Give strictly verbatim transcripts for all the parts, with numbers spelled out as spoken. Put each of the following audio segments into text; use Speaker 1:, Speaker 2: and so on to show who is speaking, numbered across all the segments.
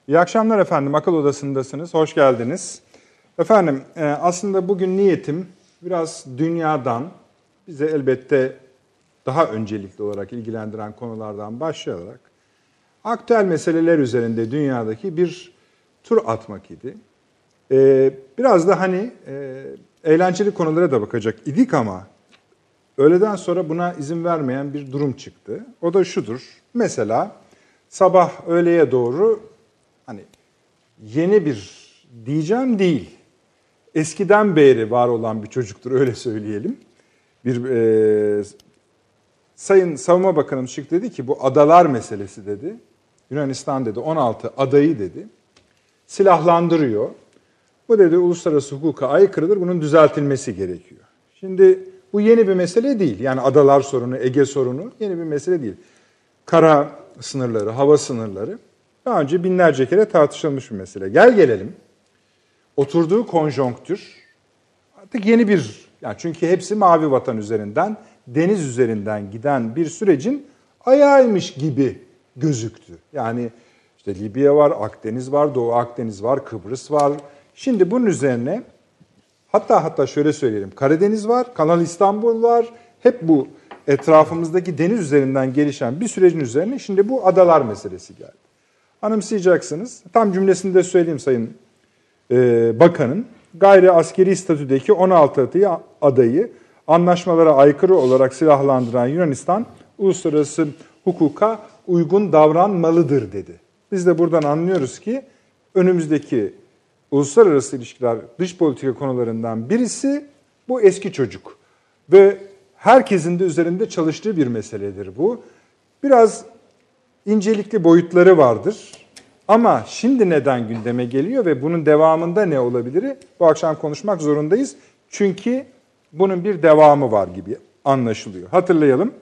Speaker 1: İyi akşamlar efendim, Akıl Odası'ndasınız, hoş geldiniz. Efendim, aslında bugün niyetim biraz dünyadan, bize elbette daha öncelikli olarak ilgilendiren konulardan başlayarak, aktüel meseleler üzerinde dünyadaki bir tur atmak idi. Biraz da hani eğlenceli konulara da bakacak idik ama öğleden sonra buna izin vermeyen bir durum çıktı. O da şudur, mesela sabah öğleye doğru hani yeni bir diyeceğim değil, eskiden beri var olan bir çocuktur öyle söyleyelim. Bir e, Sayın Savunma Bakanımız çıktı dedi ki bu adalar meselesi dedi. Yunanistan dedi on altı adayı dedi. Silahlandırıyor. Bu dedi uluslararası hukuka aykırıdır. Bunun düzeltilmesi gerekiyor. Şimdi bu yeni bir mesele değil. Yani adalar sorunu, Ege sorunu yeni bir mesele değil. Kara sınırları, hava sınırları daha önce binlerce kere tartışılmış bir mesele. Gel gelelim. Oturduğu konjonktür artık yeni bir, yani çünkü hepsi mavi vatan üzerinden, deniz üzerinden giden bir sürecin ayağıymış gibi gözüktü. Yani işte Libya var, Akdeniz var, Doğu Akdeniz var, Kıbrıs var. Şimdi bunun üzerine hatta hatta şöyle söyleyelim, Karadeniz var, Kanal İstanbul var. Hep bu etrafımızdaki deniz üzerinden gelişen bir sürecin üzerine şimdi bu adalar meselesi geldi. Anımsayacaksınız. Tam cümlesini de söyleyeyim Sayın e, Bakan'ın. Gayri askeri statüdeki on altı adayı anlaşmalara aykırı olarak silahlandıran Yunanistan uluslararası hukuka uygun davranmalıdır dedi. Biz de buradan anlıyoruz ki önümüzdeki uluslararası ilişkiler, dış politika konularından birisi bu eski çocuk. Ve herkesin de üzerinde çalıştığı bir meseledir bu. Biraz incelikli boyutları vardır. Ama şimdi neden gündeme geliyor ve bunun devamında ne olabilir? Bu akşam konuşmak zorundayız. Çünkü bunun bir devamı var gibi anlaşılıyor. Hatırlayalım.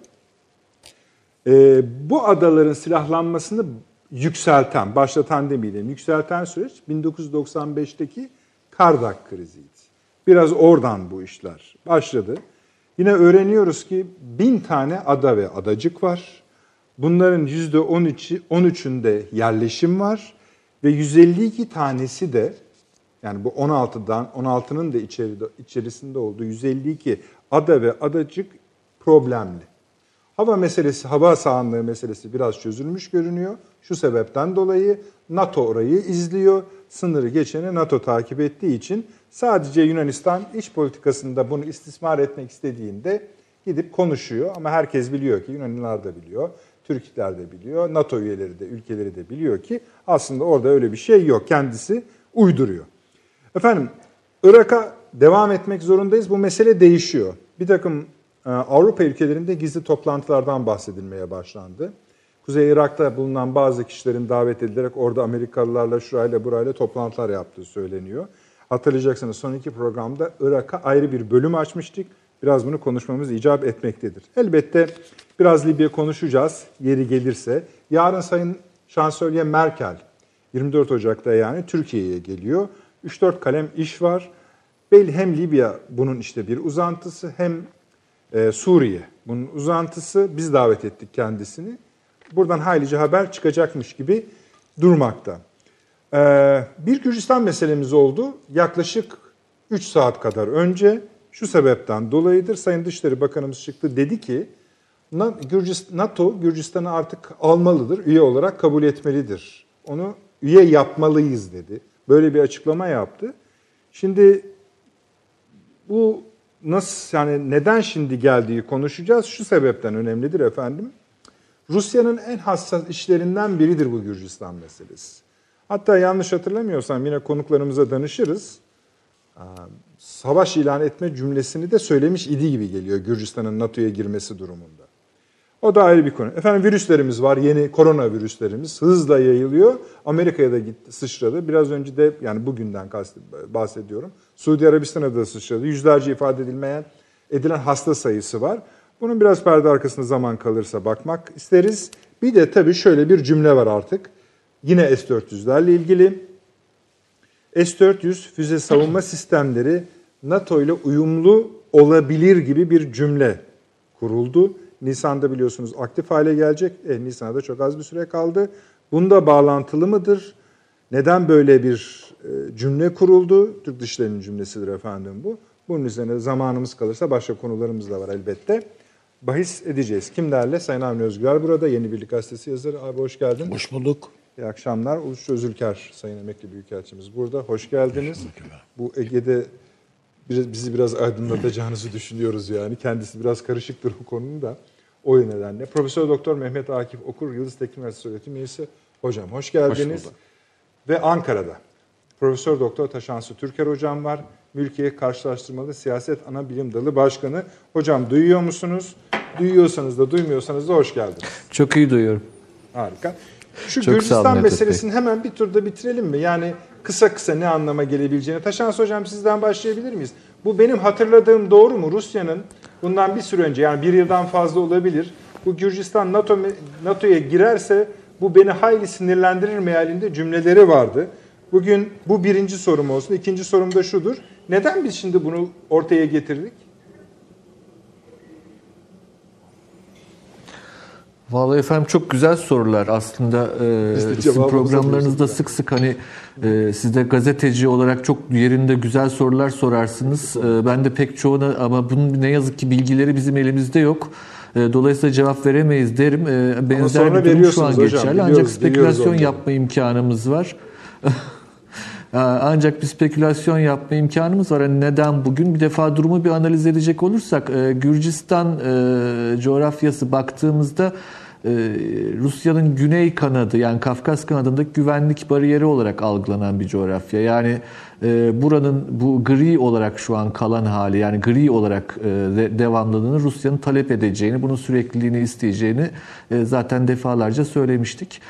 Speaker 1: Ee, bu adaların silahlanmasını yükselten, başlatan demeyelim, yükselten süreç bin dokuz yüz doksan beşteki Kardak kriziydi. Biraz oradan bu işler başladı. Yine öğreniyoruz ki bin tane ada ve adacık var. Bunların yüzde on üçünde yerleşim var ve yüz elli iki tanesi de, yani bu on altıdan on altının da içeride, içerisinde olduğu yüz elli iki ada ve adacık problemli. Hava meselesi, hava sahanlığı meselesi biraz çözülmüş görünüyor. Şu sebepten dolayı NATO orayı izliyor. Sınırı geçeni NATO takip ettiği için sadece Yunanistan iç politikasında bunu istismar etmek istediğinde gidip konuşuyor. Ama herkes biliyor ki, Yunanlılar da biliyor, Türkler de biliyor, NATO üyeleri de, ülkeleri de biliyor ki aslında orada öyle bir şey yok. Kendisi uyduruyor. Efendim, Irak'a devam etmek zorundayız. Bu mesele değişiyor. Bir takım Avrupa ülkelerinde gizli toplantılardan bahsedilmeye başlandı. Kuzey Irak'ta bulunan bazı kişilerin davet edilerek orada Amerikalılarla şurayla burayla toplantılar yaptığı söyleniyor. Hatırlayacaksınız son iki programda Irak'a ayrı bir bölüm açmıştık. Biraz bunu konuşmamız icap etmektedir. Elbette biraz Libya konuşacağız yeri gelirse. Yarın Sayın Şansölye Merkel yirmi dört Ocak'ta yani Türkiye'ye geliyor. üç dört kalem iş var. Belli hem Libya bunun işte bir uzantısı hem Ee, Suriye bunun uzantısı. Biz davet ettik kendisini. Buradan haylice haber çıkacakmış gibi durmakta. Ee, bir Gürcistan meselemiz oldu. Yaklaşık üç saat kadar önce şu sebepten dolayıdır. Sayın Dışişleri Bakanımız çıktı dedi ki NATO Gürcistan'ı artık almalıdır, üye olarak kabul etmelidir. Onu üye yapmalıyız dedi. Böyle bir açıklama yaptı. Şimdi bu nasıl, yani neden şimdi geldiği konuşacağız. Şu sebepten önemlidir efendim. Rusya'nın en hassas işlerinden biridir bu Gürcistan meselesi. Hatta yanlış hatırlamıyorsam yine konuklarımıza danışırız. Savaş ilan etme cümlesini de söylemiş idi gibi geliyor Gürcistan'ın NATO'ya girmesi durumunda. O da ayrı bir konu. Efendim virüslerimiz var, yeni koronavirüslerimiz hızla yayılıyor. Amerika'ya da gitti, sıçradı. Biraz önce de, yani bugünden bahsediyorum. Suudi Arabistan'a da sıçradı. Yüzlerce ifade edilmeyen, edilen hasta sayısı var. Bunun biraz perde arkasında zaman kalırsa bakmak isteriz. Bir de tabii şöyle bir cümle var artık. Yine S dört yüzlerle ilgili. S dört yüz füze savunma sistemleri NATO ile uyumlu olabilir gibi bir cümle kuruldu. Nisan'da biliyorsunuz aktif hale gelecek. E, Nisan'a da çok az bir süre kaldı. Bunda bağlantılı mıdır? Neden böyle bir cümle kuruldu? Türk Dışişleri'nin cümlesidir efendim bu. Bunun üzerine zamanımız kalırsa başka konularımız da var elbette. Bahis edeceğiz. Kimlerle? Sayın Avni Özgür burada. Yeni Birlik Gazetesi yazarı. Abi hoş geldin.
Speaker 2: Hoş bulduk.
Speaker 1: İyi akşamlar. Uluç Özülker, Sayın Emekli Büyükelçimiz burada. Hoş geldiniz. Hoş bu Ege'de bizi biraz aydınlatacağınızı düşünüyoruz yani. Kendisi biraz karışıktır bu konunun da. O nedenle. Profesör Doktor Mehmet Akif Okur, Yıldız Teknik Üniversitesi öğretim üyesi. Hocam hoş geldiniz. Hoş Ve Ankara'da Profesör Doktor Taşansı Türker hocam var. Mülkiye Karşılaştırmalı Siyaset Ana Bilim Dalı Başkanı. Hocam duyuyor musunuz? Duyuyorsanız da duymuyorsanız da hoş geldiniz.
Speaker 3: Çok iyi duyuyorum.
Speaker 1: Harika. Şu
Speaker 3: Çok
Speaker 1: Gürcistan meselesini hemen bir turda bitirelim mi? Yani kısa kısa ne anlama gelebileceğini. Taşansı hocam sizden başlayabilir miyiz? Bu benim hatırladığım doğru mu? Rusya'nın bundan bir süre önce, yani bir yıldan fazla olabilir, bu Gürcistan NATO NATO'ya girerse bu beni hayli sinirlendirir mealinde cümleleri vardı. Bugün bu birinci sorum olsun. İkinci sorum da şudur. Neden biz şimdi bunu ortaya getirdik?
Speaker 3: Vallahi efendim çok güzel sorular aslında. Ee, sizin programlarınızda sık sık hani e, siz de gazeteci olarak çok yerinde güzel sorular sorarsınız. Ee, ben de pek çoğuna, ama bunun ne yazık ki bilgileri bizim elimizde yok. Ee, dolayısıyla cevap veremeyiz derim. Ee, benzer bir durum şu an hocam, geçerli. Ancak spekülasyon yapma imkanımız var. Ancak bir spekülasyon yapma imkanımız var. Yani neden bugün? Bir defa durumu bir analiz edecek olursak, Gürcistan coğrafyası baktığımızda Rusya'nın güney kanadı, yani Kafkas kanadındaki güvenlik bariyeri olarak algılanan bir coğrafya. Yani buranın bu gri olarak şu an kalan hali, yani gri olarak devamlılığını Rusya'nın talep edeceğini, bunun sürekliliğini isteyeceğini zaten defalarca söylemiştik.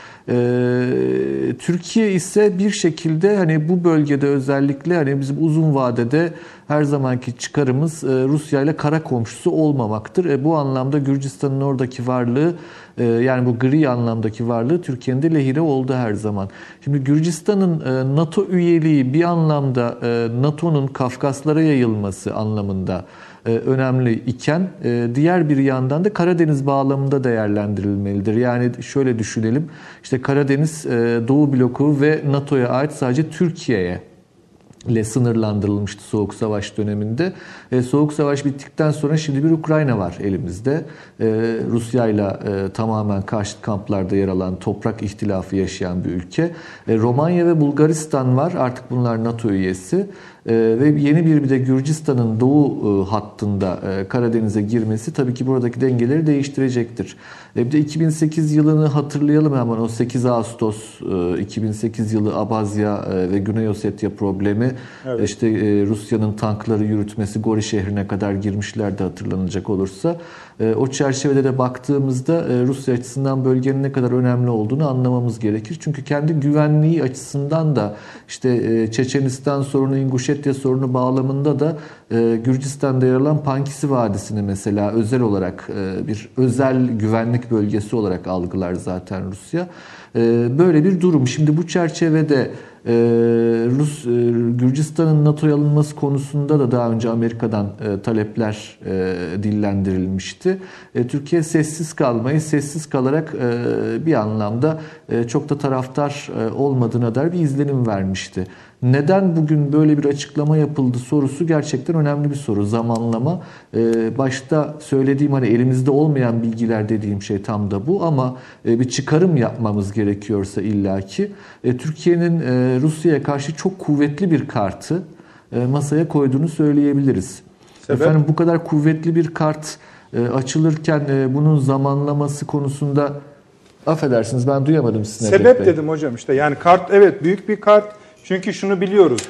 Speaker 3: Türkiye ise bir şekilde hani bu bölgede özellikle hani bizim uzun vadede her zamanki çıkarımız Rusya ile kara komşusu olmamaktır. Bu anlamda Gürcistan'ın oradaki varlığı, yani bu gri anlamdaki varlığı Türkiye'nin de lehine oldu her zaman. Şimdi Gürcistan'ın NATO üyeliği bir anlamda NATO'nun Kafkaslara yayılması anlamında önemli iken, diğer bir yandan da Karadeniz bağlamında değerlendirilmelidir. Yani şöyle düşünelim, işte Karadeniz Doğu bloku ve NATO'ya ait sadece Türkiye'ye ile sınırlandırılmıştı Soğuk Savaş döneminde. E, Soğuk Savaş bittikten sonra şimdi bir Ukrayna var elimizde. E, Rusya ile tamamen karşıt kamplarda yer alan, toprak ihtilafı yaşayan bir ülke. E, Romanya ve Bulgaristan var. Artık bunlar NATO üyesi. Ee, ve yeni bir bir de Gürcistan'ın doğu e, hattında e, Karadeniz'e girmesi tabii ki buradaki dengeleri değiştirecektir. E, bir de iki bin sekiz yılını hatırlayalım hemen. O sekiz Ağustos e, iki bin sekiz yılı Abazya e, ve Güney Ossetya problemi. Evet. İşte e, Rusya'nın tankları yürütmesi, Gori şehrine kadar girmişlerdi hatırlanacak olursa. E, o çerçevede de baktığımızda e, Rusya açısından bölgenin ne kadar önemli olduğunu anlamamız gerekir. Çünkü kendi güvenliği açısından da işte e, Çeçenistan sorunu, İnguşetya sorunu bağlamında da e, Gürcistan'da yer alan Pankisi Vadisi'ni mesela özel olarak e, bir özel güvenlik bölgesi olarak algılar zaten Rusya. E, böyle bir durum. Şimdi bu çerçevede Ee, Rus, e, Gürcistan'ın NATO'ya alınması konusunda da daha önce Amerika'dan e, talepler e, dillendirilmişti. E, Türkiye sessiz kalmayı, sessiz kalarak e, bir anlamda e, çok da taraftar e, olmadığına dair bir izlenim vermişti. Neden bugün böyle bir açıklama yapıldı sorusu gerçekten önemli bir soru. Zamanlama. Ee, başta söylediğim hani elimizde olmayan bilgiler dediğim şey tam da bu, ama e, bir çıkarım yapmamız gerekiyorsa illaki e, Türkiye'nin e, Rusya'ya karşı çok kuvvetli bir kartı e, masaya koyduğunu söyleyebiliriz. Sebep? Efendim bu kadar kuvvetli bir kart e, açılırken e, bunun zamanlaması konusunda affedersiniz ben duyamadım sizin.
Speaker 1: Sebep dedim hocam işte yani kart evet büyük bir kart. Çünkü şunu biliyoruz,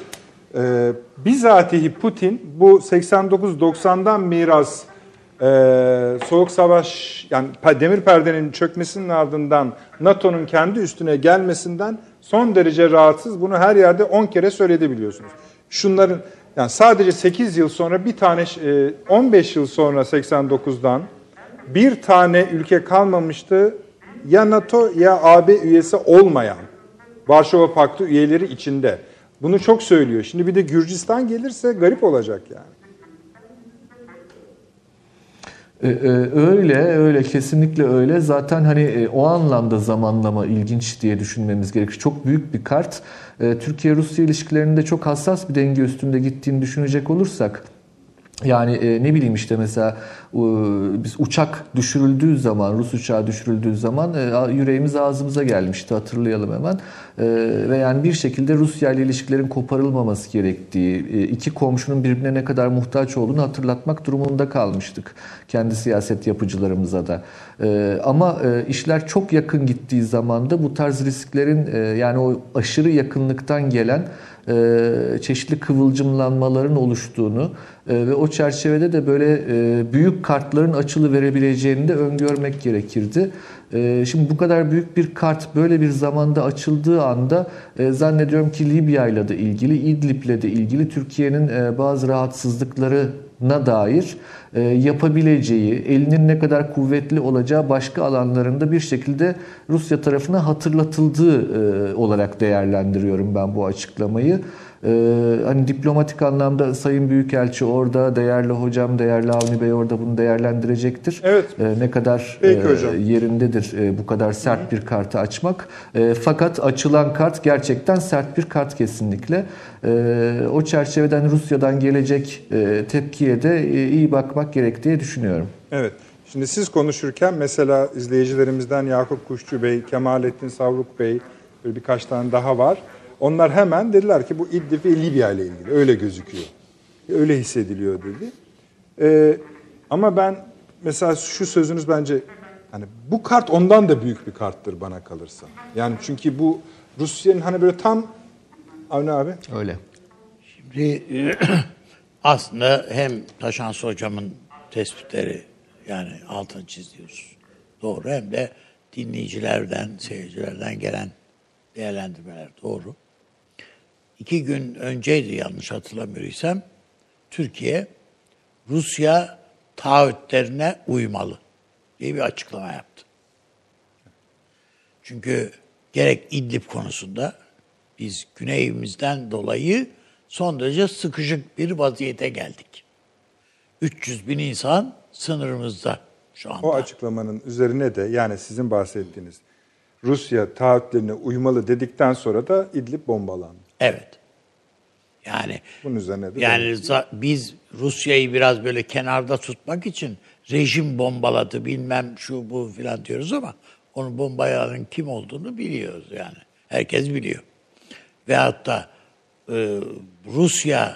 Speaker 1: e, bizatihi Putin bu seksen dokuz doksandan miras e, Soğuk Savaş, yani Demir Perde'nin çökmesinin ardından NATO'nun kendi üstüne gelmesinden son derece rahatsız. Bunu her yerde on kere söyledi biliyorsunuz. Şunların yani sadece sekiz yıl sonra bir tane, e, on beş yıl sonra seksen dokuzdan bir tane ülke kalmamıştı ya NATO ya A B üyesi olmayan. Varşova Paktı üyeleri içinde. Bunu çok söylüyor. Şimdi bir de Gürcistan gelirse garip olacak yani.
Speaker 3: Öyle, öyle kesinlikle öyle. Zaten hani o anlamda zamanlama ilginç diye düşünmemiz gerekir. Çok büyük bir kart. Türkiye-Rusya ilişkilerinde çok hassas bir denge üstünde gittiğini düşünecek olursak, yani e, ne bileyim işte mesela e, biz uçak düşürüldüğü zaman, Rus uçağı düşürüldüğü zaman e, yüreğimiz ağzımıza gelmişti, hatırlayalım hemen. E, ve yani bir şekilde Rusya ile ilişkilerin koparılmaması gerektiği, e, iki komşunun birbirine ne kadar muhtaç olduğunu hatırlatmak durumunda kalmıştık kendi siyaset yapıcılarımıza da. E, ama e, işler çok yakın gittiği zaman da bu tarz risklerin e, yani o aşırı yakınlıktan gelen çeşitli kıvılcımlanmaların oluştuğunu ve o çerçevede de böyle büyük kartların açılı verebileceğini de öngörmek gerekirdi. Şimdi bu kadar büyük bir kart böyle bir zamanda açıldığı anda zannediyorum ki Libya ile de ilgili, İdlib ile de ilgili Türkiye'nin bazı rahatsızlıklarına dair yapabileceği, elinin ne kadar kuvvetli olacağı başka alanlarında bir şekilde Rusya tarafına hatırlatıldığı olarak değerlendiriyorum ben bu açıklamayı. Ee, hani diplomatik anlamda Sayın Büyükelçi orada, değerli hocam, değerli Avni Bey orada bunu değerlendirecektir.
Speaker 1: Evet.
Speaker 3: Ee, ne kadar e, yerindedir e, bu kadar sert bir kartı açmak. E, fakat açılan kart gerçekten sert bir kart kesinlikle. E, o çerçeveden Rusya'dan gelecek e, tepkiye de e, iyi bakmak gerek diye düşünüyorum.
Speaker 1: Evet. Şimdi siz konuşurken mesela izleyicilerimizden Yakup Kuşçu Bey, Kemalettin Savruk Bey, böyle birkaç tane daha var. Onlar hemen dediler ki bu İdlib ve Libya ile ilgili. Öyle gözüküyor. Öyle hissediliyor dedi. Ee, ama ben mesela şu sözünüz bence hani bu kart ondan da büyük bir karttır bana kalırsa. Yani çünkü bu Rusya'nın hani böyle tam Avni abi.
Speaker 3: Öyle.
Speaker 2: Şimdi aslında hem Taşansı hocamın tespitleri yani altını çiziyoruz. Doğru, hem de dinleyicilerden, seyircilerden gelen değerlendirmeler doğru. İki gün önceydi yanlış hatırlamıyorsam, Türkiye Rusya taahhütlerine uymalı diye bir açıklama yaptı. Çünkü gerek İdlib konusunda biz güneyimizden dolayı son derece sıkışık bir vaziyete geldik. üç yüz bin insan sınırımızda şu anda.
Speaker 1: O açıklamanın üzerine de yani sizin bahsettiğiniz Rusya taahhütlerine uymalı dedikten sonra da İdlib bombalandı.
Speaker 2: Evet. Yani
Speaker 1: bunun üzerine de
Speaker 2: yani za- biz Rusya'yı biraz böyle kenarda tutmak için rejim bombaladı bilmem şu bu filan diyoruz ama onun bombayanın kim olduğunu biliyoruz yani. Herkes biliyor. Veyahut da e, Rusya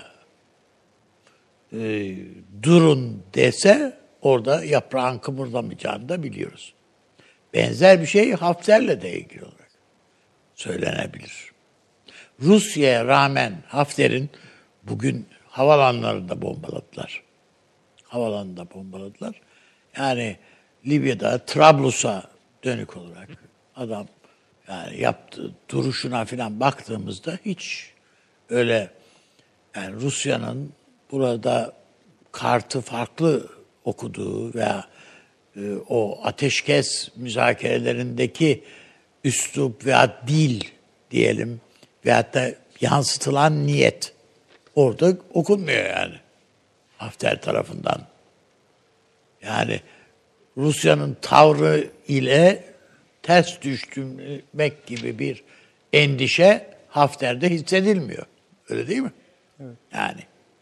Speaker 2: e, durun dese orada yaprağın kımıldamayacağını da biliyoruz. Benzer bir şey Hafter'le de ilgili olarak söylenebilir. Rusya'ya rağmen Hafter'in bugün havalanlarında bombaladılar. Havalanında bombaladılar. Yani Libya'da Trablus'a dönük olarak adam yani yaptığı duruşuna falan baktığımızda hiç öyle yani Rusya'nın burada kartı farklı okuduğu veya e, o ateşkes müzakerelerindeki üslup veya dil diyelim veyahut da yansıtılan niyet orada okunmuyor yani Hafter tarafından. Yani Rusya'nın tavrı ile ters düşmek gibi bir endişe Hafter'de hissedilmiyor. Öyle değil mi? Evet. Yani.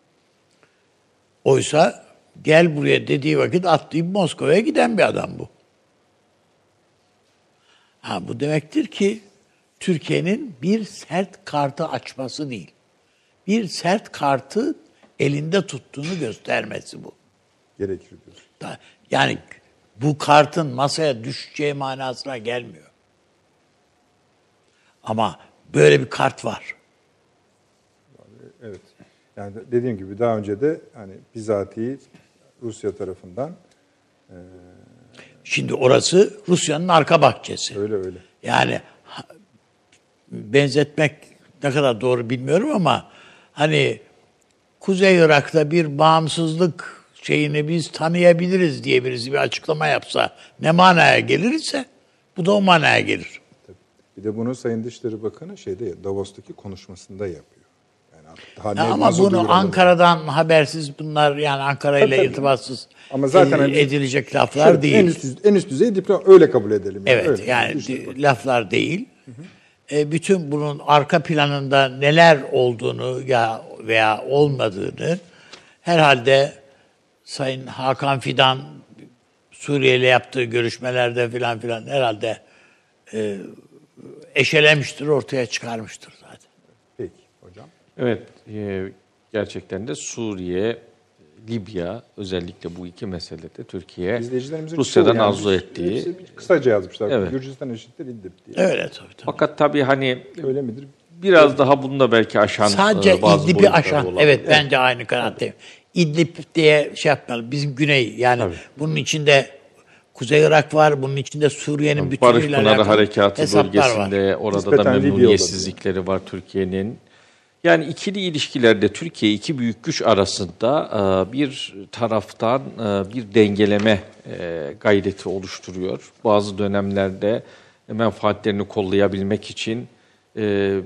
Speaker 2: Oysa gel buraya dediği vakit atlayıp Moskova'ya giden bir adam bu. Ha, bu demektir ki Türkiye'nin bir sert kartı açması değil. Bir sert kartı elinde tuttuğunu göstermesi bu.
Speaker 1: Gerekir diyorsun.
Speaker 2: Yani bu kartın masaya düşeceği manasına gelmiyor. Ama böyle bir kart var.
Speaker 1: Evet. Yani dediğim gibi daha önce de hani bizatihi Rusya tarafından e...
Speaker 2: şimdi orası Rusya'nın arka bahçesi.
Speaker 1: Öyle öyle.
Speaker 2: Yani benzetmek ne kadar doğru bilmiyorum ama hani Kuzey Irak'ta bir bağımsızlık şeyini biz tanıyabiliriz diye birisi bir açıklama yapsa ne manaya gelirse bu da o manaya gelir.
Speaker 1: Tabii. Bir de bunu Sayın Dışişleri Bakanı şeyde Davos'taki konuşmasında yapıyor. Yani Daha ne,
Speaker 2: ama
Speaker 1: nasıl
Speaker 2: bunu
Speaker 1: duyuralım?
Speaker 2: Ankara'dan habersiz bunlar yani Ankara ile
Speaker 1: Tabii.
Speaker 2: irtibatsız
Speaker 1: Ama zaten
Speaker 2: edil-
Speaker 1: hani-
Speaker 2: edilecek laflar
Speaker 1: Şöyle,
Speaker 2: değil.
Speaker 1: En üst, düzey- en üst düzey diploma öyle kabul edelim. Yani.
Speaker 2: Evet
Speaker 1: öyle.
Speaker 2: yani
Speaker 1: İşte
Speaker 2: di-
Speaker 1: bak.
Speaker 2: laflar değil. E, bütün bunun arka planında neler olduğunu ya veya olmadığını herhalde Sayın Hakan Fidan Suriye ile yaptığı görüşmelerde filan filan herhalde e, eşelemiştir, ortaya çıkarmıştır zaten.
Speaker 1: Peki hocam.
Speaker 4: Evet, e, gerçekten de Suriye, Libya özellikle bu iki meselede Türkiye
Speaker 1: İzleyicilerimizin
Speaker 4: Rusya'dan
Speaker 1: çoğu yani
Speaker 4: arzu
Speaker 1: biz-
Speaker 4: ettiği.
Speaker 1: hepsi kısaca yazmışlar.
Speaker 4: Evet.
Speaker 1: Gürcistan eşittir İdlib diye.
Speaker 2: Öyle tabii tabii.
Speaker 4: Fakat tabii hani
Speaker 1: Öyle midir?
Speaker 4: biraz daha bunu da belki aşan
Speaker 2: Sadece
Speaker 4: e, bazı
Speaker 2: İdlib'i
Speaker 4: boyutları
Speaker 2: aşan,
Speaker 4: olabilir.
Speaker 2: evet bence aynı kanaatteyim. İdlib diye şey yapmayalım, bizim güney yani
Speaker 4: Tabii.
Speaker 2: bunun içinde Kuzey Irak var, bunun içinde Suriye'nin
Speaker 4: Barış
Speaker 2: bütünüyle
Speaker 4: Pınarı
Speaker 2: alakalı
Speaker 4: Harekatı
Speaker 2: hesaplar
Speaker 4: bölgesinde
Speaker 2: var.
Speaker 4: orada
Speaker 1: Nispeten
Speaker 4: da
Speaker 1: Libya
Speaker 4: memnuniyetsizlikleri var Türkiye'nin. Yani ikili ilişkilerde Türkiye iki büyük güç arasında e, bir taraftan e, bir dengeleme e, gayreti oluşturuyor. Bazı dönemlerde menfaatlerini kollayabilmek için e,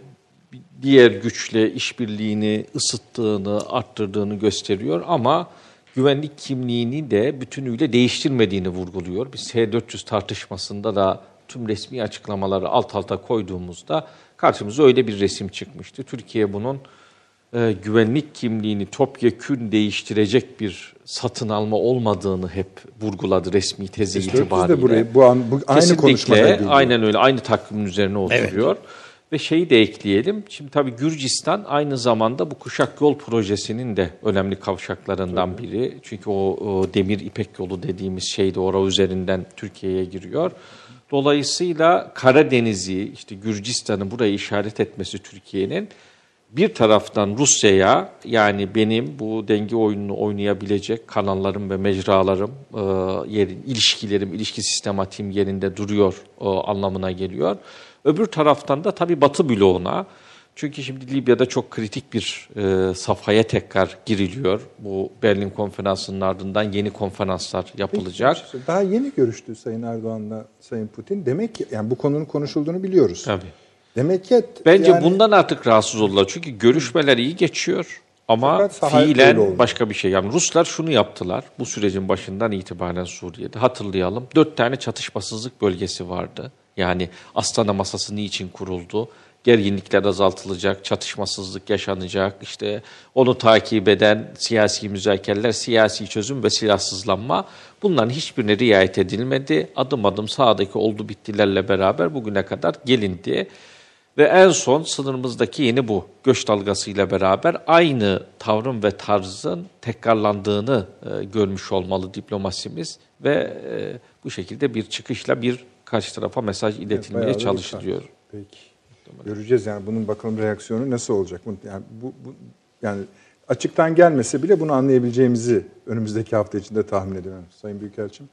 Speaker 4: diğer güçle işbirliğini ısıttığını, arttırdığını gösteriyor ama güvenlik kimliğini de bütünüyle değiştirmediğini vurguluyor. Biz S dört yüz tartışmasında da tüm resmi açıklamaları alt alta koyduğumuzda karşımıza öyle bir resim çıkmıştı. Türkiye bunun e, güvenlik kimliğini topyekün değiştirecek bir satın alma olmadığını hep vurguladı resmi tezi
Speaker 1: S dört yüz de
Speaker 4: itibariyle.
Speaker 1: burayı, bu, an, bu aynı konuşmada
Speaker 4: Kesinlikle
Speaker 1: değil.
Speaker 4: aynen öyle, aynı takvimin üzerine oturuyor. Ve şeyi de ekleyelim, şimdi tabii Gürcistan aynı zamanda bu Kuşak Yol projesinin de önemli kavşaklarından biri. Çünkü o, o demir İpek yolu dediğimiz şey de orada üzerinden Türkiye'ye giriyor. Dolayısıyla Karadeniz'i, işte Gürcistan'ı buraya işaret etmesi Türkiye'nin bir taraftan Rusya'ya, yani benim bu denge oyununu oynayabilecek kanallarım ve mecralarım, e, yerin, ilişkilerim, ilişki sistematiğim yerinde duruyor e, anlamına geliyor. Öbür taraftan da tabii Batı bloğuna, çünkü şimdi Libya'da çok kritik bir e, safhaya tekrar giriliyor. Bu Berlin Konferansı'nın ardından yeni konferanslar yapılacak.
Speaker 1: Peki, daha yeni görüştü Sayın Erdoğan'la Sayın Putin. Demek ki yani bu konunun konuşulduğunu biliyoruz.
Speaker 4: Tabii.
Speaker 1: Demek ki
Speaker 4: Bence
Speaker 1: yani,
Speaker 4: bundan artık rahatsız oldular. Çünkü görüşmeler iyi geçiyor ama
Speaker 1: Fakat sahaya böyle
Speaker 4: fiilen
Speaker 1: olmuyor.
Speaker 4: başka bir şey. Yani Ruslar şunu yaptılar bu sürecin başından itibaren Suriye'de. Hatırlayalım, dört tane çatışmasızlık bölgesi vardı. Yani Astana masası niçin kuruldu? Gerginlikler azaltılacak, çatışmasızlık yaşanacak, işte onu takip eden siyasi müzakereler, siyasi çözüm ve silahsızlanma. Bunların hiçbirine riayet edilmedi. Adım adım sahadaki oldu bittilerle beraber bugüne kadar gelindi. Ve en son sınırımızdaki yeni bu göç dalgasıyla beraber aynı tavrın ve tarzın tekrarlandığını e, görmüş olmalı diplomasimiz ve e, bu şekilde bir çıkışla bir karşı tarafa mesaj iletilmeye
Speaker 1: bayağı da
Speaker 4: çalışılıyor.
Speaker 1: dikkat. Peki. Göreceğiz yani bunun bakalım reaksiyonu nasıl olacak. Yani bu, bu yani açıktan gelmese bile bunu anlayabileceğimizi önümüzdeki hafta içinde tahmin ediyorum. Sayın Büyükelçim.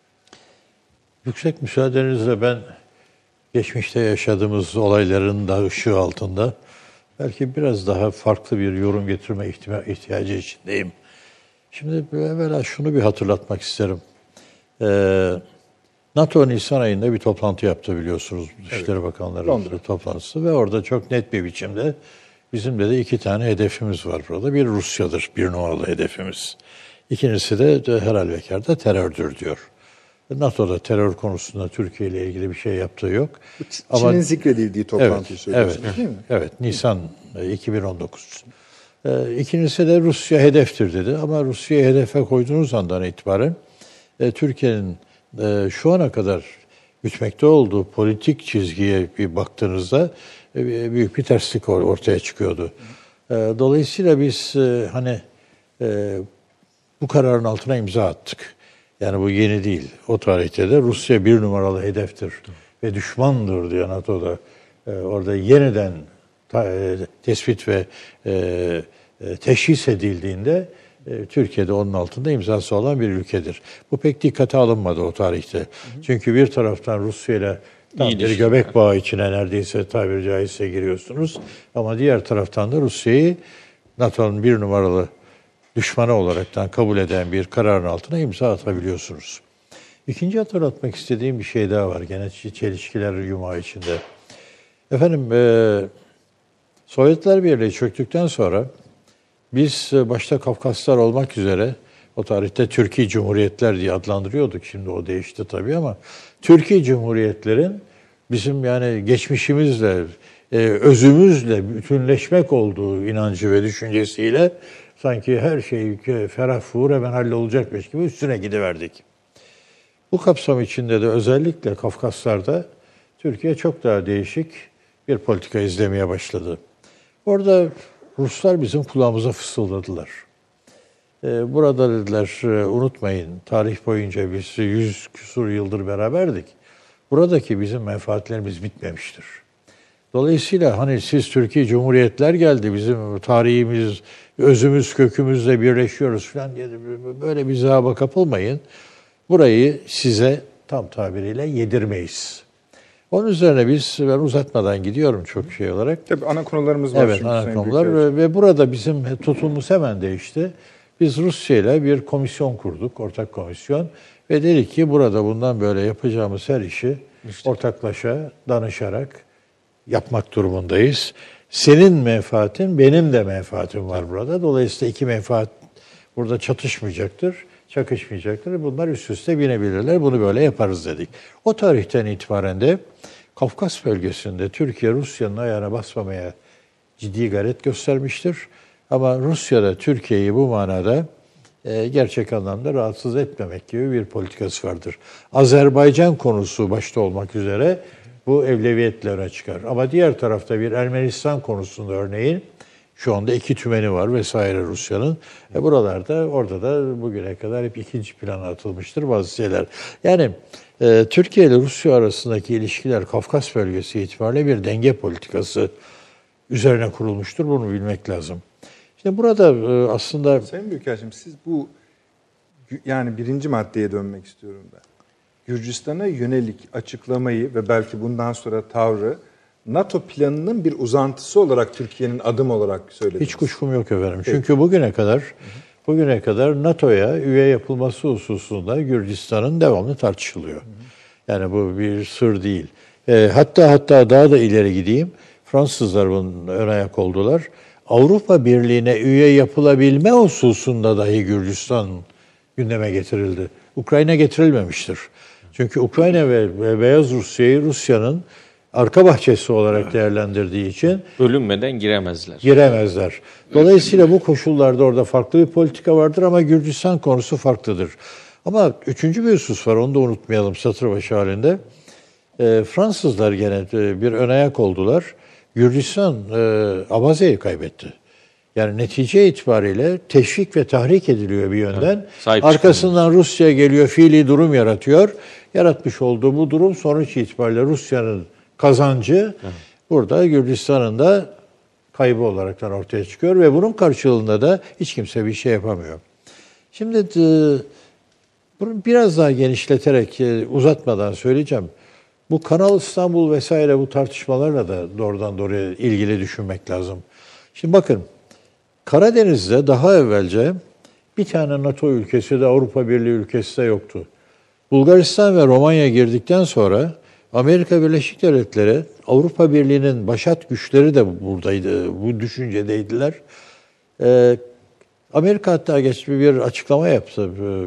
Speaker 5: Yüksek müsaadenizle ben geçmişte yaşadığımız olayların da ışığı altında belki biraz daha farklı bir yorum getirme ihtiyacı içindeyim. Şimdi evvela şunu bir hatırlatmak isterim. Ee, NATO Nisan ayında bir toplantı yaptı biliyorsunuz. Dışişleri evet. Bakanları Londra toplantısı ve orada çok net bir biçimde bizim de, de iki tane hedefimiz var burada. Bir Rusya'dır, bir numaralı hedefimiz. İkincisi de, de her halükarda terördür diyor. NATO'da terör konusunda Türkiye ile ilgili bir şey yaptığı yok.
Speaker 1: Çin'in Ama, zikredildiği toplantıyı
Speaker 5: evet,
Speaker 1: söylüyorsunuz
Speaker 5: evet,
Speaker 1: değil mi?
Speaker 5: Evet, Nisan iki bin on dokuz. İkincisi de Rusya hedeftir dedi. Ama Rusya'yı hedefe koyduğunuz andan itibaren Türkiye'nin şu ana kadar gütmekte olduğu politik çizgiye bir baktığınızda büyük bir terslik ortaya çıkıyordu. Dolayısıyla biz hani bu kararın altına imza attık. Yani bu yeni değil. O tarihte de Rusya bir numaralı hedeftir ve düşmandır diyor NATO'da. Orada yeniden tespit ve teşhis edildiğinde Türkiye'de onun altında imzası olan bir ülkedir. Bu pek dikkate alınmadı o tarihte. Hı hı. Çünkü bir taraftan Rusya ile tam bir göbek bağı içine neredeyse tabiri caizse giriyorsunuz. Ama diğer taraftan da Rusya'yı NATO'nun bir numaralı düşmanı olaraktan kabul eden bir kararın altına imza atabiliyorsunuz. İkinci hatırlatmak istediğim bir şey daha var. Gene çelişkiler yumağı içinde. Efendim, e, Sovyetler Birliği çöktükten sonra biz başta Kafkaslar olmak üzere o tarihte Türkiye Cumhuriyetler diye adlandırıyorduk. Şimdi o değişti tabii ama Türkiye Cumhuriyetlerin bizim yani geçmişimizle, e, özümüzle bütünleşmek olduğu inancı ve düşüncesiyle sanki her şey ferah fuhur hemen hallolacakmış gibi üstüne gidiverdik. Bu kapsam içinde de özellikle Kafkaslar'da Türkiye çok daha değişik bir politika izlemeye başladı. Orada Ruslar bizim kulağımıza fısıldadılar. Burada dediler, unutmayın, tarih boyunca biz yüz küsur yıldır beraberdik. Buradaki bizim menfaatlerimiz bitmemiştir. Dolayısıyla hani siz Türkiye Cumhuriyetler geldi, bizim tarihimiz, özümüz, kökümüzle birleşiyoruz falan diye böyle bir zahaba kapılmayın. Burayı size tam tabiriyle yedirmeyiz. Onun üzerine biz, ben uzatmadan gidiyorum çok şey olarak.
Speaker 1: Tabii ana konularımız var.
Speaker 5: Evet, ana konular ve, ve burada bizim tutumumuz hemen değişti. Biz Rusya ile bir komisyon kurduk, ortak komisyon. Ve dedik ki burada bundan böyle yapacağımız her işi işte ortaklaşa, danışarak yapmak durumundayız. Senin menfaatin, benim de menfaatim var burada. Dolayısıyla iki menfaat burada çatışmayacaktır, çakışmayacaktır. Bunlar üst üste binebilirler. Bunu böyle yaparız dedik. O tarihten itibaren de Kafkas bölgesinde Türkiye Rusya'nın ayağına basmamaya ciddi gayret göstermiştir. Ama Rusya da Türkiye'yi bu manada e, gerçek anlamda rahatsız etmemek gibi bir politikası vardır. Azerbaycan konusu başta olmak üzere bu evleviyetle öne çıkar. Ama diğer tarafta bir Ermenistan konusunda örneğin şu anda iki tümeni var vesaire Rusya'nın. E buralarda, orada da bugüne kadar hep ikinci plana atılmıştır bazı şeyler. Yani e, Türkiye ile Rusya arasındaki ilişkiler Kafkas bölgesi itibariyle bir denge politikası üzerine kurulmuştur. Bunu bilmek lazım. Şimdi burada e, aslında...
Speaker 1: Sayın Büyükelçim, siz bu yani birinci maddeye dönmek istiyorum ben. Gürcistan'a yönelik açıklamayı ve belki bundan sonra tavrı NATO planının bir uzantısı olarak Türkiye'nin adım olarak söylediniz.
Speaker 5: Hiç kuşkum yok efendim. Peki. Çünkü bugüne kadar bugüne kadar NATO'ya üye yapılması hususunda Gürcistan'ın devamlı tartışılıyor. Hı hı. Yani bu bir sır değil. E, hatta hatta daha da ileri gideyim. Fransızlar bunun ön ayak oldular. Avrupa Birliği'ne üye yapılabilme hususunda dahi Gürcistan gündeme getirildi. Ukrayna getirilmemiştir. Çünkü Ukrayna ve Beyaz Rusya'yı Rusya'nın arka bahçesi olarak değerlendirdiği için
Speaker 4: bölünmeden giremezler.
Speaker 5: Giremezler. Dolayısıyla bu koşullarda orada farklı bir politika vardır ama Gürcistan konusu farklıdır. Ama üçüncü bir husus var, onu da unutmayalım satır başı halinde. E, Fransızlar gene bir ön ayak oldular. Gürcistan e, Abaze'yi kaybetti. Yani netice itibariyle teşvik ve tahrik ediliyor bir yönden. Evet, arkasından Rusya geliyor, fiili durum yaratıyor. Yaratmış olduğu bu durum sonuç itibariyle Rusya'nın kazancı, evet, burada Gürcistan'ın da kaybı olaraktan ortaya çıkıyor ve bunun karşılığında da hiç kimse bir şey yapamıyor. Şimdi e, bunu biraz daha genişleterek e, uzatmadan söyleyeceğim. Bu Kanal İstanbul vesaire bu tartışmalarla da doğrudan doğruya ilgili düşünmek lazım. Şimdi bakın, Karadeniz'de daha evvelce bir tane NATO ülkesi de Avrupa Birliği ülkesi de yoktu. Bulgaristan ve Romanya girdikten sonra Amerika Birleşik Devletleri, Avrupa Birliği'nin başat güçleri de buradaydı, bu düşüncedeydiler. Ee, Amerika hatta geç bir açıklama yaptı.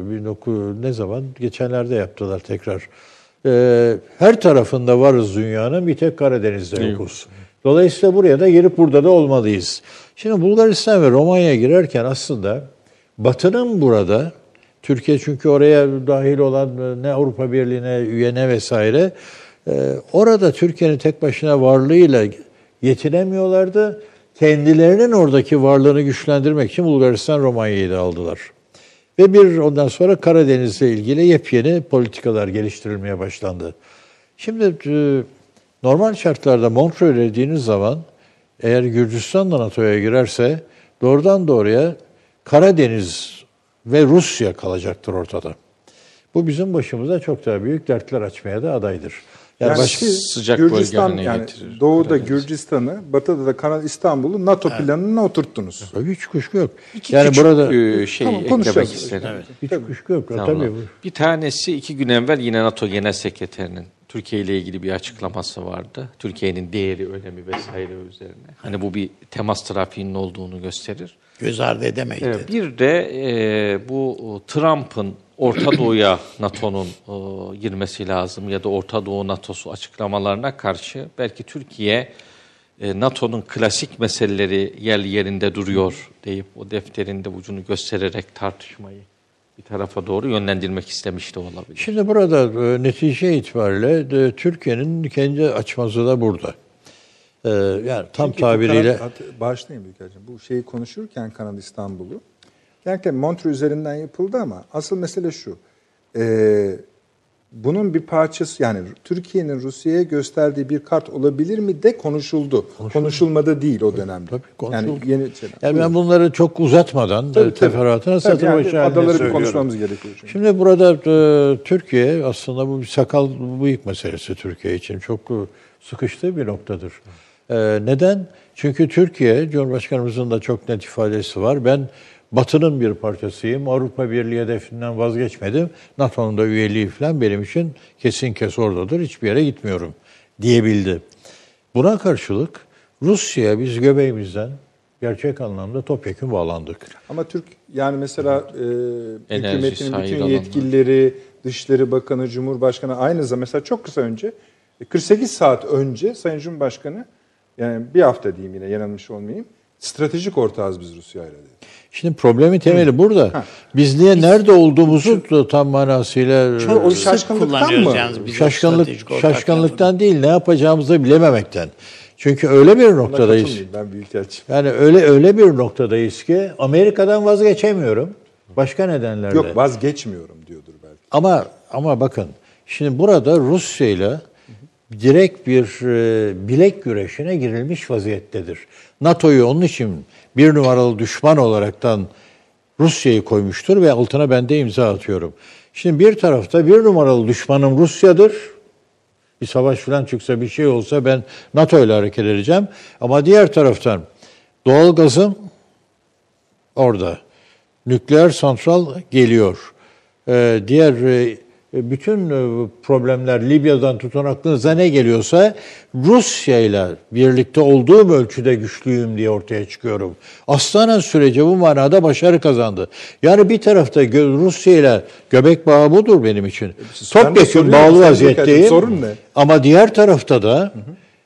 Speaker 5: Ne zaman? Geçenlerde yaptılar tekrar. Ee, her tarafında varız dünyanın, bir tek Karadeniz'de yokuz. Dolayısıyla buraya da girip burada da olmalıyız. Şimdi Bulgaristan ve Romanya girerken aslında Batı'nın burada, Türkiye çünkü oraya dahil olan ne Avrupa Birliği'ne üye ne vesaire, e, orada Türkiye'nin tek başına varlığıyla yetinemiyorlardı. Kendilerinin oradaki varlığını güçlendirmek için Bulgaristan, Romanya'yı da aldılar. Ve bir ondan sonra Karadeniz'le ilgili yepyeni politikalar geliştirilmeye başlandı. Şimdi e, normal şartlarda Montreux dediğiniz zaman eğer Gürcistan da NATO'ya girerse doğrudan doğruya Karadeniz ve Rusya kalacaktır ortada. Bu bizim başımıza çok daha büyük dertler açmaya da adaydır.
Speaker 1: Yani, yani
Speaker 4: başka sıcak
Speaker 1: Gürcistan
Speaker 4: bölge
Speaker 1: yani
Speaker 4: getirir.
Speaker 1: doğuda
Speaker 4: Karadeniz.
Speaker 1: Gürcistan'ı, batıda da Kanal İstanbul'u NATO evet. planına oturttunuz.
Speaker 5: Hiç kuşku yok.
Speaker 4: İki
Speaker 5: yani
Speaker 4: küçük
Speaker 5: burada
Speaker 4: şey
Speaker 1: tamam,
Speaker 4: eklemek isterim.
Speaker 5: Evet. Hiç kuşku yok.
Speaker 4: Tamam.
Speaker 5: Tabii.
Speaker 4: Bir tanesi iki gün evvel yine NATO Genel Sekreterinin Türkiye ile ilgili bir açıklaması vardı. Türkiye'nin değeri, önemi vesaire üzerine. Hani bu bir temas trafiğinin olduğunu gösterir.
Speaker 2: Göz ardı edemeyiz.
Speaker 4: Evet, bir de e, bu Trump'ın Orta Doğu'ya NATO'nun e, girmesi lazım ya da Orta Doğu NATO'su açıklamalarına karşı belki Türkiye e, NATO'nun klasik meseleleri yerli yerinde duruyor deyip o defterinde ucunu göstererek tartışmayı bir tarafa doğru yönlendirmek istemiş de olabilir.
Speaker 5: Şimdi burada e, netice itibariyle e, Türkiye'nin kendi açmazı da burada. E, yani tam
Speaker 1: Çünkü
Speaker 5: tabiriyle...
Speaker 1: Karar, bağışlayın Büyükelçim. Bu şeyi konuşurken Kanal İstanbul'u. Genellikle Montreux üzerinden yapıldı ama asıl mesele şu. E, bunun bir parçası, yani Türkiye'nin Rusya'ya gösterdiği bir kart olabilir mi de konuşuldu. Konuşuldu. Konuşulmadı değil o dönemde.
Speaker 5: Tabii konuşuldu.
Speaker 1: Yani, yeni şeyler.
Speaker 5: yani ben bunları çok uzatmadan tabii, teferruatına satır
Speaker 1: yani
Speaker 5: başı halinde
Speaker 1: adaları bir
Speaker 5: söylüyorum.
Speaker 1: konuşmamız gerekiyor. Çünkü.
Speaker 5: Şimdi burada e, Türkiye aslında bu bir sakal bıyık meselesi Türkiye için. Çok e, sıkıştığı bir noktadır. E, neden? Çünkü Türkiye, Cumhurbaşkanımızın da çok net ifadesi var. Ben Batı'nın bir parçasıyım. Avrupa Birliği hedefinden vazgeçmedim. NATO'nun da üyeliği falan benim için kesin kes oradadır. Hiçbir yere gitmiyorum diyebildi. Buna karşılık Rusya'ya biz göbeğimizden gerçek anlamda topyekun bağlandık.
Speaker 1: Ama Türk yani mesela e,
Speaker 4: Enerji
Speaker 1: hükümetin
Speaker 4: sahil
Speaker 1: bütün
Speaker 4: alanlar.
Speaker 1: yetkilileri, Dışişleri Bakanı, Cumhurbaşkanı aynı zamanda mesela çok kısa önce kırk sekiz saat önce Sayın Cumhurbaşkanı, yani bir hafta diyeyim yine yanılmış olmayayım, stratejik ortağız biz Rusya'yla dedi.
Speaker 5: Şimdi problemin temeli Hı. burada.
Speaker 1: Ha.
Speaker 5: Biz niye biz, nerede olduğumuzu da tam manasıyla
Speaker 1: o şaşkınlıktan mı?
Speaker 5: Şaşkınlık, şaşkınlıktan değil, ne yapacağımızı bilememekten. Çünkü öyle bir noktadayız.
Speaker 1: Ben büyükelçim.
Speaker 5: Yani öyle öyle bir noktadayız ki Amerika'dan vazgeçemiyorum. Başka nedenlerle.
Speaker 1: Yok, vazgeçmiyorum diyordur belki.
Speaker 5: Ama ama bakın şimdi burada Rusya ile direkt bir e, bilek güreşine girilmiş vaziyettedir. NATO'yu onun için bir numaralı düşman olaraktan Rusya'yı koymuştur ve altına ben de imza atıyorum. Şimdi bir tarafta bir numaralı düşmanım Rusya'dır. Bir savaş falan çıksa, bir şey olsa ben NATO ile hareket edeceğim. Ama diğer taraftan doğalgazım orada. Nükleer santral geliyor. Ee, diğer e, bütün problemler Libya'dan tutun aklınıza ne geliyorsa Rusya ile birlikte olduğum ölçüde güçlüyüm diye ortaya çıkıyorum. Aslanın süreci bu manada başarı kazandı. Yani bir tarafta Rusya ile göbek bağı budur benim için. Topyekun bağlı vaziyetteyim. Sorun ne? Ama diğer tarafta da hı hı.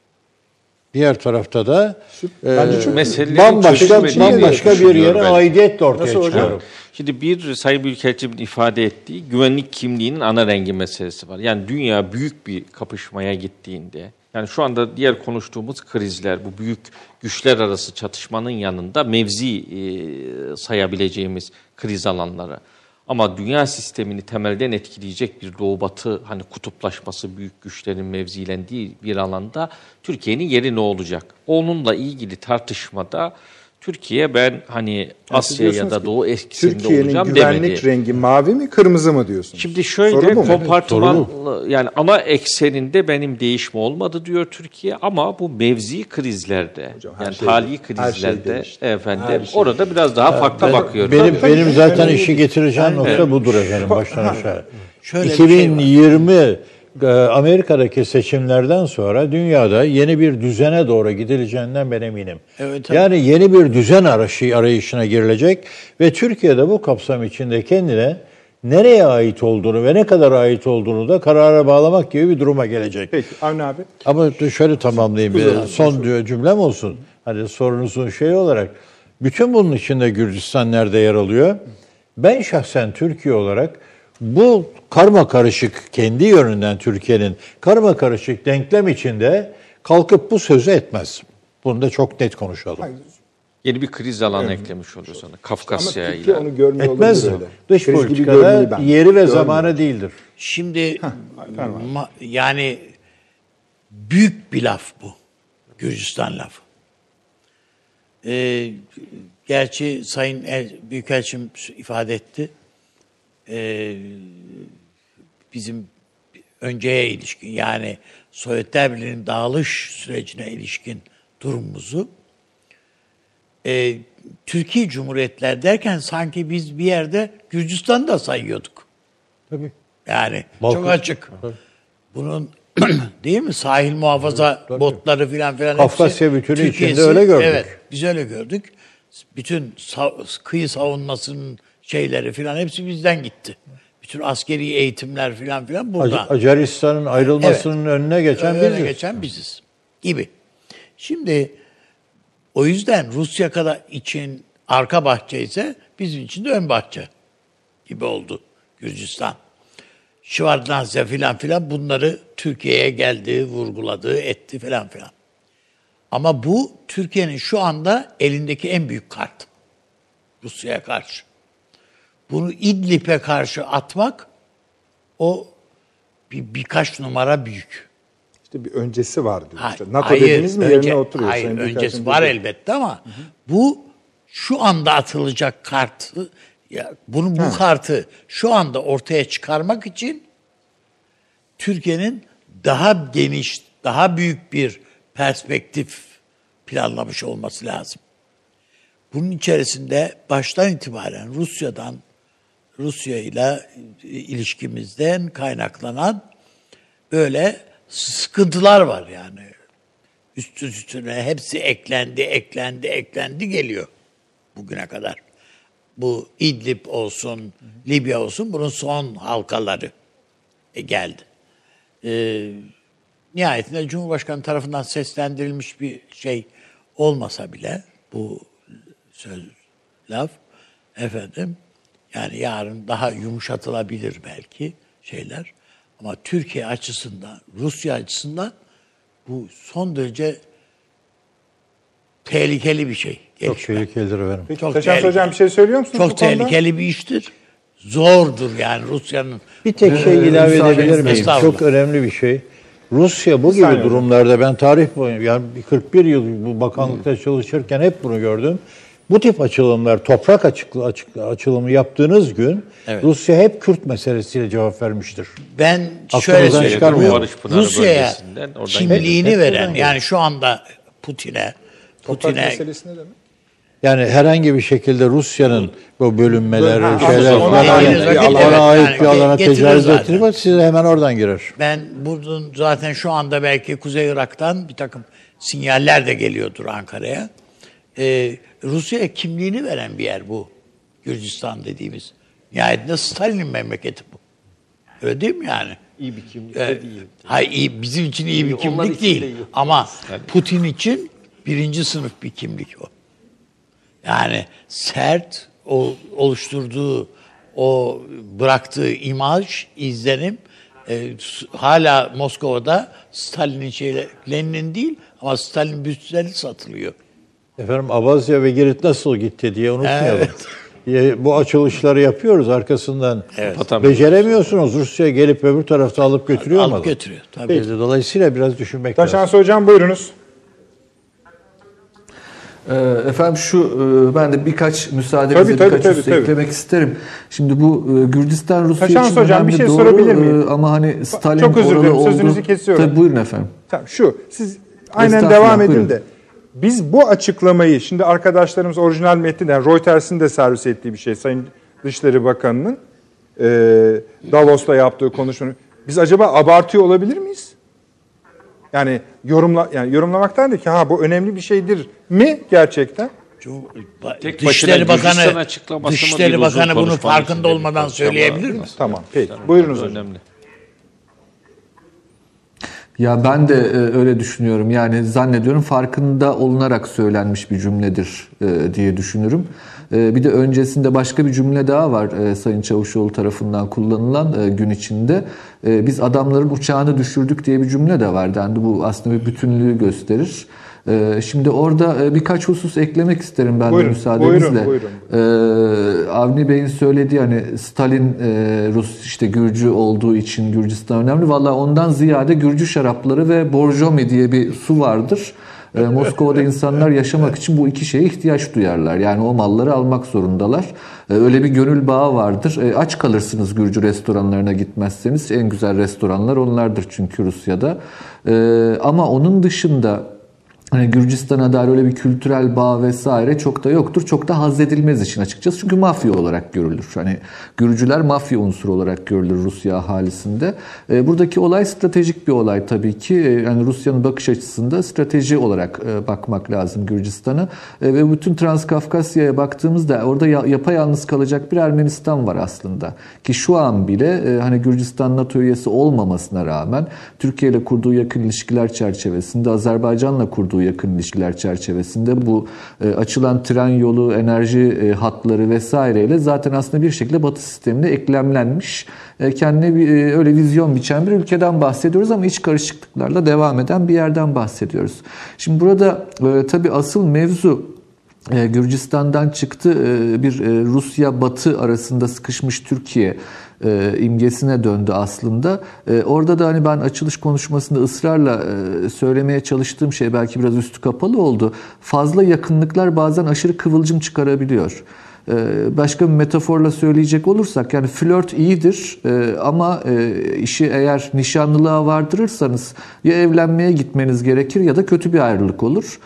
Speaker 5: diğer tarafta da e, bambaşka, bambaşka bir yere aidiyetle ortaya çıkıyorum.
Speaker 4: Şimdi bir Sayın Büyükelçim'in ifade ettiği güvenlik kimliğinin ana rengi meselesi var. Yani dünya büyük bir kapışmaya gittiğinde, yani şu anda diğer konuştuğumuz krizler, bu büyük güçler arası çatışmanın yanında mevzi e, sayabileceğimiz kriz alanları. Ama dünya sistemini temelden etkileyecek bir Doğu Batı hani kutuplaşması, büyük güçlerin mevzilendiği bir alanda Türkiye'nin yeri ne olacak? Onunla ilgili tartışmada Türkiye ben hani Asya ya da Doğu etkisinde
Speaker 1: Türkiye'nin
Speaker 4: olacağım demedi.
Speaker 1: Türkiye'nin güvenlik rengi mavi mi kırmızı mı diyorsunuz?
Speaker 4: Şimdi şöyle kompartıman yani ana ekseninde benim değişme olmadı diyor Türkiye ama bu mevzi krizlerde Hocam, yani şey, tali krizlerde şey efendim şey. Orada biraz daha farklı ben, bakıyorum.
Speaker 5: Benim tabii, benim zaten önemli işi getireceğim nokta evet. budur efendim baştan aşağı. iki bin yirmi şey Amerika'daki seçimlerden sonra dünyada yeni bir düzene doğru gidileceğinden ben eminim. Evet, yani yeni bir düzen arayışı, arayışına girilecek ve Türkiye'de bu kapsam içinde kendine nereye ait olduğunu ve ne kadar ait olduğunu da karara bağlamak gibi bir duruma gelecek.
Speaker 1: Peki Avni abi.
Speaker 5: Ama şöyle tamamlayayım. Bir son cümlem olsun. Hani sorunuzun şeyi olarak bütün bunun içinde Gürcistan nerede yer alıyor? Ben şahsen Türkiye olarak bu karma karışık kendi yönünden Türkiye'nin karma karışık denklem içinde kalkıp bu sözü etmez. Bunu da çok net konuşalım. Hayır.
Speaker 4: Yeni bir kriz alanı evet. eklemiş oluyor sana. Kafkasya ile.
Speaker 1: Onu görmüyor
Speaker 5: etmez mi? Dış kriz politikada yeri ve zamanı değildir.
Speaker 2: Şimdi ma- yani büyük bir laf bu. Gürcistan lafı. Ee, gerçi Sayın El, Büyükelçim ifade etti. Ee, bizim önceye ilişkin yani Sovyetler Birliği'nin dağılış sürecine ilişkin durumumuzu e, Türkiye Cumhuriyetler derken sanki biz bir yerde Gürcistan'ı da sayıyorduk.
Speaker 5: Tabii.
Speaker 2: Yani
Speaker 5: Balkan.
Speaker 2: çok açık. Tabii. Bunun Değil mi? Sahil muhafaza evet, botları filan filan.
Speaker 5: Kafkasya bütünü içinde öyle gördük.
Speaker 2: Evet, biz öyle gördük. Bütün sav- kıyı savunmasının şeyleri filan hepsi bizden gitti. Bütün askeri eğitimler filan filan burada.
Speaker 5: Macaristan'ın ayrılmasının evet, önüne geçen biziz.
Speaker 2: Önüne geçen biziz gibi. Şimdi o yüzden Rusya kadar için arka bahçe ise bizim için de ön bahçe gibi oldu Gürcistan. Şivardnadze filan filan bunları Türkiye'ye geldi, vurguladı, etti filan filan. Ama bu Türkiye'nin şu anda elindeki en büyük kart. Rusya'ya karşı. Bunu İdlib'e karşı atmak o bir, birkaç numara büyük.
Speaker 1: İşte bir öncesi var diyor.
Speaker 2: Ha,
Speaker 1: İşte NATO
Speaker 2: hayır,
Speaker 1: dediğiniz mi
Speaker 2: önce,
Speaker 1: yerine oturuyor?
Speaker 2: Hayır,
Speaker 1: Sayın
Speaker 2: öncesi var
Speaker 1: dedi.
Speaker 2: elbette ama hı hı. bu şu anda atılacak kartı, ya bunu bu ha. kartı şu anda ortaya çıkarmak için Türkiye'nin daha geniş, daha büyük bir perspektif planlamış olması lazım. Bunun içerisinde baştan itibaren Rusya'dan, Rusya ile ilişkimizden kaynaklanan böyle sıkıntılar var yani. Üst üstüne hepsi eklendi, eklendi, eklendi geliyor bugüne kadar. Bu İdlib olsun, Libya olsun bunun son halkaları geldi. Ee, nihayetinde Cumhurbaşkanı tarafından seslendirilmiş bir şey olmasa bile bu söz, laf efendim yani yarın daha yumuşatılabilir belki şeyler ama Türkiye açısından, Rusya açısından bu son derece tehlikeli bir şey.
Speaker 5: Çok tehlikelidir efendim.
Speaker 1: Peki, çok Taşans Hocam bir şey söylüyor musunuz?
Speaker 2: Çok tehlikeli bir iştir. Zordur yani Rusya'nın.
Speaker 5: Bir tek şey ee, ilave edebilir miyim? Çok önemli bir şey. Rusya bu gibi durumlarda ben tarih boyunca yani kırk bir yıl bu bakanlıkta hmm. çalışırken hep bunu gördüm. Bu tip açılımlar, toprak açıklı, açıklı açılımı yaptığınız gün evet. Rusya hep Kürt meselesiyle cevap vermiştir.
Speaker 2: Ben şöyle söyleyeyim. Rusya'ya kimliğini hep, veren hep yani şu anda Putin'e
Speaker 1: Toprak meselesi ne demek?
Speaker 5: Yani herhangi bir şekilde Rusya'nın bu bölünmeleri, ha, şeyler
Speaker 2: ona, ona
Speaker 5: ait bir alana tecavüz ettirmek size hemen oradan girer.
Speaker 2: Ben bunun zaten şu anda belki Kuzey Irak'tan bir takım sinyaller de geliyordur Ankara'ya. Ee, Rusya'ya kimliğini veren bir yer bu. Gürcistan dediğimiz. Nihayetinde Stalin'in memleketi bu. Öyle değil mi yani?
Speaker 4: İyi bir kimlik
Speaker 2: ee,
Speaker 4: de değil.
Speaker 2: Hayır, iyi, bizim için iyi bir kimlik değil. değil. Ama yani Putin için birinci sınıf bir kimlik o. Yani sert, o oluşturduğu, o bıraktığı imaj, izlenim e, hala Moskova'da Stalin'in şeyle, Lenin'in değil ama Stalin büstleri satılıyor.
Speaker 5: Efendim Abazya ve Girit nasıl gitti diye unutmayalım. Evet. Bu açılışları yapıyoruz arkasından. Evet. Beceremiyorsunuz. Rusya gelip öbür tarafta alıp götürüyor mu?
Speaker 2: Alıp götürüyor. Tabii.
Speaker 5: Peki, dolayısıyla biraz düşünmek
Speaker 1: Taşans
Speaker 5: lazım.
Speaker 1: Hocam buyurunuz.
Speaker 3: Efendim şu ben de birkaç müsaadenizle
Speaker 1: tabii,
Speaker 3: birkaç
Speaker 1: tabii,
Speaker 3: husus
Speaker 1: tabii,
Speaker 3: eklemek tabii. isterim. Şimdi bu Gürcistan Rusya
Speaker 1: Taşans
Speaker 3: için
Speaker 1: hocam,
Speaker 3: önemli
Speaker 1: bir şey
Speaker 3: doğru
Speaker 1: sorabilir miyim?
Speaker 3: Ama hani Stalin
Speaker 1: çok özür dilerim
Speaker 3: oldu.
Speaker 1: Sözünüzü kesiyorum.
Speaker 3: Tabii buyurun efendim.
Speaker 1: Tamam şu siz aynen devam edin buyurun. de. Biz bu açıklamayı şimdi arkadaşlarımız orijinal metni yani Reuters'in de servis ettiği bir şey Sayın Dışişleri Bakanı'nın e, Davos'ta yaptığı konuşmanın biz acaba abartıyor olabilir miyiz? Yani yorumla yani yorumlamaktan değil ki ha bu önemli bir şeydir mi gerçekten?
Speaker 2: Tek Dışişleri Bakanı Dışişleri Bakanı bunun farkında olmadan söyleyebilir mi?
Speaker 1: Tamam. Peki. Buyurunuz. Önemli.
Speaker 3: Ya ben de öyle düşünüyorum. Yani zannediyorum farkında olunarak söylenmiş bir cümledir diye düşünürüm. Bir de öncesinde başka bir cümle daha var Sayın Çavuşoğlu tarafından kullanılan gün içinde. Biz adamların uçağını düşürdük diye bir cümle de var. Yani bu aslında bir bütünlüğü gösterir. Şimdi orada birkaç husus eklemek isterim ben buyurun, de müsaadenizle. Buyurun, buyurun. Avni Bey'in söylediği hani Stalin Rus işte Gürcü olduğu için Gürcistan önemli. Vallahi ondan ziyade Gürcü şarapları ve Borjomi diye bir su vardır. Moskova'da insanlar yaşamak için bu iki şeye ihtiyaç duyarlar. Yani o malları almak zorundalar. Öyle bir gönül bağı vardır. Aç kalırsınız Gürcü restoranlarına gitmezseniz. En güzel restoranlar onlardır çünkü Rusya'da. Ama onun dışında Hani Gürcistan'a dair öyle bir kültürel bağ vesaire çok da yoktur. Çok da haz edilmez için açıkçası. Çünkü mafya olarak görülür. Hani Gürcüler mafya unsuru olarak görülür Rusya ahalisinde. E, buradaki olay stratejik bir olay tabii ki. E, yani Rusya'nın bakış açısında strateji olarak e, bakmak lazım Gürcistan'a. E, ve bütün Transkafkasya'ya baktığımızda orada ya, yapayalnız kalacak bir Ermenistan var aslında. Ki şu an bile e, hani Gürcistan NATO üyesi olmamasına rağmen Türkiye ile kurduğu yakın ilişkiler çerçevesinde, Azerbaycan'la kurduğu yakın ilişkiler çerçevesinde bu e, açılan tren yolu, enerji e, hatları vesaireyle zaten aslında bir şekilde Batı sistemine eklemlenmiş, e, kendine bir, e, öyle vizyon biçen bir ülkeden bahsediyoruz ama iç karışıklıklarla devam eden bir yerden bahsediyoruz. Şimdi burada e, tabii asıl mevzu e, Gürcistan'dan çıktı, e, bir e, Rusya-Batı arasında sıkışmış Türkiye E, imgesine döndü aslında. E, orada da hani ben açılış konuşmasında ısrarla e, söylemeye çalıştığım şey belki biraz üstü kapalı oldu. Fazla yakınlıklar bazen aşırı kıvılcım çıkarabiliyor. E, başka bir metaforla söyleyecek olursak yani flört iyidir e, ama e, işi eğer nişanlılığa vardırırsanız ya evlenmeye gitmeniz gerekir ya da kötü bir ayrılık olur.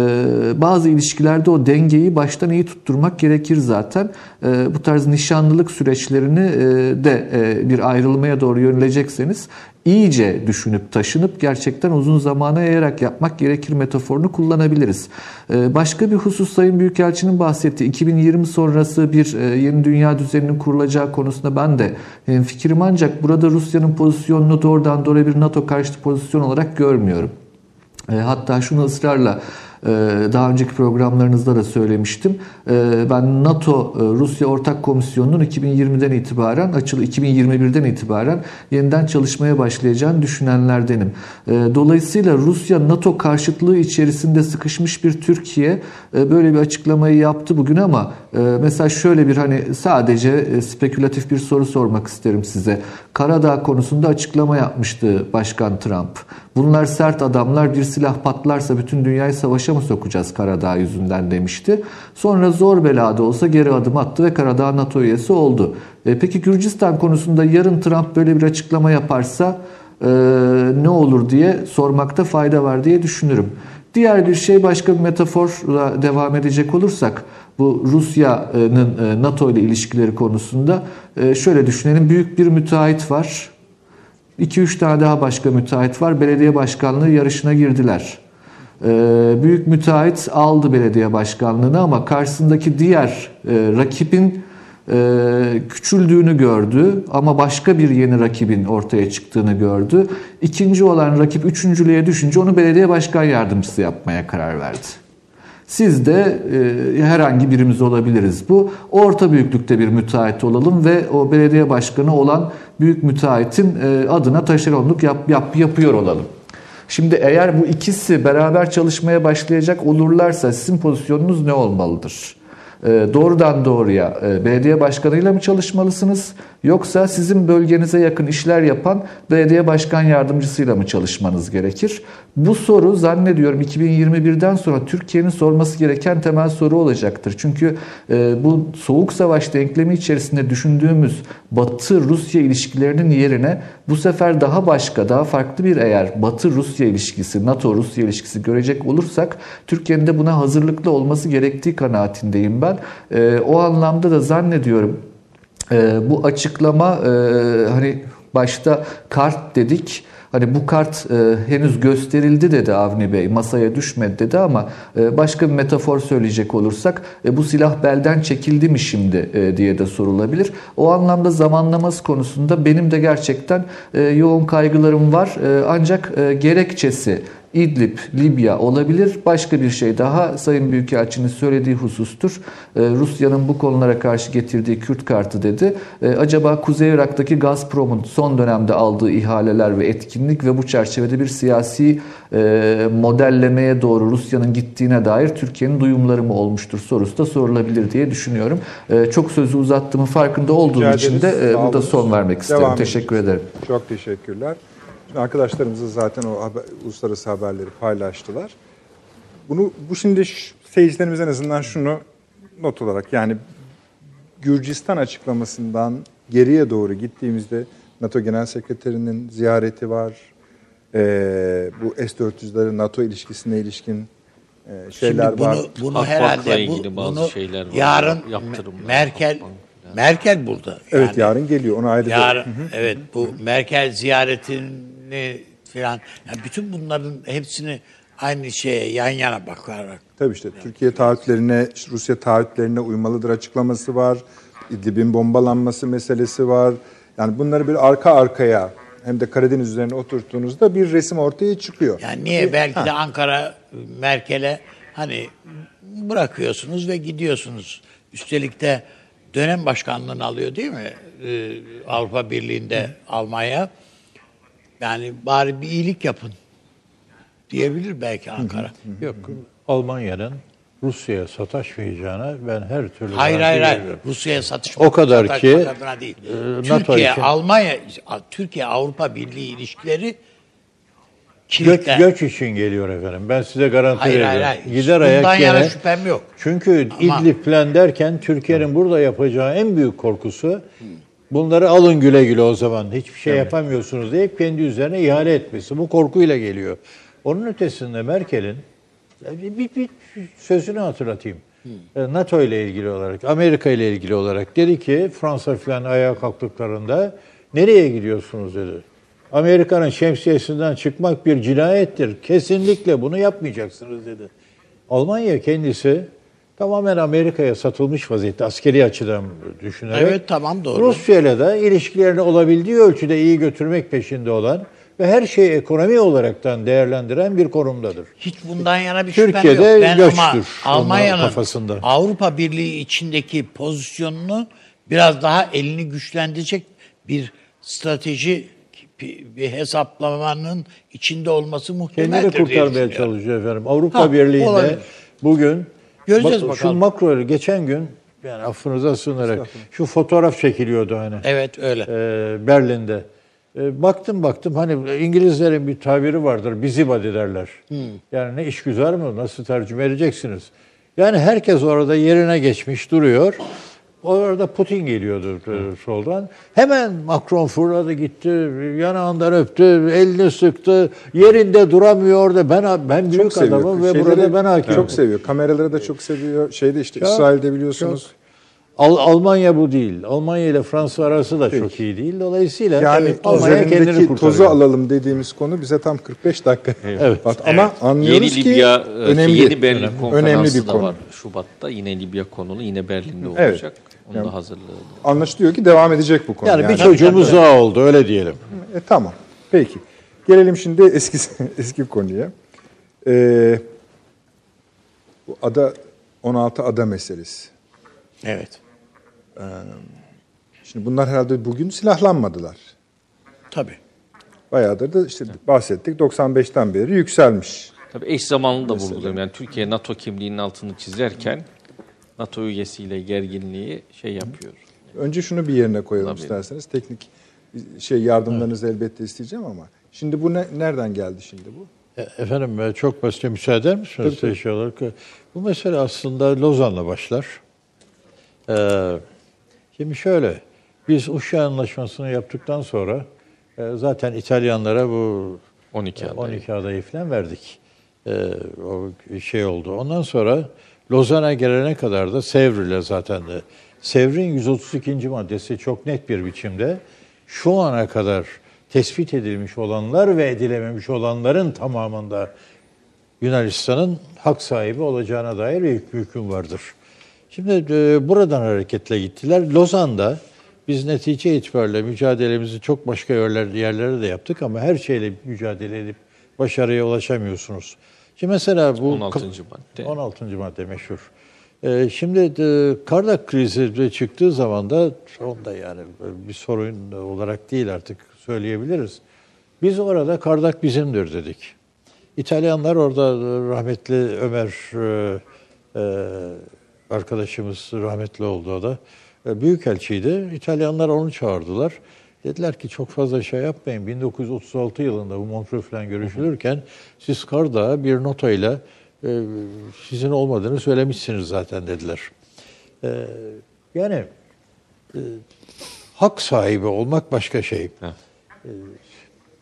Speaker 3: Bazı ilişkilerde o dengeyi baştan iyi tutturmak gerekir zaten. Bu tarz nişanlılık süreçlerini de bir ayrılmaya doğru yönelecekseniz iyice düşünüp taşınıp gerçekten uzun zamana yayarak yapmak gerekir metaforunu kullanabiliriz. Başka bir husus Sayın Büyükelçinin bahsettiği iki bin yirmi sonrası bir yeni dünya düzeninin kurulacağı konusunda ben de fikrim, ancak burada Rusya'nın pozisyonunu doğrudan doğruya bir NATO karşıtı pozisyon olarak görmüyorum. Hatta şunu ısrarla daha önceki programlarınızda da söylemiştim. Ben NATO-Rusya Ortak Komisyonu'nun iki bin yirmiden itibaren, açılı iki bin yirmi birden itibaren yeniden çalışmaya başlayacağını düşünenlerdenim. Dolayısıyla Rusya-NATO karşıtlığı içerisinde sıkışmış bir Türkiye böyle bir açıklamayı yaptı bugün ama mesela şöyle bir hani sadece spekülatif bir soru sormak isterim size. Karadağ konusunda açıklama yapmıştı Başkan Trump. Bunlar sert adamlar, bir silah patlarsa bütün dünyayı savaşa mı sokacağız Karadağ yüzünden demişti. Sonra zor belada olsa geri adım attı ve Karadağ NATO üyesi oldu. E, peki Gürcistan konusunda yarın Trump böyle bir açıklama yaparsa e, ne olur diye sormakta fayda var diye düşünürüm. Diğer bir şey, başka bir metaforla devam edecek olursak bu Rusya'nın NATO ile ilişkileri konusunda e, şöyle düşünelim. Büyük bir müteahhit var. iki üç tane daha başka müteahhit var. Belediye başkanlığı yarışına girdiler. Ee, büyük müteahhit aldı belediye başkanlığını ama karşısındaki diğer e, rakibin e, küçüldüğünü gördü ama başka bir yeni rakibin ortaya çıktığını gördü. İkinci olan rakip üçüncülüğe düşünce onu belediye başkan yardımcısı yapmaya karar verdi. Siz de e, herhangi birimiz olabiliriz bu. Orta büyüklükte bir müteahhit olalım ve o belediye başkanı olan büyük müteahhitin e, adına taşeronluk yap, yap, yapıyor olalım. Şimdi eğer bu ikisi beraber çalışmaya başlayacak olurlarsa sizin pozisyonunuz ne olmalıdır? E, doğrudan doğruya e, belediye başkanıyla mı çalışmalısınız? Yoksa sizin bölgenize yakın işler yapan belediye başkan yardımcısıyla mı çalışmanız gerekir? Bu soru zannediyorum iki bin yirmi birden sonra Türkiye'nin sorması gereken temel soru olacaktır. Çünkü e, bu soğuk savaş denklemi içerisinde düşündüğümüz Batı-Rusya ilişkilerinin yerine bu sefer daha başka, daha farklı bir eğer Batı-Rusya ilişkisi, NATO-Rusya ilişkisi görecek olursak Türkiye'nin de buna hazırlıklı olması gerektiği kanaatindeyim ben. E, o anlamda da zannediyorum Ee, bu açıklama e, hani başta kart dedik. Hani bu kart e, henüz gösterildi dedi Avni Bey, masaya düşmedi dedi ama e, başka bir metafor söyleyecek olursak e, bu silah belden çekildi mi şimdi e, diye de sorulabilir. O anlamda zamanlaması konusunda benim de gerçekten e, yoğun kaygılarım var. E, ancak e, gerekçesi İdlib, Libya olabilir. Başka bir şey daha Sayın Büyükelçinin söylediği husustur. Ee, Rusya'nın bu konulara karşı getirdiği Kürt kartı dedi. Ee, acaba Kuzey Irak'taki Gazprom'un son dönemde aldığı ihaleler ve etkinlik ve bu çerçevede bir siyasi e, modellemeye doğru Rusya'nın gittiğine dair Türkiye'nin duyumları mı olmuştur sorusu da sorulabilir diye düşünüyorum. Ee, çok sözü uzattığımın farkında olduğum için de e, burada son vermek isterim. Devam Teşekkür ederiz. ederim.
Speaker 1: Çok teşekkürler. Arkadaşlarımız da zaten o haber, uluslararası haberleri paylaştılar. Bunu bu şimdi seyircilerimiz en azından şunu not olarak, yani Gürcistan açıklamasından geriye doğru gittiğimizde NATO Genel Sekreterinin ziyareti var. Ee, bu S dört yüzlerin NATO ilişkisine ilişkin e, şeyler
Speaker 2: Şimdi bunu,
Speaker 1: var.
Speaker 2: bunu
Speaker 4: Akbank'la
Speaker 2: herhalde bu,
Speaker 4: ilgili bazı
Speaker 2: bunu
Speaker 4: şeyler var.
Speaker 2: yarın
Speaker 4: Yaptırımlar,
Speaker 2: Merkel
Speaker 4: Akbank falan.
Speaker 2: Merkel burada.
Speaker 1: Evet,
Speaker 2: Yani
Speaker 1: yarın geliyor. Onu ayrıca.
Speaker 2: yarın evet bu Merkel ziyaretini falan yani bütün bunların hepsini aynı şeye yan yana bakarak
Speaker 1: Tabii işte Türkiye taahhütlerine, Rusya taahhütlerine uymalıdır açıklaması var. İdlib'in bombalanması meselesi var. Yani bunları bir arka arkaya hem de Karadeniz üzerine oturttuğunuzda bir resim ortaya çıkıyor.
Speaker 2: yani niye belki de Ankara Merkel'e hani bırakıyorsunuz ve gidiyorsunuz. Üstelik de dönem başkanlığını alıyor değil mi? Ee, Avrupa Birliği'nde Hı. Almanya. Yani bari bir iyilik yapın diyebilir belki Ankara.
Speaker 5: Hı hı. Yok, Almanya'nın Rusya'ya sataşmayacağına ben her türlü
Speaker 2: Hayır hayır hayır. Rusya'ya satışmak o kadar ki adına değil. E, Türkiye, için, Almanya, Türkiye Avrupa Birliği ilişkileri
Speaker 5: göç, göç için geliyor efendim. Ben size garanti
Speaker 2: hayır,
Speaker 5: veriyorum.
Speaker 2: Hayır hayır.
Speaker 5: Gider ayak
Speaker 2: Bundan
Speaker 5: gene.
Speaker 2: yana şüphem yok.
Speaker 5: Çünkü
Speaker 2: Ama,
Speaker 5: İdlib plan derken Türkiye'nin burada yapacağı en büyük korkusu bunları alın güle güle o zaman. Hiçbir şey evet. yapamıyorsunuz deyip kendi üzerine ihale etmesi. Bu korkuyla geliyor. Onun ötesinde Merkel'in bir, bir, bir sözünü hatırlatayım. Hmm. NATO ile ilgili olarak, Amerika ile ilgili olarak dedi ki Fransa falan ayağa kalktıklarında nereye gidiyorsunuz dedi. Amerika'nın şemsiyesinden çıkmak bir cinayettir. Kesinlikle bunu yapmayacaksınız dedi. Almanya kendisi tamamen Amerika'ya satılmış vaziyette askeri açıdan düşünerek.
Speaker 2: Evet tamam doğru.
Speaker 5: Rusya ile de ilişkilerini olabildiği ölçüde iyi götürmek peşinde olan ve her şeyi ekonomi olaraktan değerlendiren bir konumdadır.
Speaker 2: Hiç bundan yana bir şüphem
Speaker 5: Türkiye'de
Speaker 2: yok. Ben
Speaker 5: göçtür
Speaker 2: ama Almanya'nın
Speaker 5: kafasında.
Speaker 2: Avrupa Birliği içindeki pozisyonunu biraz daha elini güçlendirecek bir strateji, bir hesaplamanın içinde olması muhtemeldir
Speaker 5: kendini
Speaker 2: diye
Speaker 5: kurtarmaya çalışıyor efendim. Avrupa
Speaker 2: ha,
Speaker 5: Birliği'nde
Speaker 2: olabilir.
Speaker 5: bugün
Speaker 2: göreceğiz
Speaker 5: bak,
Speaker 2: bakalım.
Speaker 5: Şu makro geçen gün yani affınıza sığınarak şu fotoğraf çekiliyordu hani.
Speaker 2: Evet öyle.
Speaker 5: E, Berlin'de. E, baktım baktım hani İngilizlerin bir tabiri vardır. Busybody derler. Hmm. Yani ne işgüzar mı? Nasıl tercüme edeceksiniz? Yani herkes orada yerine geçmiş duruyor. Orada Putin geliyordu hmm. soldan. Hemen Macron fırladı gitti. Yanağından öptü. Elini sıktı. Yerinde duramıyor da ben ben büyük çok adamım seviyor. Ve Şeyleri burada ben hakimim.
Speaker 1: Çok seviyor. Kameraları da çok seviyor. Şeyde işte çok, İsrail'de biliyorsunuz. Çok.
Speaker 5: Al, Almanya bu değil. Almanya ile Fransa arası da Peki. çok iyi değil. Dolayısıyla
Speaker 1: yani
Speaker 5: Almanya kendini kurtarıyor.
Speaker 1: Tozu alalım dediğimiz konu bize tam kırk beş dakika. Evet. evet. Ama evet. anlıyoruz
Speaker 4: yeni
Speaker 1: ki
Speaker 4: Libya,
Speaker 1: önemli.
Speaker 4: Yeni Berlin önemli. konferansı
Speaker 1: önemli bir
Speaker 4: da
Speaker 1: konu.
Speaker 4: var Şubat'ta. Yine Libya konulu, yine Berlin'de olacak. Evet. Onun yani, da hazırlığı.
Speaker 1: Anlaşılıyor ki devam edecek bu konu.
Speaker 5: Yani, yani bir çocuğumuz daha oldu öyle diyelim.
Speaker 1: E, tamam. Peki. Gelelim şimdi eski eski konuya. Ee, bu ada on altı ada meselesi.
Speaker 2: Evet.
Speaker 1: Şimdi bunlar herhalde bugün silahlanmadılar.
Speaker 2: Tabii.
Speaker 1: Bayağıdır da işte bahsettik doksan beşten beri yükselmiş.
Speaker 4: Tabii eş zamanlı da vurguluyorum. Yani Türkiye NATO kimliğinin altını çizerken NATO üyesiyle gerginliği şey yapıyor.
Speaker 1: Önce şunu bir yerine koyalım Tabii. isterseniz. Teknik şey yardımlarınızı evet. elbette isteyeceğim ama şimdi bu ne, nereden geldi şimdi bu?
Speaker 5: Efendim çok basit müsaade eder misiniz? Tabii, şey olarak? Bu mesele aslında Lozan'la başlar. Ee, şimdi şöyle, biz Uşak Anlaşması'nı yaptıktan sonra e, zaten İtalyanlara bu
Speaker 4: on iki adayı,
Speaker 5: on iki adayı falan verdik. E, o şey oldu. Ondan sonra Lozan'a gelene kadar da Sevr zaten de. Sevr'in yüz otuz ikinci maddesi çok net bir biçimde şu ana kadar tespit edilmiş olanlar ve edilememiş olanların tamamında Yunanistan'ın hak sahibi olacağına dair bir hüküm vardır. Şimdi e, buradan hareketle gittiler. Lozan'da biz netice itibariyle mücadelemizi çok başka yerlerde, yerlere de yaptık ama her şeyle mücadele edip başarıya ulaşamıyorsunuz. Şimdi mesela bu
Speaker 4: on altıncı madde.
Speaker 5: on altıncı madde meşhur. E, şimdi e, Kardak krizi çıktığı zaman da onda yani bir sorun olarak değil artık söyleyebiliriz. Biz orada Kardak bizimdir dedik. İtalyanlar orada rahmetli Ömer e, e, arkadaşımız rahmetli oldu o da. Büyükelçiydi. İtalyanlar onu çağırdılar. Dediler ki çok fazla şey yapmayın. bin dokuz yüz otuz altı yılında bu Montreux falan görüşülürken hı hı. siz Kardak'a bir notayla e, sizin olmadığını söylemişsiniz zaten dediler. E, yani e, hak sahibi olmak başka şey. E,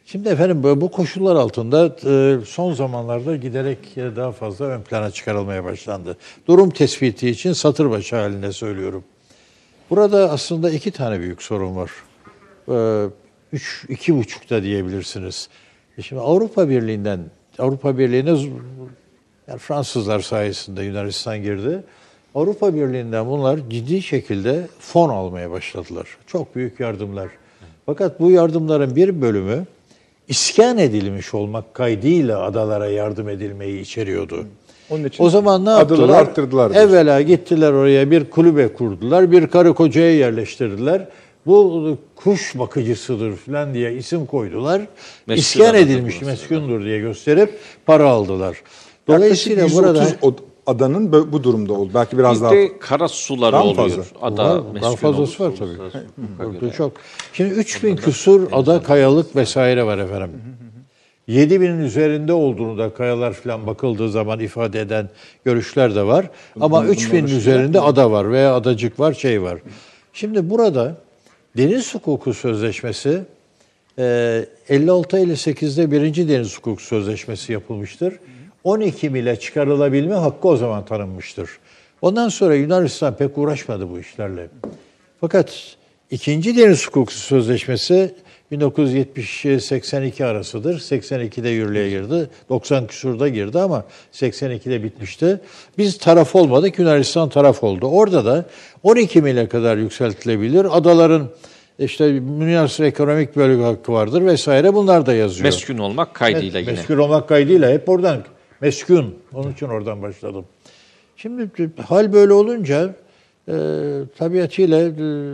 Speaker 5: Şimdi efendim bu bu koşullar altında e, son zamanlarda giderek e, daha fazla ön plana çıkarılmaya başlandı. Durum tespiti için satır başı halinde söylüyorum. Burada aslında iki tane büyük sorun var. E, üç, iki buçukta diyebilirsiniz. E şimdi Avrupa Birliği'nden, Avrupa Birliği'ne yani Fransızlar sayesinde Yunanistan girdi. Avrupa Birliği'nden bunlar ciddi şekilde fon almaya başladılar. Çok büyük yardımlar. Fakat bu yardımların bir bölümü iskan edilmiş olmak kaydıyla adalara yardım edilmeyi içeriyordu.
Speaker 1: Onun için
Speaker 5: o zaman ne
Speaker 1: adaları
Speaker 5: yaptılar?
Speaker 1: arttırdılar. diyorsun.
Speaker 5: Evvela gittiler oraya bir kulübe kurdular, bir karı kocaya yerleştirdiler. Bu kuş bakıcısıdır falan diye isim koydular.
Speaker 4: Meskun
Speaker 5: İskan
Speaker 4: adadır
Speaker 5: edilmiş,
Speaker 4: burası.
Speaker 5: meskundur diye gösterip para aldılar. Dolayısıyla
Speaker 1: Yaklaşık
Speaker 5: burada
Speaker 1: yüz otuz adanın bö- bu durumda oldu. Belki biraz
Speaker 4: Bir
Speaker 1: daha.
Speaker 4: de kara suları
Speaker 1: Daha mı
Speaker 4: oluyor.
Speaker 1: fazla?
Speaker 4: Ada
Speaker 5: Var,
Speaker 4: meskun
Speaker 5: daha fazlası var
Speaker 4: olursa
Speaker 5: tabii.
Speaker 4: olursa hukuka
Speaker 5: Burada
Speaker 4: göre.
Speaker 5: çok. Şimdi üç bin küsur ada, kayalık vesaire var efendim. yedi binin üzerinde olduğunu da kayalar falan bakıldığı zaman ifade eden görüşler de var. Ama üç binin üzerinde ada var veya adacık var, şey var. Şimdi burada Deniz Hukuku Sözleşmesi e, elli altı elli sekizde birinci Deniz Hukuku Sözleşmesi yapılmıştır. on iki mile çıkarılabilme hakkı o zaman tanınmıştır. Ondan sonra Yunanistan pek uğraşmadı bu işlerle. Fakat ikinci Deniz Hukuku Sözleşmesi bin dokuz yüz yetmiş seksen iki arasıdır. seksen ikide yürürlüğe girdi. doksan küsurda girdi ama seksen ikide bitmişti. Biz taraf olmadık, Yunanistan taraf oldu. Orada da on iki mile kadar yükseltilebilir. Adaların işte Yunanistan ekonomik bölge hakkı vardır vesaire, bunlar da yazıyor.
Speaker 4: Meskun olmak kaydıyla yine.
Speaker 5: Meskun olmak kaydıyla hep oradan. Meskun. Onun için oradan başladım. Şimdi hal böyle olunca e, tabiatıyla e,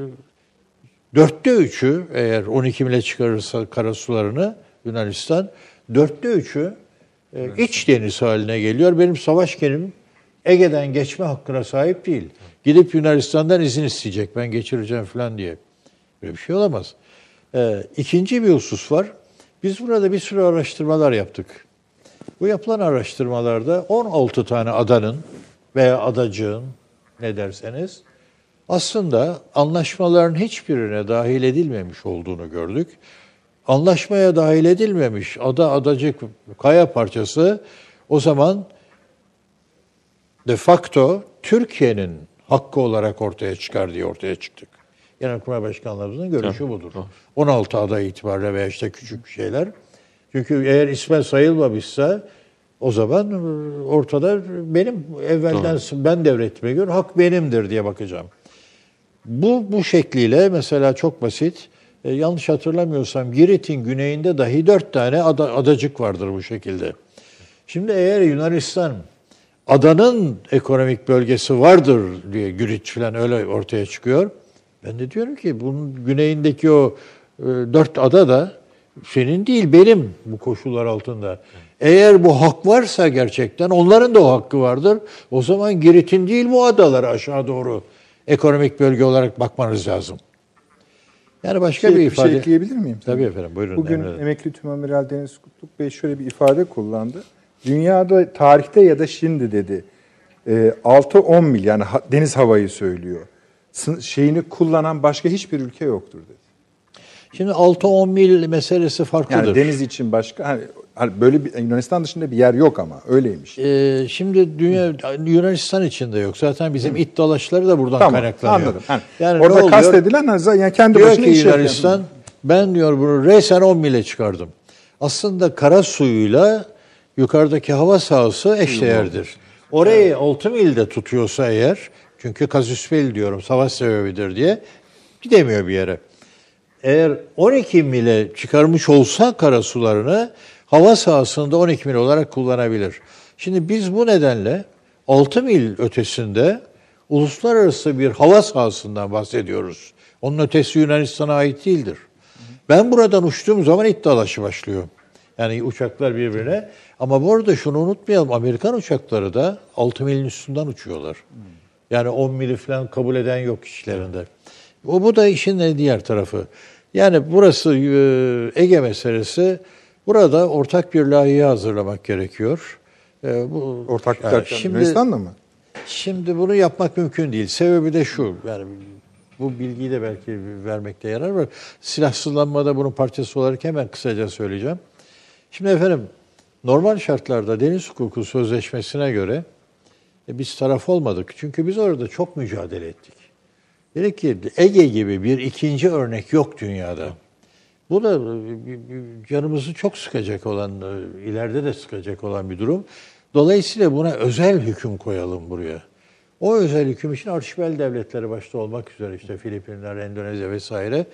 Speaker 5: dörtte üçü eğer on iki mile çıkarırsa karasularını Yunanistan, dörtte üçü e, iç deniz haline geliyor. Benim savaş gemim Ege'den geçme hakkına sahip değil. Gidip Yunanistan'dan izin isteyecek, ben geçireceğim falan diye. Böyle bir şey olamaz. E, ikinci bir husus var. Biz burada bir sürü araştırmalar yaptık. Bu yapılan araştırmalarda on altı tane adanın veya adacığın ne derseniz aslında anlaşmaların hiçbirine dahil edilmemiş olduğunu gördük. Anlaşmaya dahil edilmemiş ada, adacık, kaya parçası o zaman de facto Türkiye'nin hakkı olarak ortaya çıkar diye ortaya çıktık. Genelkurmay Başkanlarımızın görüşü budur. on altı ada itibariyle veya işte küçük şeyler. Çünkü eğer isme sayılmamışsa o zaman ortada benim evvelden Doğru. ben devretime göre hak benimdir diye bakacağım. Bu bu şekliyle mesela çok basit. E, yanlış hatırlamıyorsam Girit'in güneyinde dahi dört tane ada, adacık vardır bu şekilde. Şimdi eğer Yunanistan adanın ekonomik bölgesi vardır diye Girit falan öyle ortaya çıkıyor. Ben de diyorum ki bunun güneyindeki o e, dört ada da senin değil benim bu koşullar altında. Eğer bu hak varsa gerçekten onların da o hakkı vardır. O zaman Girit'in değil bu adalara aşağı doğru ekonomik bölge olarak bakmanız lazım. Yani başka
Speaker 1: şey,
Speaker 5: bir ifade.
Speaker 1: Bir şey ekleyebilir miyim?
Speaker 5: Tabii efendim buyurun.
Speaker 1: Bugün
Speaker 5: emredin.
Speaker 1: emekli Tümamiral Deniz Kutluk Bey şöyle bir ifade kullandı. Dünyada tarihte ya da şimdi dedi altı on mil yani deniz havayı söylüyor. Şeyini kullanan başka hiçbir ülke yoktur dedi.
Speaker 5: Şimdi altı on mil meselesi farklıdır.
Speaker 1: Yani deniz için başka hani, hani böyle bir Yunanistan dışında bir yer yok ama öyleymiş.
Speaker 5: Ee, şimdi dünya Yunanistan içinde yok. Zaten bizim it dalaşları da buradan
Speaker 1: tamam,
Speaker 5: kaynaklanıyor.
Speaker 1: Anladım. Yani
Speaker 5: yani
Speaker 1: orada kastedilen yani kendi
Speaker 5: diyor
Speaker 1: başına
Speaker 5: ki
Speaker 1: iş
Speaker 5: Yunanistan
Speaker 1: yapıyor.
Speaker 5: ben diyor bunu resen on mile çıkardım. Aslında kara suyuyla yukarıdaki hava sahası eşdeğerdir. Orayı evet. altı milde tutuyorsa eğer, çünkü kazüsbel diyorum savaş sebebidir diye gidemiyor bir yere. Eğer on iki mile çıkarmış olsa karasularını hava sahasında on iki mil olarak kullanabilir. Şimdi biz bu nedenle altı mil ötesinde uluslararası bir hava sahasından bahsediyoruz. Onun ötesi Yunanistan'a ait değildir. Ben buradan uçtuğum zaman it dalaşı başlıyor. Yani uçaklar birbirine. Ama bu arada şunu unutmayalım. Amerikan uçakları da altı milin üstünden uçuyorlar. Yani on mili falan kabul eden yok işlerinde. O bu da işin diğer tarafı. Yani burası Ege meselesi. Burada ortak bir layihı hazırlamak gerekiyor. Bu
Speaker 1: ortak bir
Speaker 5: yani
Speaker 1: Yunanistan'da mı?
Speaker 5: Şimdi bunu yapmak mümkün değil. Sebebi de şu. Yani bu bilgiyi de belki vermekte yarar var. Silahsızlanmada bunun parçası olarak hemen kısaca söyleyeceğim. Şimdi efendim normal şartlarda deniz hukuku sözleşmesine göre e, biz taraf olmadık. Çünkü biz orada çok mücadele ettik. Dedik ki Ege gibi bir ikinci örnek yok dünyada. Bu da canımızı çok sıkacak olan, ileride de sıkacak olan bir durum. Dolayısıyla buna özel hüküm koyalım buraya. O özel hüküm için arşipel devletleri başta olmak üzere işte Filipinler, Endonezya vesaire.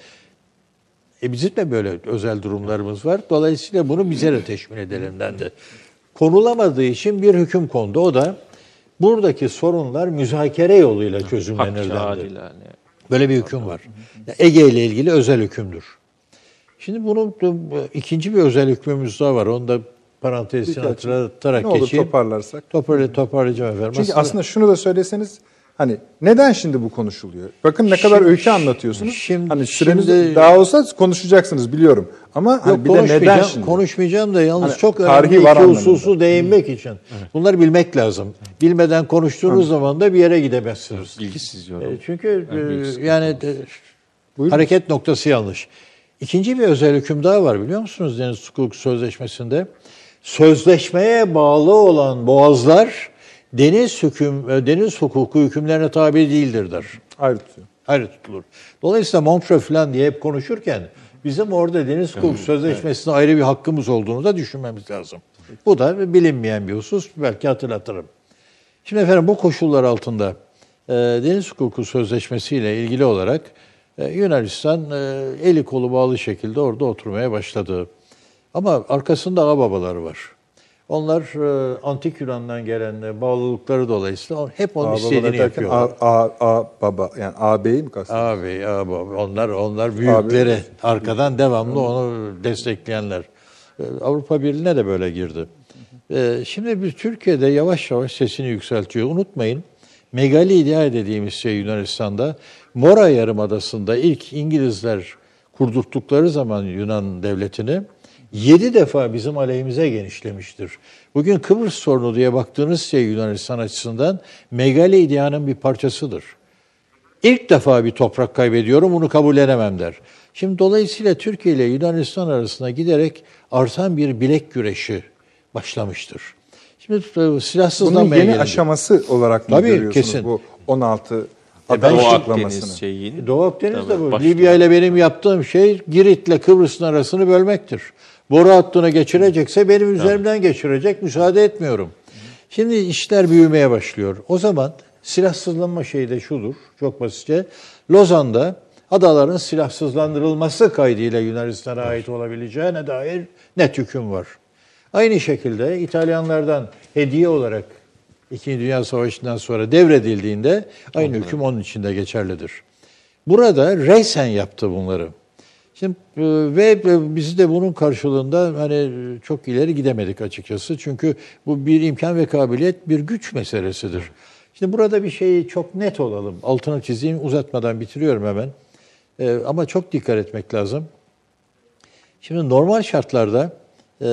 Speaker 5: E bizim de böyle özel durumlarımız var. Dolayısıyla bunu bize de teşmil edelim dendi. Konulamadığı için bir hüküm kondu. O da buradaki sorunlar müzakere yoluyla çözümlenir dendi. Böyle bir hüküm var. Ege ile ilgili özel hükümdür. Şimdi bunun ikinci bir özel hükmümüz daha var. Onu da parantezini hatırlatarak
Speaker 1: geçeyim. Ne olur
Speaker 5: geçeyim.
Speaker 1: toparlarsak.
Speaker 5: Toparlı, toparlayacağım efendim.
Speaker 1: Çünkü aslında, aslında şunu da söyleseniz, hani neden şimdi bu konuşuluyor? Bakın ne kadar şimdi, öykü anlatıyorsunuz. Şimdi, hani süreniz şimdi, daha olsa konuşacaksınız biliyorum. Ama hani
Speaker 5: yok,
Speaker 1: bir de neden şimdi?
Speaker 5: Konuşmayacağım da yalnız hani, çok
Speaker 1: önemli
Speaker 5: iki hususu değinmek hmm. için. Evet. Bunları bilmek lazım. Bilmeden konuştuğunuz hmm. zaman da bir yere gidemezsiniz.
Speaker 4: Bilgisiz yorum.
Speaker 5: Çünkü yani, yani de, hareket noktası yanlış. İkinci bir özel hüküm daha var biliyor musunuz Deniz Hukuku Sözleşmesi'nde? Sözleşmeye bağlı olan boğazlar deniz hüküm deniz hukuku hükümlerine tabi değildir der.
Speaker 1: Ayrı tutuyor.
Speaker 5: Ayrı tutulur. Dolayısıyla Montreux falan diye hep konuşurken bizim orada deniz hukuku sözleşmesine ayrı bir hakkımız olduğunu da düşünmemiz lazım. Bu da bilinmeyen bir husus. Belki hatırlatırım. Şimdi efendim bu koşullar altında e, deniz hukuku sözleşmesi ile ilgili olarak e, Yunanistan e, eli kolu bağlı şekilde orada oturmaya başladı. Ama arkasında ağababaları var. Onlar e, antik Yunan'dan gelen bağlılıkları dolayısıyla hep onun istediğini yapıyorlar.
Speaker 1: A, a, a baba yani ağabeyi mi kastediyorsun?
Speaker 5: Ağabey, ağababa. Onlar onlar büyükleri ağabey. Arkadan devamlı onu destekleyenler. E, Avrupa Birliği'ne de böyle girdi. E, şimdi bir Türkiye'de yavaş yavaş sesini yükseltiyor. Unutmayın, Megalidea dediğimiz şey Yunanistan'da Mora Yarımadası'nda ilk İngilizler kurdurttukları zaman Yunan devletini yedi defa bizim aleyhimize genişlemiştir. Bugün Kıbrıs sorunu diye baktığınız şey Yunanistan açısından Megalidea'nın bir parçasıdır. İlk defa bir toprak kaybediyorum, bunu kabul edemem der. Şimdi dolayısıyla Türkiye ile Yunanistan arasında giderek artan bir bilek güreşi başlamıştır. Şimdi silahsızlanmaya
Speaker 1: bunun yeni
Speaker 5: gelince,
Speaker 1: aşaması olarak mı
Speaker 5: tabii,
Speaker 1: görüyorsunuz
Speaker 5: kesin.
Speaker 1: bu on altı
Speaker 5: E
Speaker 1: Doğu
Speaker 4: Akdeniz şeyini.
Speaker 5: Doğu Akdeniz'de bu. Libya ile benim yaptığım şey Girit'le Kıbrıs'ın arasını bölmektir. Boru hattına geçirecekse benim üzerimden tabii. geçirecek. Müsaade etmiyorum. Şimdi işler büyümeye başlıyor. O zaman silahsızlanma şeyi de şudur. Çok basitçe. Lozan'da adaların silahsızlandırılması kaydıyla Yunanistan'a ait olabileceğine dair net hüküm var. Aynı şekilde İtalyanlardan hediye olarak İkinci Dünya Savaşı'ndan sonra devredildiğinde aynı hüküm onun için de geçerlidir. Burada reysen yaptı bunları. Şimdi ve biz de bunun karşılığında hani çok ileri gidemedik açıkçası. Çünkü bu bir imkan ve kabiliyet, bir güç meselesidir. Şimdi burada bir şeyi çok net olalım. Altını çizeyim, uzatmadan bitiriyorum hemen. Ee, ama çok dikkat etmek lazım. Şimdi normal şartlarda e,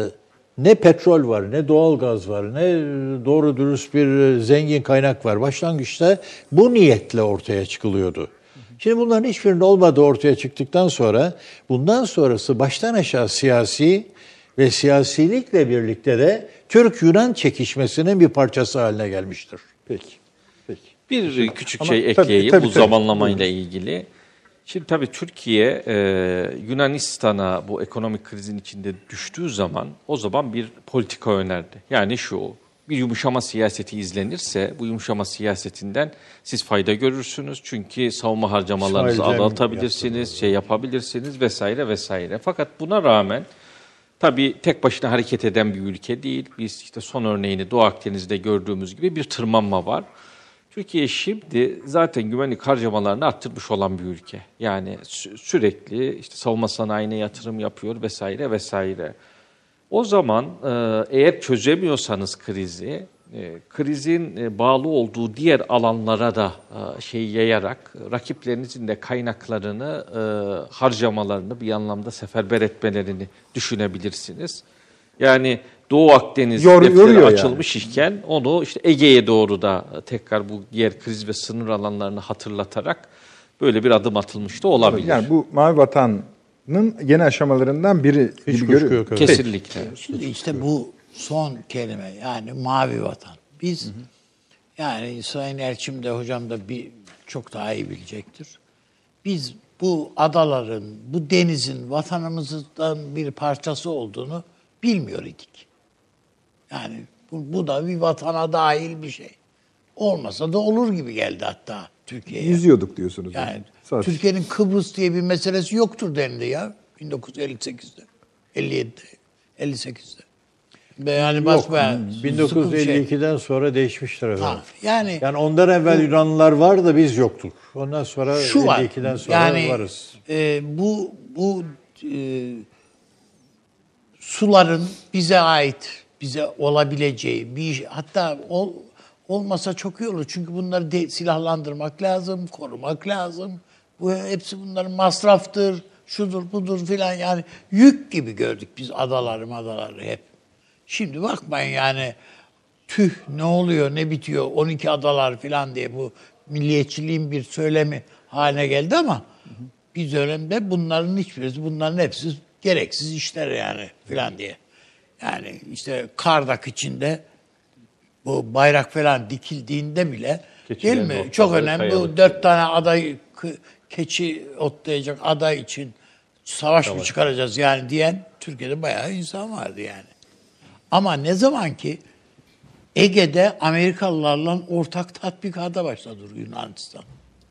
Speaker 5: ne petrol var, ne doğal gaz var, ne doğru dürüst bir zengin kaynak var. Başlangıçta bu niyetle ortaya çıkılıyordu. Şimdi bunların hiçbirinin olmadığı ortaya çıktıktan sonra bundan sonrası baştan aşağı siyasi ve siyasilikle birlikte de Türk-Yunan çekişmesinin bir parçası haline gelmiştir.
Speaker 1: Peki. Peki.
Speaker 4: Bir küçük Ama şey ekleyeyim tabii, tabii, bu tabii. zamanlamayla ilgili. Şimdi tabii Türkiye e, Yunanistan'a bu ekonomik krizin içinde düştüğü zaman o zaman bir politika önerdi. Yani şu, bir yumuşama siyaseti izlenirse bu yumuşama siyasetinden siz fayda görürsünüz. Çünkü savunma harcamalarınızı azaltabilirsiniz, şey yapabilirsiniz vesaire vesaire. Fakat buna rağmen tabii tek başına hareket eden bir ülke değil. Biz işte son örneğini Doğu Akdeniz'de gördüğümüz gibi bir tırmanma var. Türkiye şimdi zaten güvenlik harcamalarını arttırmış olan bir ülke. Yani sü- sürekli işte savunma sanayine yatırım yapıyor vesaire vesaire. O zaman eğer çözemiyorsanız krizi, krizin bağlı olduğu diğer alanlara da şey yayarak rakiplerinizin de kaynaklarını, harcamalarını bir anlamda seferber etmelerini düşünebilirsiniz. Yani Doğu Akdeniz
Speaker 1: Yor,
Speaker 4: defteri açılmış yani. iken onu işte Ege'ye doğru da tekrar bu diğer kriz ve sınır alanlarını hatırlatarak böyle bir adım atılmış da olabilir.
Speaker 1: Yani bu Mavi Vatan'ın yeni aşamalarından biri
Speaker 5: Hiç
Speaker 1: gibi
Speaker 5: kuşku
Speaker 1: görüyorum.
Speaker 5: yok. Evet.
Speaker 4: Kesinlikle.
Speaker 2: Şimdi işte bu son kelime yani mavi vatan. Biz hı hı. yani Sayın Elçim de hocam da bir çok daha iyi bilecektir. Biz bu adaların, bu denizin vatanımızdan bir parçası olduğunu bilmiyor idik. Yani bu, bu da bir vatana dahil bir şey. Olmasa da olur gibi geldi hatta Türkiye'ye.
Speaker 1: Yüzüyorduk diyorsunuz.
Speaker 2: Yani
Speaker 1: Sadece.
Speaker 2: Türkiye'nin Kıbrıs diye bir meselesi yoktur dendi ya bin dokuz yüz elli sekizde, elli yedide, elli sekizde. Yani basbayağı
Speaker 5: bin dokuz yüz elli ikiden şey. Sonra değişmiştir efendim.
Speaker 2: Ha, yani
Speaker 5: yani ondan evvel bu, Yunanlılar var da biz yoktuk. Ondan sonra
Speaker 2: şu var,
Speaker 5: elli ikiden sonra
Speaker 2: yani,
Speaker 5: varız.
Speaker 2: E, bu bu e, suların bize ait, bize olabileceği bir iş, hatta ol, olmasa çok iyi olur. Çünkü bunları de, silahlandırmak lazım, korumak lazım. Bu hepsi bunların masraftır, şudur budur filan, yani yük gibi gördük biz adaları madaları hep. Şimdi bakmayın yani tüh ne oluyor ne bitiyor on iki adalar filan diye bu milliyetçiliğin bir söylemi haline geldi ama hı hı. bir dönemde bunların hiçbirisi, bunların hepsi gereksiz işler yani filan diye. Yani işte Kardak içinde bu bayrak falan dikildiğinde bile Keçiler değil mi? Çok önemli. Bu dört tane aday keçi otlayacak aday için savaş tamam. mı çıkaracağız yani diyen Türkiye'de bayağı insan vardı yani. Ama ne zaman ki Ege'de Amerikalılarla ortak tatbikata başladı Yunanistan.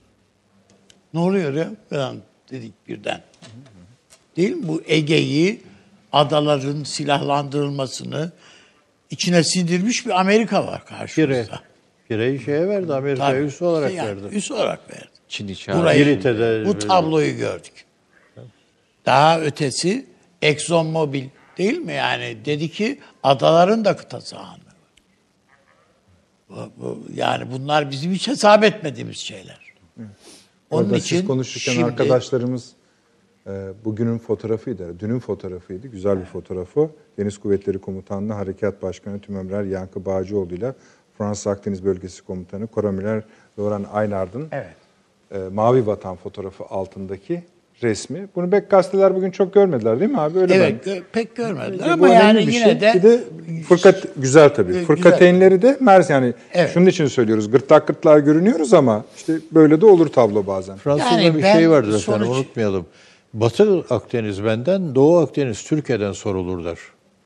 Speaker 2: Ne oluyor ya? Falan dedik birden. Değil mi? Bu Ege'yi, adaların silahlandırılmasını içine sindirmiş bir Amerika var karşımızda.
Speaker 5: Pire. Pire'yi şeye verdi, Amerika'ya üs olarak
Speaker 2: yani,
Speaker 5: verdi.
Speaker 2: Üs olarak verdi.
Speaker 4: Çin
Speaker 2: Burayı, bu tabloyu gördük. Daha ötesi ExxonMobil değil mi? Yani dedi ki adaların da kıta sahanlığı var. Bu, bu, yani bunlar bizim hiç hesap etmediğimiz şeyler.
Speaker 1: Evet.
Speaker 2: Onun
Speaker 1: Orada
Speaker 2: için
Speaker 1: siz konuşurken
Speaker 2: şimdi,
Speaker 1: arkadaşlarımız e, bugünün fotoğrafıydı, dünün fotoğrafıydı. Güzel bir fotoğrafı. Deniz Kuvvetleri Komutanlığı Harekat Başkanı Tümenler Yankı Bağcıoğlu ile Fransız Akdeniz Bölgesi Komutanı Koramiler Loran Aynard'ın
Speaker 2: evet.
Speaker 1: e, Mavi Vatan fotoğrafı altındaki resmi. Bunu pek gazeteler bugün çok görmediler değil mi abi? Öyle
Speaker 2: evet gö- pek görmediler
Speaker 1: e,
Speaker 2: ama yani yine
Speaker 1: şey.
Speaker 2: de...
Speaker 1: Bir de fırkat güzel tabii. E, Fırkateynleri de Mers yani evet. Şunun için söylüyoruz. Gırtlak gırtlağa görünüyoruz ama işte böyle de olur tablo bazen.
Speaker 5: Fransız'da yani bir şey vardır sonuç... efendim unutmayalım. Batı Akdeniz benden, Doğu Akdeniz Türkiye'den sorulur der.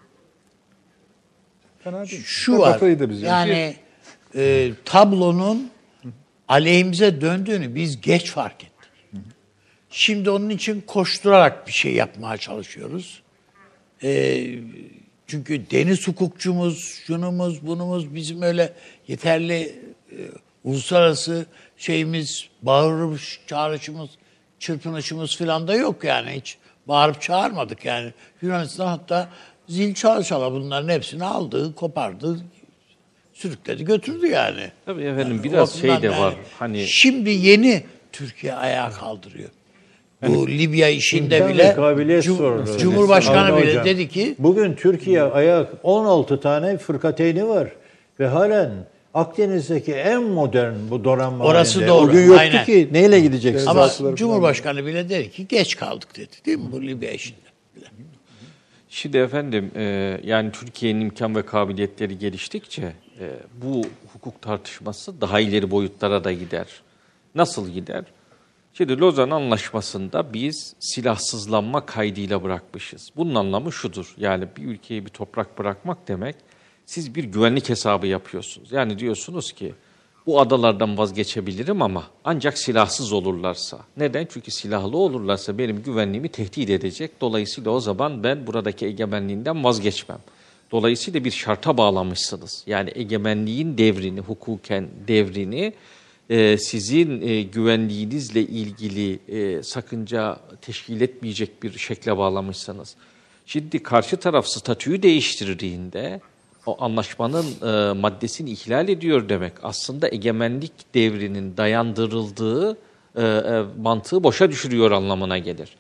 Speaker 2: Şu var, yani e, tablonun aleyhimize döndüğünü biz geç fark ettik. Şimdi onun için koşturarak bir şey yapmaya çalışıyoruz. E, çünkü deniz hukukçumuz, şunumuz, bunumuz bizim öyle yeterli e, uluslararası şeyimiz, bağırış, çağrışımız, çırpınışımız falan da yok yani. Hiç bağırıp çağırmadık yani. Yunanistan hatta zil çala çala bunların hepsini aldı, kopardı, sürükledi, götürdü yani.
Speaker 4: Tabii efendim
Speaker 2: yani
Speaker 4: biraz şey de
Speaker 2: yani,
Speaker 4: var. Hani
Speaker 2: şimdi yeni Türkiye ayağa kaldırıyor. Bu hani, Libya işinde bile Cum- Cumhurbaşkanı bile hocam. dedi ki
Speaker 5: bugün Türkiye ayağı on altı tane fırkateyni var ve halen Akdeniz'deki en modern bu donanma
Speaker 2: orası
Speaker 5: halinde.
Speaker 2: doğru.
Speaker 5: O gün yoktu
Speaker 2: aynen.
Speaker 5: ki neyle gideceksin?
Speaker 2: Ama Cumhurbaşkanı bile dedi ki geç kaldık dedi değil mi bu Libya işinde?
Speaker 4: Şimdi efendim e, yani Türkiye'nin imkan ve kabiliyetleri geliştikçe e, bu hukuk tartışması daha ileri boyutlara da gider. Nasıl gider? Şimdi Lozan Anlaşması'nda biz silahsızlanma kaydıyla bırakmışız. Bunun anlamı şudur. Yani bir ülkeye bir toprak bırakmak demek siz bir güvenlik hesabı yapıyorsunuz. Yani diyorsunuz ki bu adalardan vazgeçebilirim ama ancak silahsız olurlarsa. Neden? Çünkü silahlı olurlarsa benim güvenliğimi tehdit edecek. Dolayısıyla o zaman ben buradaki egemenliğinden vazgeçmem. Dolayısıyla bir şarta bağlamışsınız. Yani egemenliğin devrini, hukuken devrini e, sizin e, güvenliğinizle ilgili e, sakınca teşkil etmeyecek bir şekle bağlamışsınız. Şimdi karşı taraf statüyü değiştirdiğinde o anlaşmanın e, maddesini ihlal ediyor demek. Aslında egemenlik devrinin dayandırıldığı e, e, mantığı boşa düşürüyor anlamına gelir.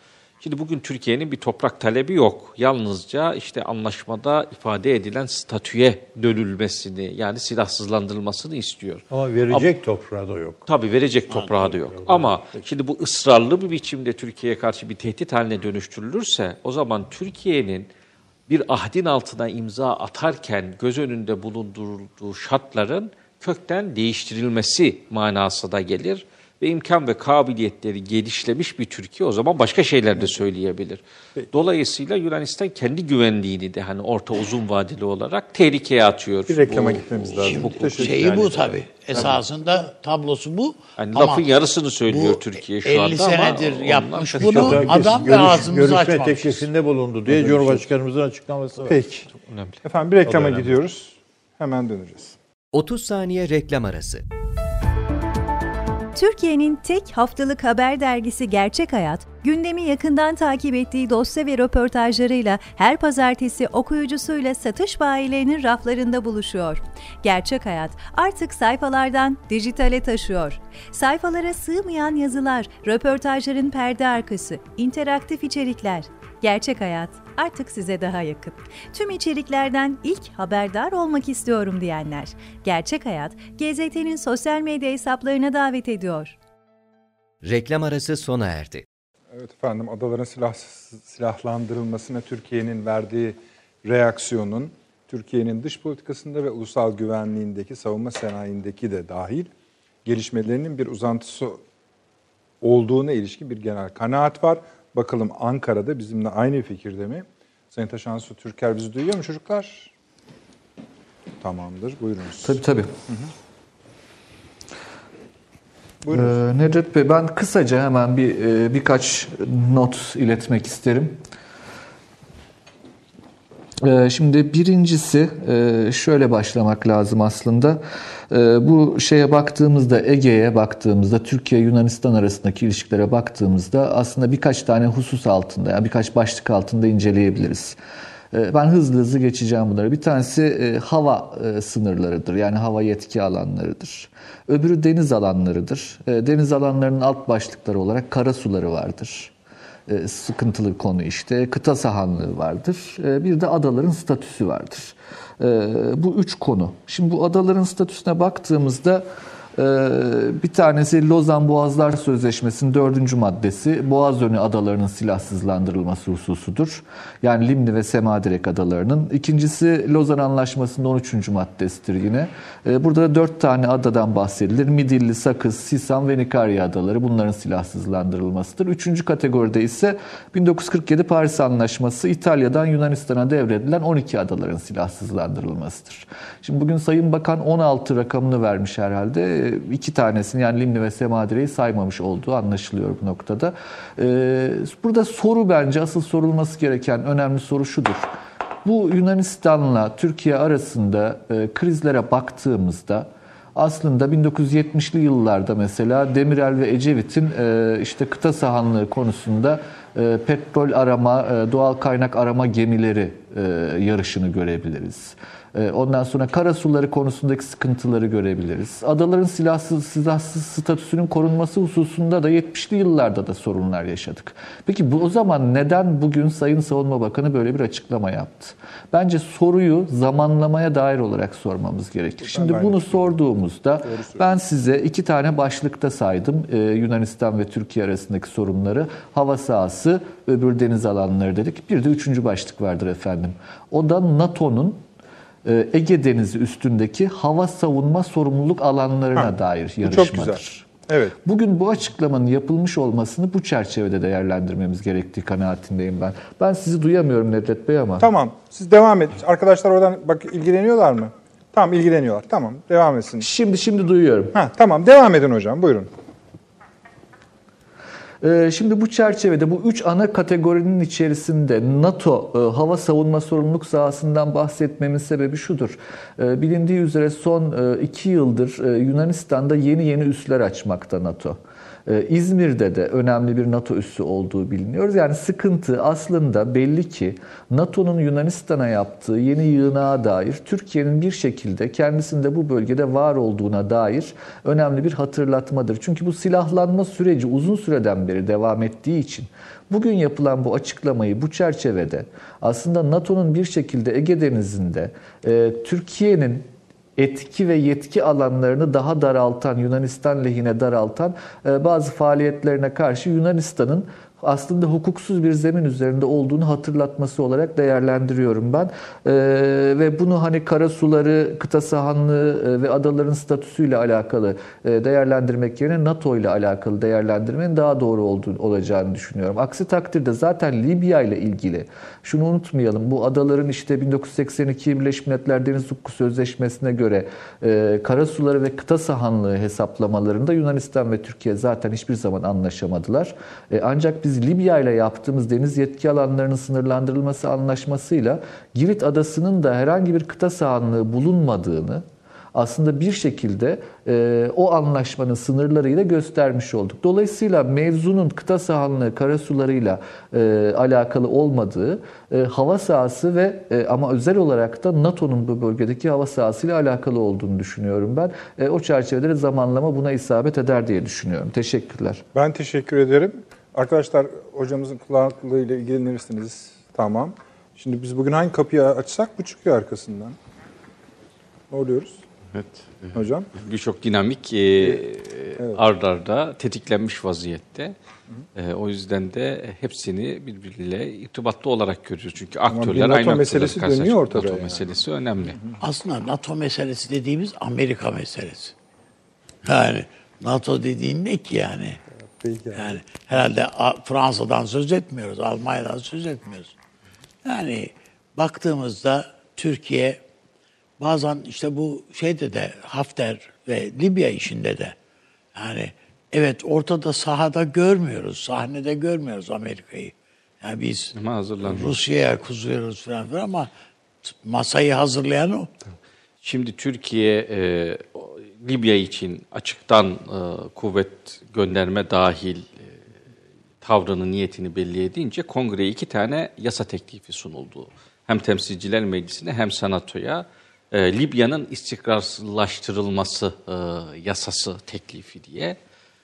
Speaker 4: Şimdi bugün Türkiye'nin bir toprak talebi yok. Yalnızca işte anlaşmada ifade edilen statüye dönülmesini, yani silahsızlandırılmasını istiyor.
Speaker 5: Ama verecek Ama, toprağı da yok.
Speaker 4: Tabii verecek toprağı da yok. yok. Ama şimdi bu ısrarlı bir biçimde Türkiye'ye karşı bir tehdit haline dönüştürülürse o zaman Türkiye'nin bir ahdin altına imza atarken göz önünde bulundurulduğu şartların kökten değiştirilmesi manası da gelir. Ve imkan ve kabiliyetleri gelişlemiş bir Türkiye o zaman başka şeyler de söyleyebilir. Dolayısıyla Yunanistan kendi güvenliğini de hani orta uzun vadeli olarak tehlikeye atıyor.
Speaker 1: Bir reklama bu, gitmemiz lazım.
Speaker 2: Bu, şeyi bu tabii. Esasında tablosu bu.
Speaker 4: Yani lafın yarısını söylüyor Türkiye şu anda ama.
Speaker 2: elli senedir yapmış bunu
Speaker 5: Hatta
Speaker 2: adam
Speaker 5: görüş,
Speaker 2: ve ağzımızı
Speaker 5: görüşme
Speaker 2: açmamış.
Speaker 5: teklifinde bulundu diye Cumhurbaşkanımızın açıklaması var.
Speaker 1: Peki. Efendim bir reklama gidiyoruz. Hemen döneceğiz.
Speaker 6: otuz saniye reklam arası.
Speaker 7: Türkiye'nin tek haftalık haber dergisi Gerçek Hayat, gündemi yakından takip ettiği dosya ve röportajlarıyla her pazartesi okuyucusuyla satış bayilerinin raflarında buluşuyor. Gerçek Hayat artık sayfalardan dijitale taşıyor. Sayfalara sığmayan yazılar, röportajların perde arkası, interaktif içerikler. Gerçek Hayat artık size daha yakın. Tüm içeriklerden ilk haberdar olmak istiyorum diyenler. Gerçek Hayat, G Z T'nin sosyal medya hesaplarına davet ediyor.
Speaker 6: Reklam arası sona erdi.
Speaker 1: Evet efendim, adaların silah, silahlandırılmasına Türkiye'nin verdiği reaksiyonun, Türkiye'nin dış politikasında ve ulusal güvenliğindeki, savunma sanayindeki de dahil gelişmelerinin bir uzantısı olduğuna ilişkin bir genel kanaat var. Bakalım Ankara'da bizimle aynı fikirde mi? Sayın Taşansu Türker bizi duyuyor mu çocuklar? Tamamdır, buyurunuz.
Speaker 3: Tabii tabii. Hı hı.
Speaker 1: Buyurunuz.
Speaker 3: Ee, Nedret Bey, ben kısaca hemen bir e, birkaç not iletmek isterim. Ee, şimdi birincisi e, şöyle başlamak lazım aslında. E, bu şeye baktığımızda, Ege'ye baktığımızda, Türkiye-Yunanistan arasındaki ilişkilere baktığımızda aslında birkaç tane husus altında, yani birkaç başlık altında inceleyebiliriz. E, ben hızlı hızlı geçeceğim bunları. Bir tanesi e, hava e, sınırlarıdır, yani hava yetki alanlarıdır. Öbürü deniz alanlarıdır. E, deniz alanlarının alt başlıkları olarak karasuları vardır. E, sıkıntılı konu işte. Kıta sahanlığı vardır. E, bir de adaların statüsü vardır. E, bu üç konu. Şimdi bu adaların statüsüne baktığımızda e, bir tanesi Lozan Boğazlar Sözleşmesi'nin dördüncü maddesi Boğaz önü adalarının silahsızlandırılması hususudur. Yani Limni ve Semadirek adalarının. İkincisi Lozan Anlaşması'nın on üçüncü maddesidir yine. E, burada da dört tane adadan bahsedilir. Midilli, Sakız, Sisam ve Nikarya adaları, bunların silahsızlandırılmasıdır. Üçüncü kategoride ise bin dokuz yüz kırk yedi Paris Anlaşması, İtalya'dan Yunanistan'a devredilen on iki adaların silahsızlandırılmasıdır. Şimdi bugün Sayın Bakan on altı rakamını vermiş herhalde. İki tanesini, yani Limni ve Semadire'yi saymamış olduğu anlaşılıyor bu noktada. Ee, burada soru, bence asıl sorulması gereken önemli soru şudur. Bu Yunanistan'la Türkiye arasında e, krizlere baktığımızda aslında bin dokuz yüz yetmişli yıllarda mesela Demirel ve Ecevit'in e, işte kıta sahanlığı konusunda e, petrol arama, e, doğal kaynak arama gemileri e, yarışını görebiliriz. Ondan sonra karasuları konusundaki sıkıntıları görebiliriz. Adaların silahsız, silahsız statüsünün korunması hususunda da yetmişli yıllarda da sorunlar yaşadık. Peki bu o zaman neden bugün Sayın Savunma Bakanı böyle bir açıklama yaptı? Bence soruyu zamanlamaya dair olarak sormamız gerekir. Şimdi bunu sorduğumuzda ben size iki tane başlıkta saydım ee, Yunanistan ve Türkiye arasındaki sorunları. Hava sahası, öbür deniz alanları dedik. Bir de üçüncü başlık vardır efendim. O da NATO'nun Ege Denizi üstündeki hava savunma sorumluluk alanlarına ha, dair yarışmadır. Çok güzel.
Speaker 1: Evet.
Speaker 3: Bugün bu açıklamanın yapılmış olmasını bu çerçevede değerlendirmemiz gerektiği kanaatindeyim ben. Ben sizi duyamıyorum Nedret Bey ama.
Speaker 1: Tamam. Siz devam edin. Arkadaşlar oradan bak ilgileniyorlar mı? Tamam, ilgileniyorlar. Tamam, devam etsin.
Speaker 3: Şimdi şimdi duyuyorum.
Speaker 1: Ha, tamam, devam edin hocam. Buyurun.
Speaker 3: Şimdi bu çerçevede bu üç ana kategorinin içerisinde NATO hava savunma sorumluluk sahasından bahsetmemin sebebi şudur. Bilindiği üzere son iki yıldır Yunanistan'da yeni yeni üsler açmakta NATO. İzmir'de de önemli bir NATO üssü olduğu biliniyor. Yani sıkıntı aslında belli ki NATO'nun Yunanistan'a yaptığı yeni yığınağa dair Türkiye'nin bir şekilde kendisinde bu bölgede var olduğuna dair önemli bir hatırlatmadır. Çünkü bu silahlanma süreci uzun süreden senesinden beri devam ettiği için bugün yapılan bu açıklamayı bu çerçevede aslında NATO'nun bir şekilde Ege Denizi'nde e, Türkiye'nin etki ve yetki alanlarını daha daraltan, Yunanistan lehine daraltan e, bazı faaliyetlerine karşı Yunanistan'ın aslında hukuksuz bir zemin üzerinde olduğunu hatırlatması olarak değerlendiriyorum ben. Ee, ve bunu hani karasuları, kıta sahanlığı ve adaların statüsüyle alakalı e, değerlendirmek yerine NATO ile alakalı değerlendirmenin daha doğru olduğunu, olacağını düşünüyorum. Aksi takdirde zaten Libya ile ilgili şunu unutmayalım. Bu adaların işte bin dokuz yüz seksen iki Birleşmiş Milletler Deniz Hukuku Sözleşmesi'ne göre e, karasuları ve kıta sahanlığı hesaplamalarında Yunanistan ve Türkiye zaten hiçbir zaman anlaşamadılar. E, ancak biz Libya ile yaptığımız deniz yetki alanlarının sınırlandırılması anlaşmasıyla Girit Adası'nın da herhangi bir kıta sahanlığı bulunmadığını aslında bir şekilde e, o anlaşmanın sınırlarıyla göstermiş olduk. Dolayısıyla mevzunun kıta sahanlığı, karasularıyla e, alakalı olmadığı, e, hava sahası ve e, ama özel olarak da NATO'nun bu bölgedeki hava sahasıyla alakalı olduğunu düşünüyorum ben. E, o çerçevede zamanlama buna isabet eder diye düşünüyorum. Teşekkürler.
Speaker 1: Ben teşekkür ederim. Arkadaşlar hocamızın kulaklığıyla ilgilenirsiniz. Tamam. Şimdi biz bugün hangi kapıyı açsak bu çıkıyor arkasından. Ne oluyoruz?
Speaker 4: Evet.
Speaker 1: Hocam?
Speaker 4: Birçok dinamik e, evet. ard arda tetiklenmiş vaziyette. E, o yüzden de hepsini birbiriyle irtibatlı olarak görüyoruz. Çünkü aktörler aynı
Speaker 1: NATO meselesi dönüyor ortada.
Speaker 4: NATO
Speaker 1: yani.
Speaker 4: meselesi önemli.
Speaker 2: Aslında NATO meselesi dediğimiz Amerika meselesi. Yani NATO dediğin ne ki yani?
Speaker 1: Peki.
Speaker 2: Yani herhalde Fransa'dan söz etmiyoruz, Almanya'dan söz etmiyoruz. Yani baktığımızda Türkiye bazen işte bu şeyde de Hafter ve Libya işinde de yani evet ortada sahada görmüyoruz, sahnede görmüyoruz Amerika'yı. Yani biz Rusya'ya kuzuyoruz falan falan ama masayı hazırlayan o.
Speaker 4: Şimdi Türkiye e, Libya için açıktan e, kuvvet gönderme dahil e, tavrını, niyetini belli edince kongreye iki tane yasa teklifi sunuldu. Hem Temsilciler Meclisi'ne hem Senato'ya e, Libya'nın istikrarsızlaştırılması e, yasası teklifi diye.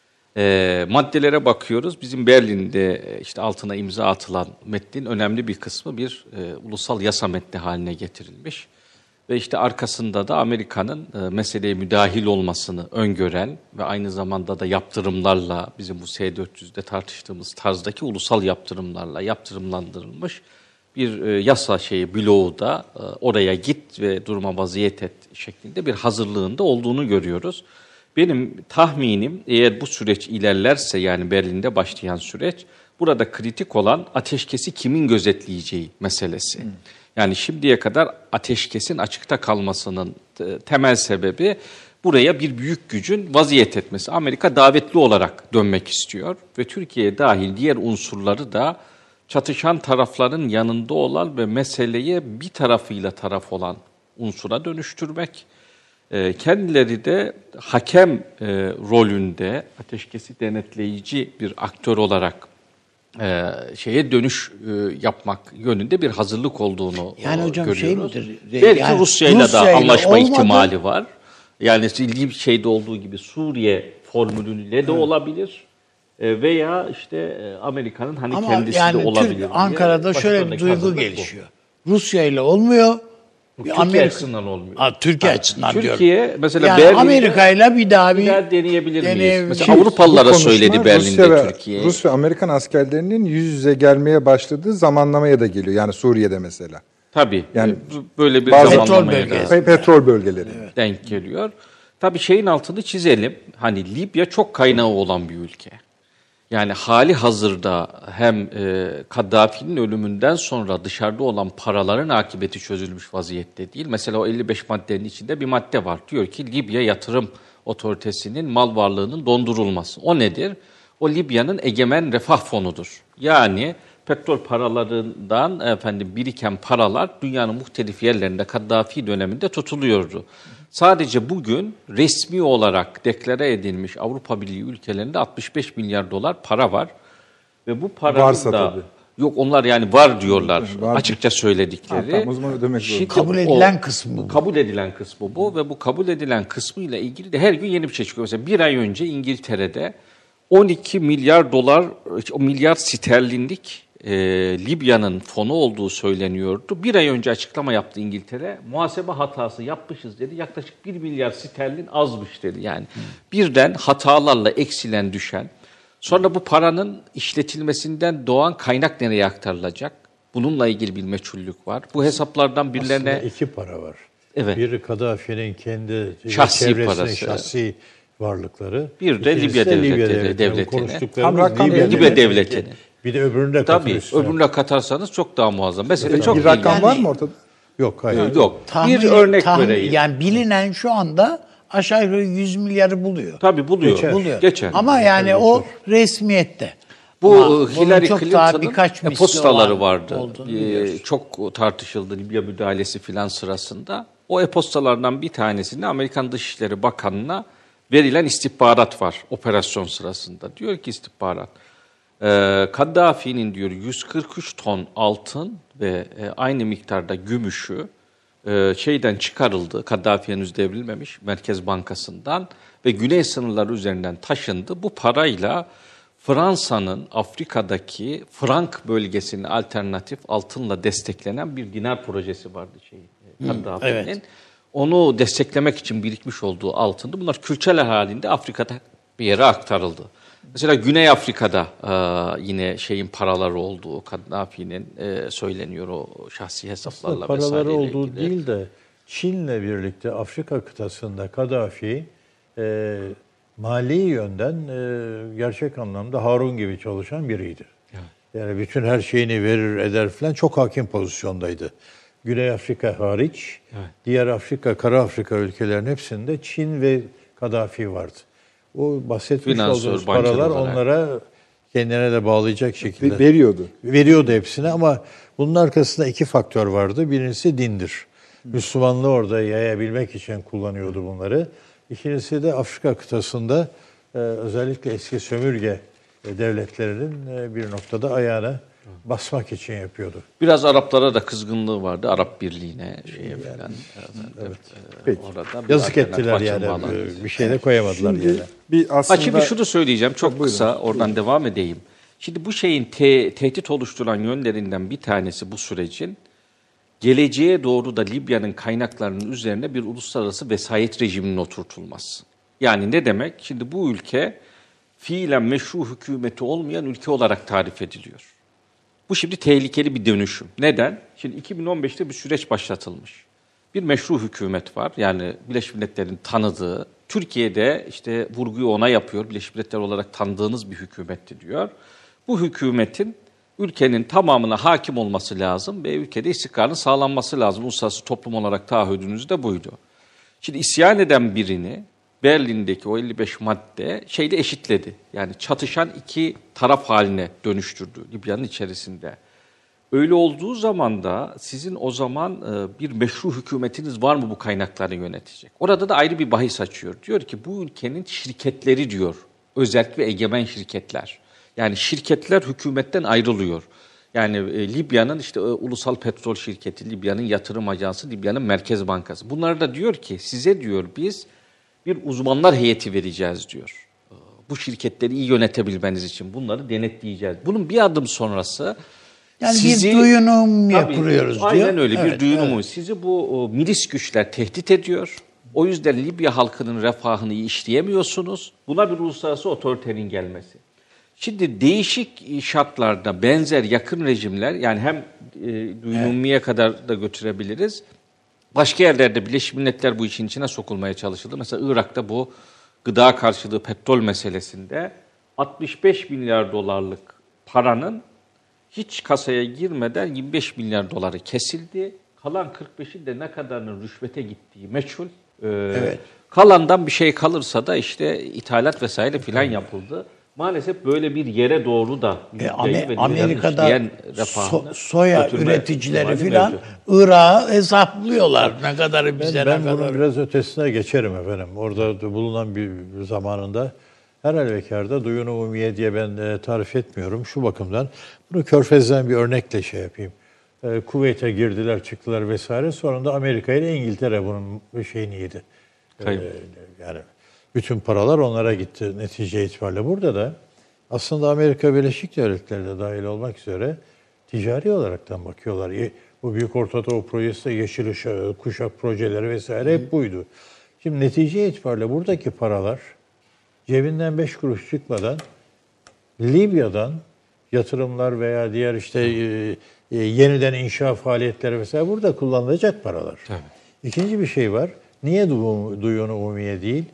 Speaker 4: E, maddelere bakıyoruz. Bizim Berlin'de e, işte altına imza atılan metnin önemli bir kısmı bir e, ulusal yasa metni haline getirilmiş. Ve işte arkasında da Amerika'nın e, meseleye müdahil olmasını öngören ve aynı zamanda da yaptırımlarla bizim bu S dört yüzde tartıştığımız tarzdaki ulusal yaptırımlarla yaptırımlandırılmış bir e, yasa şeyi bloğu da e, oraya git ve duruma vaziyet et şeklinde bir hazırlığında olduğunu görüyoruz. Benim tahminim eğer bu süreç ilerlerse yani Berlin'de başlayan süreç burada kritik olan ateşkesi kimin gözetleyeceği meselesi. Hmm. Yani şimdiye kadar ateşkesin açıkta kalmasının temel sebebi buraya bir büyük gücün vaziyet etmesi. Amerika davetli olarak dönmek istiyor ve Türkiye dahil diğer unsurları da çatışan tarafların yanında olan ve meseleye bir tarafıyla taraf olan unsura dönüştürmek. Kendileri de hakem rolünde ateşkesi denetleyici bir aktör olarak Ee, şeye dönüş e, yapmak yönünde bir hazırlık olduğunu yani hocam, görüyoruz. Şey midir? Belki yani Rusya'yla Rusya da anlaşma olmadı. ihtimali var. Yani ilgili şeyde olduğu gibi Suriye formülüyle de olabilir. E, veya işte e, Amerika'nın hani ama kendisi yani de olabilir. Türk,
Speaker 2: Ankara'da şöyle bir duygu gelişiyor. Rusya ile olmuyor.
Speaker 4: Türkiye Amerika, açısından olmuyor.
Speaker 2: Ha, Türkiye ha, açısından
Speaker 4: Türkiye,
Speaker 2: diyorum.
Speaker 4: Türkiye mesela
Speaker 2: yani
Speaker 4: Berlin'de
Speaker 2: Amerika'yla bir daha bir
Speaker 4: deneyebilir miyiz? Mesela Avrupalılara söyledi Berlin'de
Speaker 1: Rusya
Speaker 4: Türkiye.
Speaker 1: Rus ve Amerikan askerlerinin yüz yüze gelmeye başladığı zamanlamaya da geliyor. Yani Suriye'de mesela.
Speaker 4: Tabii. Yani böyle bir zamanlamaya
Speaker 1: da petrol, petrol bölgeleri
Speaker 4: evet. denk geliyor. Tabii şeyin altını çizelim. Hani Libya çok kaynağı olan bir ülke. Yani hali hazırda hem e, Kaddafi'nin ölümünden sonra dışarıda olan paraların akıbeti çözülmüş vaziyette değil. Mesela o elli beş maddenin içinde bir madde var. Diyor ki Libya Yatırım Otoritesi'nin mal varlığının dondurulması. O nedir? O Libya'nın egemen refah fonudur. Yani petrol paralarından efendim biriken paralar dünyanın muhtelif yerlerinde Kaddafi döneminde tutuluyordu. Sadece bugün resmi olarak deklare edilmiş Avrupa Birliği ülkelerinde altmış beş milyar dolar para var. Ve bu paranın Varsa da... Tabii. Yok onlar yani var diyorlar var. Açıkça söyledikleri. Ha, tamam, o zaman ödemek zorunda.
Speaker 2: Kabul edilen o, kısmı bu.
Speaker 4: Kabul edilen kısmı bu ve bu kabul edilen kısmıyla ilgili de her gün yeni bir şey çıkıyor. Mesela bir ay önce İngiltere'de on iki milyar dolar, o milyar sterlinlik e, Libya'nın fonu olduğu söyleniyordu. Bir ay önce açıklama yaptı İngiltere. Muhasebe hatası yapmışız dedi. Yaklaşık bir milyar sterlin azmış dedi. Yani hmm. birden hatalarla eksilen düşen. Sonra bu paranın işletilmesinden doğan kaynak nereye aktarılacak? Bununla ilgili bir meçhullük var. Bu hesaplardan birilerine...
Speaker 5: Aslında iki para var.
Speaker 4: Evet.
Speaker 5: Biri Kaddafi'nin kendi
Speaker 4: şahsi
Speaker 5: çevresinin
Speaker 4: parası.
Speaker 5: şahsi varlıkları.
Speaker 4: Bir de Libya
Speaker 5: de Libya
Speaker 4: devletleri, devletine.
Speaker 1: Tam rakam
Speaker 4: Libya, Libya devletine.
Speaker 5: Bir de öbürünü de
Speaker 4: Tabii,
Speaker 5: katın
Speaker 4: öbürüne katarsanız çok daha muazzam. Mesela
Speaker 1: bir
Speaker 4: çok
Speaker 1: bir rakam
Speaker 2: yani,
Speaker 1: var mı ortada?
Speaker 5: Yok, hayır.
Speaker 4: Yok.
Speaker 2: Tahmin,
Speaker 4: bir örnek
Speaker 2: tahmin,
Speaker 4: vereyim.
Speaker 2: Yani bilinen şu anda aşağı yukarı yüz milyarı buluyor.
Speaker 4: Tabii buluyor.
Speaker 5: Geçer.
Speaker 2: Buluyor.
Speaker 4: Geçer.
Speaker 2: Ama yani
Speaker 5: Geçer.
Speaker 2: o resmiyette.
Speaker 4: Bu
Speaker 2: Ama
Speaker 4: Hillary
Speaker 2: çok daha
Speaker 4: Clinton'ın
Speaker 2: birkaç misli
Speaker 4: e-postaları
Speaker 2: olan
Speaker 4: vardı.
Speaker 2: olduğunu
Speaker 4: Ee, çok tartışıldı Libya müdahalesi filan sırasında. O e-postalardan bir tanesinde Amerikan Dışişleri Bakanı'na verilen istihbarat var operasyon sırasında. Diyor ki istihbarat, e, Kaddafi'nin diyor yüz kırk üç ton altın ve e, aynı miktarda gümüşü e, şeyden çıkarıldı. Kaddafi henüz devrilmemiş Merkez Bankası'ndan ve güney sınırları üzerinden taşındı. Bu parayla Fransa'nın Afrika'daki Frank bölgesinin alternatif altınla desteklenen bir dinar projesi vardı şeyin Kaddafi'nin. Evet. Onu desteklemek için birikmiş olduğu altındı. Bunlar külçeler halinde Afrika'da bir yere aktarıldı. Mesela Güney Afrika'da e, yine şeyin paraları olduğu, Kaddafi'nin e, söyleniyor o şahsi hesaplarla
Speaker 5: Aslında paraları
Speaker 4: vesaireyle
Speaker 5: olduğu
Speaker 4: ilgili.
Speaker 5: değil de Çin'le birlikte Afrika kıtasında Kaddafi e, mali yönden e, gerçek anlamda Harun gibi çalışan biriydi. Evet. Yani bütün her şeyini verir eder falan, çok hakim pozisyondaydı. Güney Afrika hariç, evet. diğer Afrika, Kara Afrika ülkelerinin hepsinde Çin ve Kaddafi vardı. O bahsetmiş
Speaker 4: Finansör,
Speaker 5: olduğumuz paralar
Speaker 4: olarak
Speaker 5: onlara kendine de bağlayacak şekilde
Speaker 1: veriyordu.
Speaker 5: Veriyordu hepsine ama bunun arkasında iki faktör vardı. Birincisi dindir. Müslümanlığı orada yayabilmek için kullanıyordu bunları. İkincisi de Afrika kıtasında e, özellikle eski sömürge e, devletlerinin e, bir noktada ayağına basmak için yapıyordu.
Speaker 4: Biraz Araplara da kızgınlığı vardı. Arap Birliği'ne şeye yani, falan.
Speaker 5: Evet.
Speaker 4: Evet. Orada
Speaker 5: yazık ettiler yani. Bir şey de koyamadılar
Speaker 1: şimdi,
Speaker 5: yani.
Speaker 1: Bir aslında...
Speaker 4: Ha, şimdi şunu söyleyeceğim. Çok
Speaker 1: Buyurun.
Speaker 4: kısa oradan Buyurun. devam edeyim. Şimdi bu şeyin te- tehdit oluşturan yönlerinden bir tanesi bu sürecin geleceğe doğru da Libya'nın kaynaklarının üzerine bir uluslararası vesayet rejiminin oturtulması. Yani ne demek? Şimdi bu ülke fiilen meşru hükümeti olmayan ülke olarak tarif ediliyor. Bu şimdi tehlikeli bir dönüşüm. Neden? Şimdi iki bin on beşte bir süreç başlatılmış. Bir meşru hükümet var. Yani Birleşmiş Milletler'in tanıdığı, Türkiye'de işte vurguyu ona yapıyor. Birleşmiş Milletler olarak tanıdığınız bir hükümetti diyor. Bu hükümetin ülkenin tamamına hakim olması lazım ve ülkede istikrarın sağlanması lazım. Uluslararası toplum olarak taahhüdünüz de buydu. Şimdi isyan eden birini Berlin'deki o elli beş madde şeyde eşitledi. Yani çatışan iki taraf haline dönüştürdü Libya'nın içerisinde. Öyle olduğu zaman da sizin o zaman bir meşru hükümetiniz var mı bu kaynakları yönetecek? Orada da ayrı bir bahis açıyor. Diyor ki bu ülkenin şirketleri diyor, özerk ve egemen şirketler. Yani şirketler hükümetten ayrılıyor. Yani e, Libya'nın işte e, ulusal petrol şirketi, Libya'nın yatırım ajansı, Libya'nın Merkez Bankası. Bunlar da diyor ki size diyor biz bir uzmanlar heyeti vereceğiz diyor. Bu şirketleri iyi yönetebilmeniz için bunları denetleyeceğiz. Bunun bir adım sonrası
Speaker 2: yani
Speaker 4: sizi,
Speaker 2: bir duyunum
Speaker 4: tabii,
Speaker 2: kuruyoruz diyor.
Speaker 4: Aynen öyle
Speaker 2: evet,
Speaker 4: bir duyunumu.
Speaker 2: Evet.
Speaker 4: Sizi bu o, milis güçler tehdit ediyor. O yüzden Libya halkının refahını iyi işleyemiyorsunuz. Buna bir uluslararası otoritenin gelmesi. Şimdi değişik şartlarda benzer yakın rejimler yani hem e, duyunumiye evet. kadar da götürebiliriz. Başka yerlerde Birleşmiş Milletler bu işin içine sokulmaya çalışıldı. Mesela Irak'ta bu gıda karşılığı petrol meselesinde altmış beş milyar dolarlık paranın hiç kasaya girmeden yirmi beş milyar doları kesildi. Kalan kırk beşin de ne kadarının rüşvete gittiği meçhul. Ee, evet. Kalandan bir şey kalırsa da işte ithalat vesaire filan yapıldı. Maalesef böyle bir yere doğru da
Speaker 2: e, Amerika'da so, soya üreticileri filan
Speaker 4: mevcut.
Speaker 2: Irak'ı hesaplıyorlar. Ne kadarı bize
Speaker 5: ben,
Speaker 2: ne
Speaker 5: ben
Speaker 2: kadar.
Speaker 5: bunun biraz ötesine geçerim efendim. Orada bulunan bir zamanında her halükarda duyun umumiye diye ben e, tarif etmiyorum. Şu bakımdan bunu Körfez'den bir örnekle şey yapayım. E, Kuveyt'e girdiler, çıktılar vesaire. Sonra da Amerika ile İngiltere bunun şeyini yedi. E, yani bütün paralar onlara gitti netice itibariyle. Burada da aslında Amerika Birleşik Devletleri de dahil olmak üzere ticari olaraktan bakıyorlar. Bu Büyük Orta Doğu Projesi de Yeşil Işık, Kuşak projeleri vesaire hep buydu. Şimdi netice itibariyle buradaki paralar cebinden beş kuruş çıkmadan Libya'dan yatırımlar veya diğer işte e, e, yeniden inşa faaliyetleri vesaire burada kullanılacak paralar. Tabii. İkinci bir şey var. Niye Duyun-u Umumiye değil?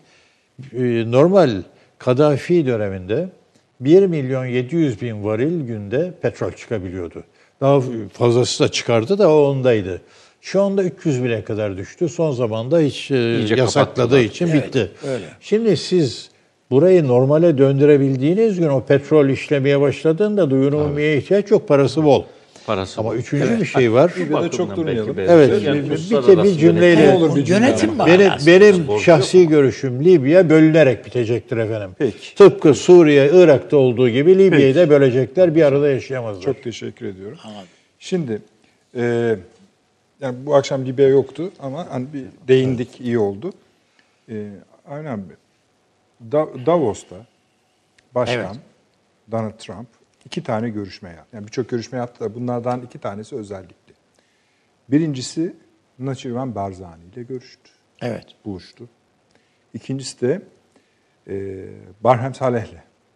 Speaker 5: E, normal Kaddafi döneminde bir milyon yedi yüz bin varil günde petrol çıkabiliyordu. Daha fazlası da çıkardı da o ondaydı. Şu anda üç yüz bine kadar düştü. Son zamanda hiç e, yasakladığı için evet, bitti. Öyle. Şimdi siz burayı normale döndürebildiğiniz gün o petrol işlemeye başladığında Duyun-u Umumiye'ye ihtiyaç yok. Parası bol. Parası Ama bol. üçüncü evet. bir şey var.
Speaker 1: Libya'da çok durmayalım.
Speaker 5: Evet. Yani bir, bir, bir cümleyle.
Speaker 2: Olur bir cümle yönetim var.
Speaker 5: Benim, benim şahsi görüşüm Libya bölünerek bitecektir efendim. Peki. Tıpkı Suriye, Irak'ta olduğu gibi Libya'yı da bölecekler. Bir arada yaşayamazlar.
Speaker 1: Çok teşekkür ediyorum. Anladım. Şimdi e, yani bu akşam Libya yoktu ama hani bir değindik, evet. iyi oldu. E, aynen bir. Da- Davos'ta başkan evet. Donald Trump iki tane görüşme yaptı. Yani birçok görüşme yaptı da bunlardan iki tanesi özellikle. Birincisi Nurçivan Barzani ile görüştü.
Speaker 2: Evet.
Speaker 1: Buluştu. İkincisi de e, Barhem Saleh'le.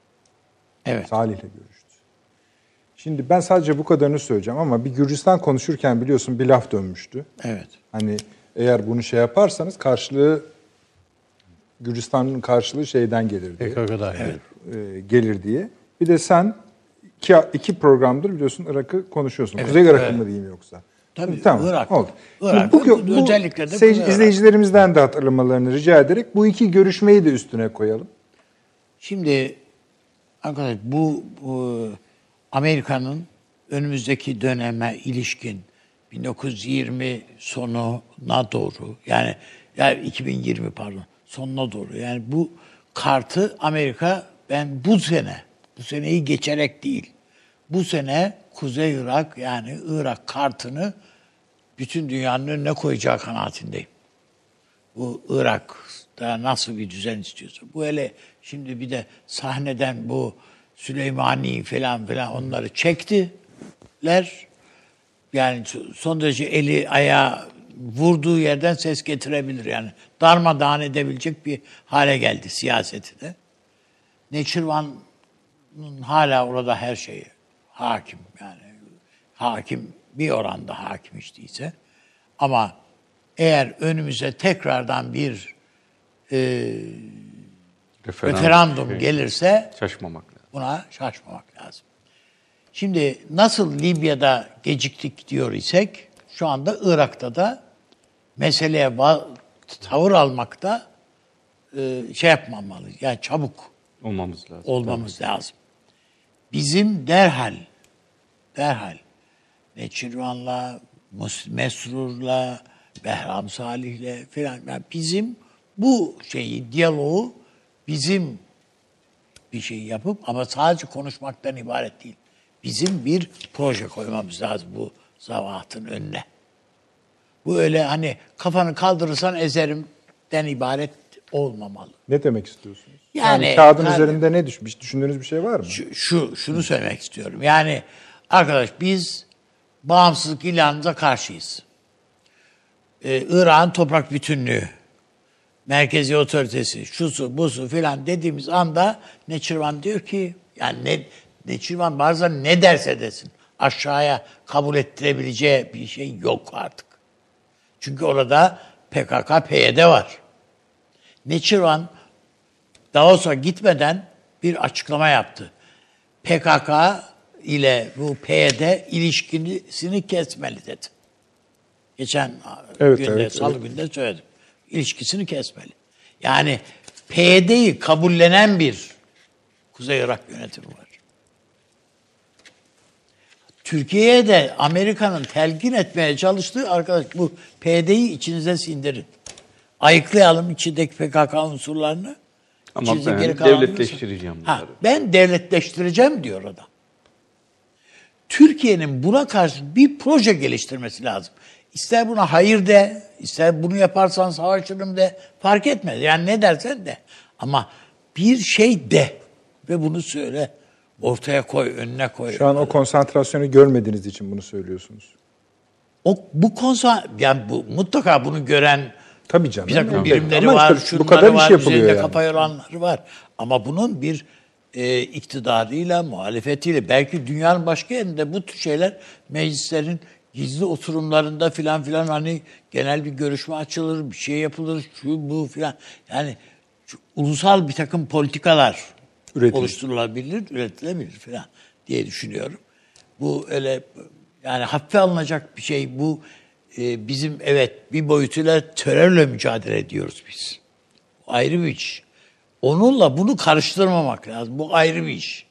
Speaker 2: Evet.
Speaker 1: Salih'le görüştü. Şimdi ben sadece bu kadarını söyleyeceğim ama bir Gürcistan konuşurken biliyorsun bir laf dönmüştü.
Speaker 2: Evet.
Speaker 1: Hani eğer bunu şey yaparsanız karşılığı Gürcistan'ın karşılığı şeyden gelir diye.
Speaker 5: P K K'dan
Speaker 1: evet. e, gelir diye. Bir de sen iki, iki programdır biliyorsun Irak'ı konuşuyorsun. Evet, Kuzey Irak'ı evet. mı diyeyim yoksa?
Speaker 2: Tabii
Speaker 1: tamam,
Speaker 2: Irak.
Speaker 1: Oldu.
Speaker 2: Irak.
Speaker 1: Bu,
Speaker 2: bu,
Speaker 1: bu
Speaker 2: özellikle de
Speaker 1: seyirci, izleyicilerimizden de hatırlamalarını rica ederek bu iki görüşmeyi de üstüne koyalım.
Speaker 2: Şimdi arkadaşlar bu, bu Amerika'nın önümüzdeki döneme ilişkin bin dokuz yüz yirmi sonuna doğru yani, yani iki bin yirmi pardon sonuna doğru yani bu kartı Amerika ben bu sene bu seneyi geçerek değil bu sene Kuzey Irak yani Irak kartını bütün dünyanın önüne koyacağı kanaatindeyim. Bu Irak'ta nasıl bir düzen istiyorsa. Bu hele şimdi bir de sahneden bu Süleymani falan filan onları çektiler. Yani son derece eli ayağı vurduğu yerden ses getirebilir. Yani darmadağın edebilecek bir hale geldi siyaseti de. Neçirvan'ın hala orada her şeyi hakim. Yani hakim bir oranda hakim hiç değilse. Ama eğer önümüze tekrardan bir e, referandum, referandum şey, gelirse
Speaker 4: şaşmamak lazım.
Speaker 2: Buna şaşmamak lazım. Şimdi nasıl Libya'da geciktik diyor isek şu anda Irak'ta da meseleye va- tavır almakta e, şey yapmamalı. Yani çabuk
Speaker 4: olmamız lazım.
Speaker 2: Olmamız tabii. lazım. Bizim derhal derhal Neçirvan'la, Mesrur'la, Behram Salih'le filan yani bizim bu şeyi, diyaloğu bizim bir şey yapıp ama sadece konuşmaktan ibaret değil. Bizim bir proje koymamız lazım bu zavatın önüne. Bu öyle hani kafanı kaldırırsan ezerimden ibaret olmamalı.
Speaker 1: Ne demek istiyorsunuz?
Speaker 2: Yani,
Speaker 1: yani kağıdın yani, üzerinde ne düşmüş? Düşündüğünüz bir şey var mı?
Speaker 2: Şu, şu şunu söylemek istiyorum. Yani arkadaş biz bağımsızlık ilanımıza karşıyız. Ee, Irak'ın toprak bütünlüğü, merkezi otoritesi, şusu, busu filan dediğimiz anda Neçirvan diyor ki, yani ne, Neçirvan bazen ne derse desin, aşağıya kabul ettirebileceği bir şey yok artık. Çünkü orada P K K, P Y D var. Neçirvan Davos'a gitmeden bir açıklama yaptı. P K K ile bu P Y D ilişkisini kesmeli dedi. Geçen evet, günde, evet, salı evet. günde söyledim. İlişkisini kesmeli. Yani P Y D'yi kabullenen bir Kuzey Irak yönetimi var. Türkiye'ye de Amerika'nın telkin etmeye çalıştığı arkadaş bu P Y D'yi içinize sindirin. Ayıklayalım içindeki P K K unsurlarını.
Speaker 4: Ama ben devletleştireceğim bunları. Ha,
Speaker 2: ben devletleştireceğim diyor adam. Türkiye'nin buna karşı bir proje geliştirmesi lazım. İster buna hayır de, ister bunu yaparsan savaşırım de fark etmez. Yani ne dersen de. Ama bir şey de ve bunu söyle, ortaya koy, önüne koy.
Speaker 1: Şu an o konsantrasyonu görmediğiniz için bunu söylüyorsunuz.
Speaker 2: O bu konsa yani bu mutlaka bunu gören
Speaker 1: Tabii canım.
Speaker 2: bir takım
Speaker 1: Evet.
Speaker 2: birimleri
Speaker 1: Ama
Speaker 2: var,
Speaker 1: işte
Speaker 2: şunları
Speaker 1: bu kadar
Speaker 2: var,
Speaker 1: iş yapılıyor
Speaker 2: üzerinde
Speaker 1: yani.
Speaker 2: kafa yoranları var. Ama bunun bir e, iktidarıyla, muhalefetiyle, belki dünyanın başka yerinde bu tür şeyler meclislerin gizli oturumlarında filan filan hani genel bir görüşme açılır, bir şey yapılır, şu bu filan. Yani şu, ulusal bir takım politikalar
Speaker 1: Üretilir.
Speaker 2: oluşturulabilir, üretilebilir filan diye düşünüyorum. Bu öyle yani hafife alınacak bir şey. Bu e, bizim evet bir boyutuyla terörle mücadele ediyoruz biz. Bu ayrı bir iş. Onunla bunu karıştırmamak lazım. Bu ayrı bir iş.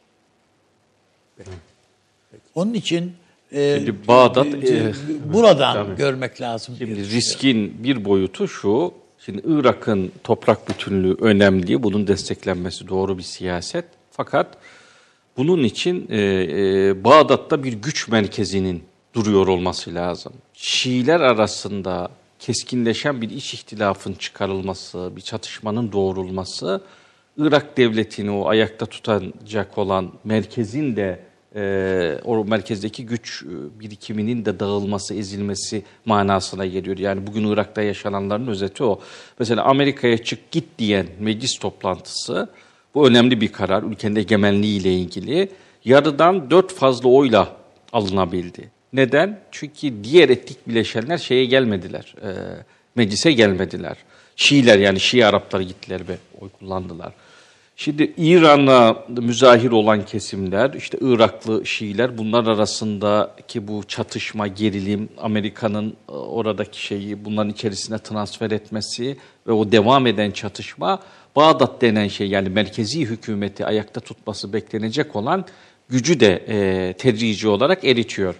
Speaker 2: Onun için e,
Speaker 4: Şimdi Bağdat,
Speaker 2: e,
Speaker 4: e,
Speaker 2: buradan
Speaker 4: tabii.
Speaker 2: görmek lazım. diye
Speaker 4: Şimdi
Speaker 2: düşünüyorum.
Speaker 4: riskin bir boyutu şu. Şimdi Irak'ın toprak bütünlüğü önemli. Bunun desteklenmesi doğru bir siyaset. Fakat bunun için e, e, Bağdat'ta bir güç merkezinin duruyor olması lazım. Şiiler arasında keskinleşen bir iç ihtilafın çıkarılması, bir çatışmanın doğurulması, Irak devletini o ayakta tutacak olan merkezin de e, o merkezdeki güç birikiminin de dağılması, ezilmesi manasına geliyor. Yani bugün Irak'ta yaşananların özeti o. Mesela Amerika'ya çık git diyen meclis toplantısı, bu önemli bir karar, ülkenin egemenliği ile ilgili. Yarıdan dört fazla oyla alınabildi. Neden? Çünkü diğer etnik bileşenler şeye gelmediler, e, meclise gelmediler. Şiiler yani Şii Araplar gittiler ve oy kullandılar. Şimdi İran'a müzahir olan kesimler, işte Iraklı Şiiler, bunlar arasındaki bu çatışma, gerilim, Amerika'nın oradaki şeyi bunların içerisine transfer etmesi ve o devam eden çatışma, Bağdat denen şey yani merkezi hükümeti ayakta tutması beklenecek olan gücü de e, tedrici olarak eritiyor.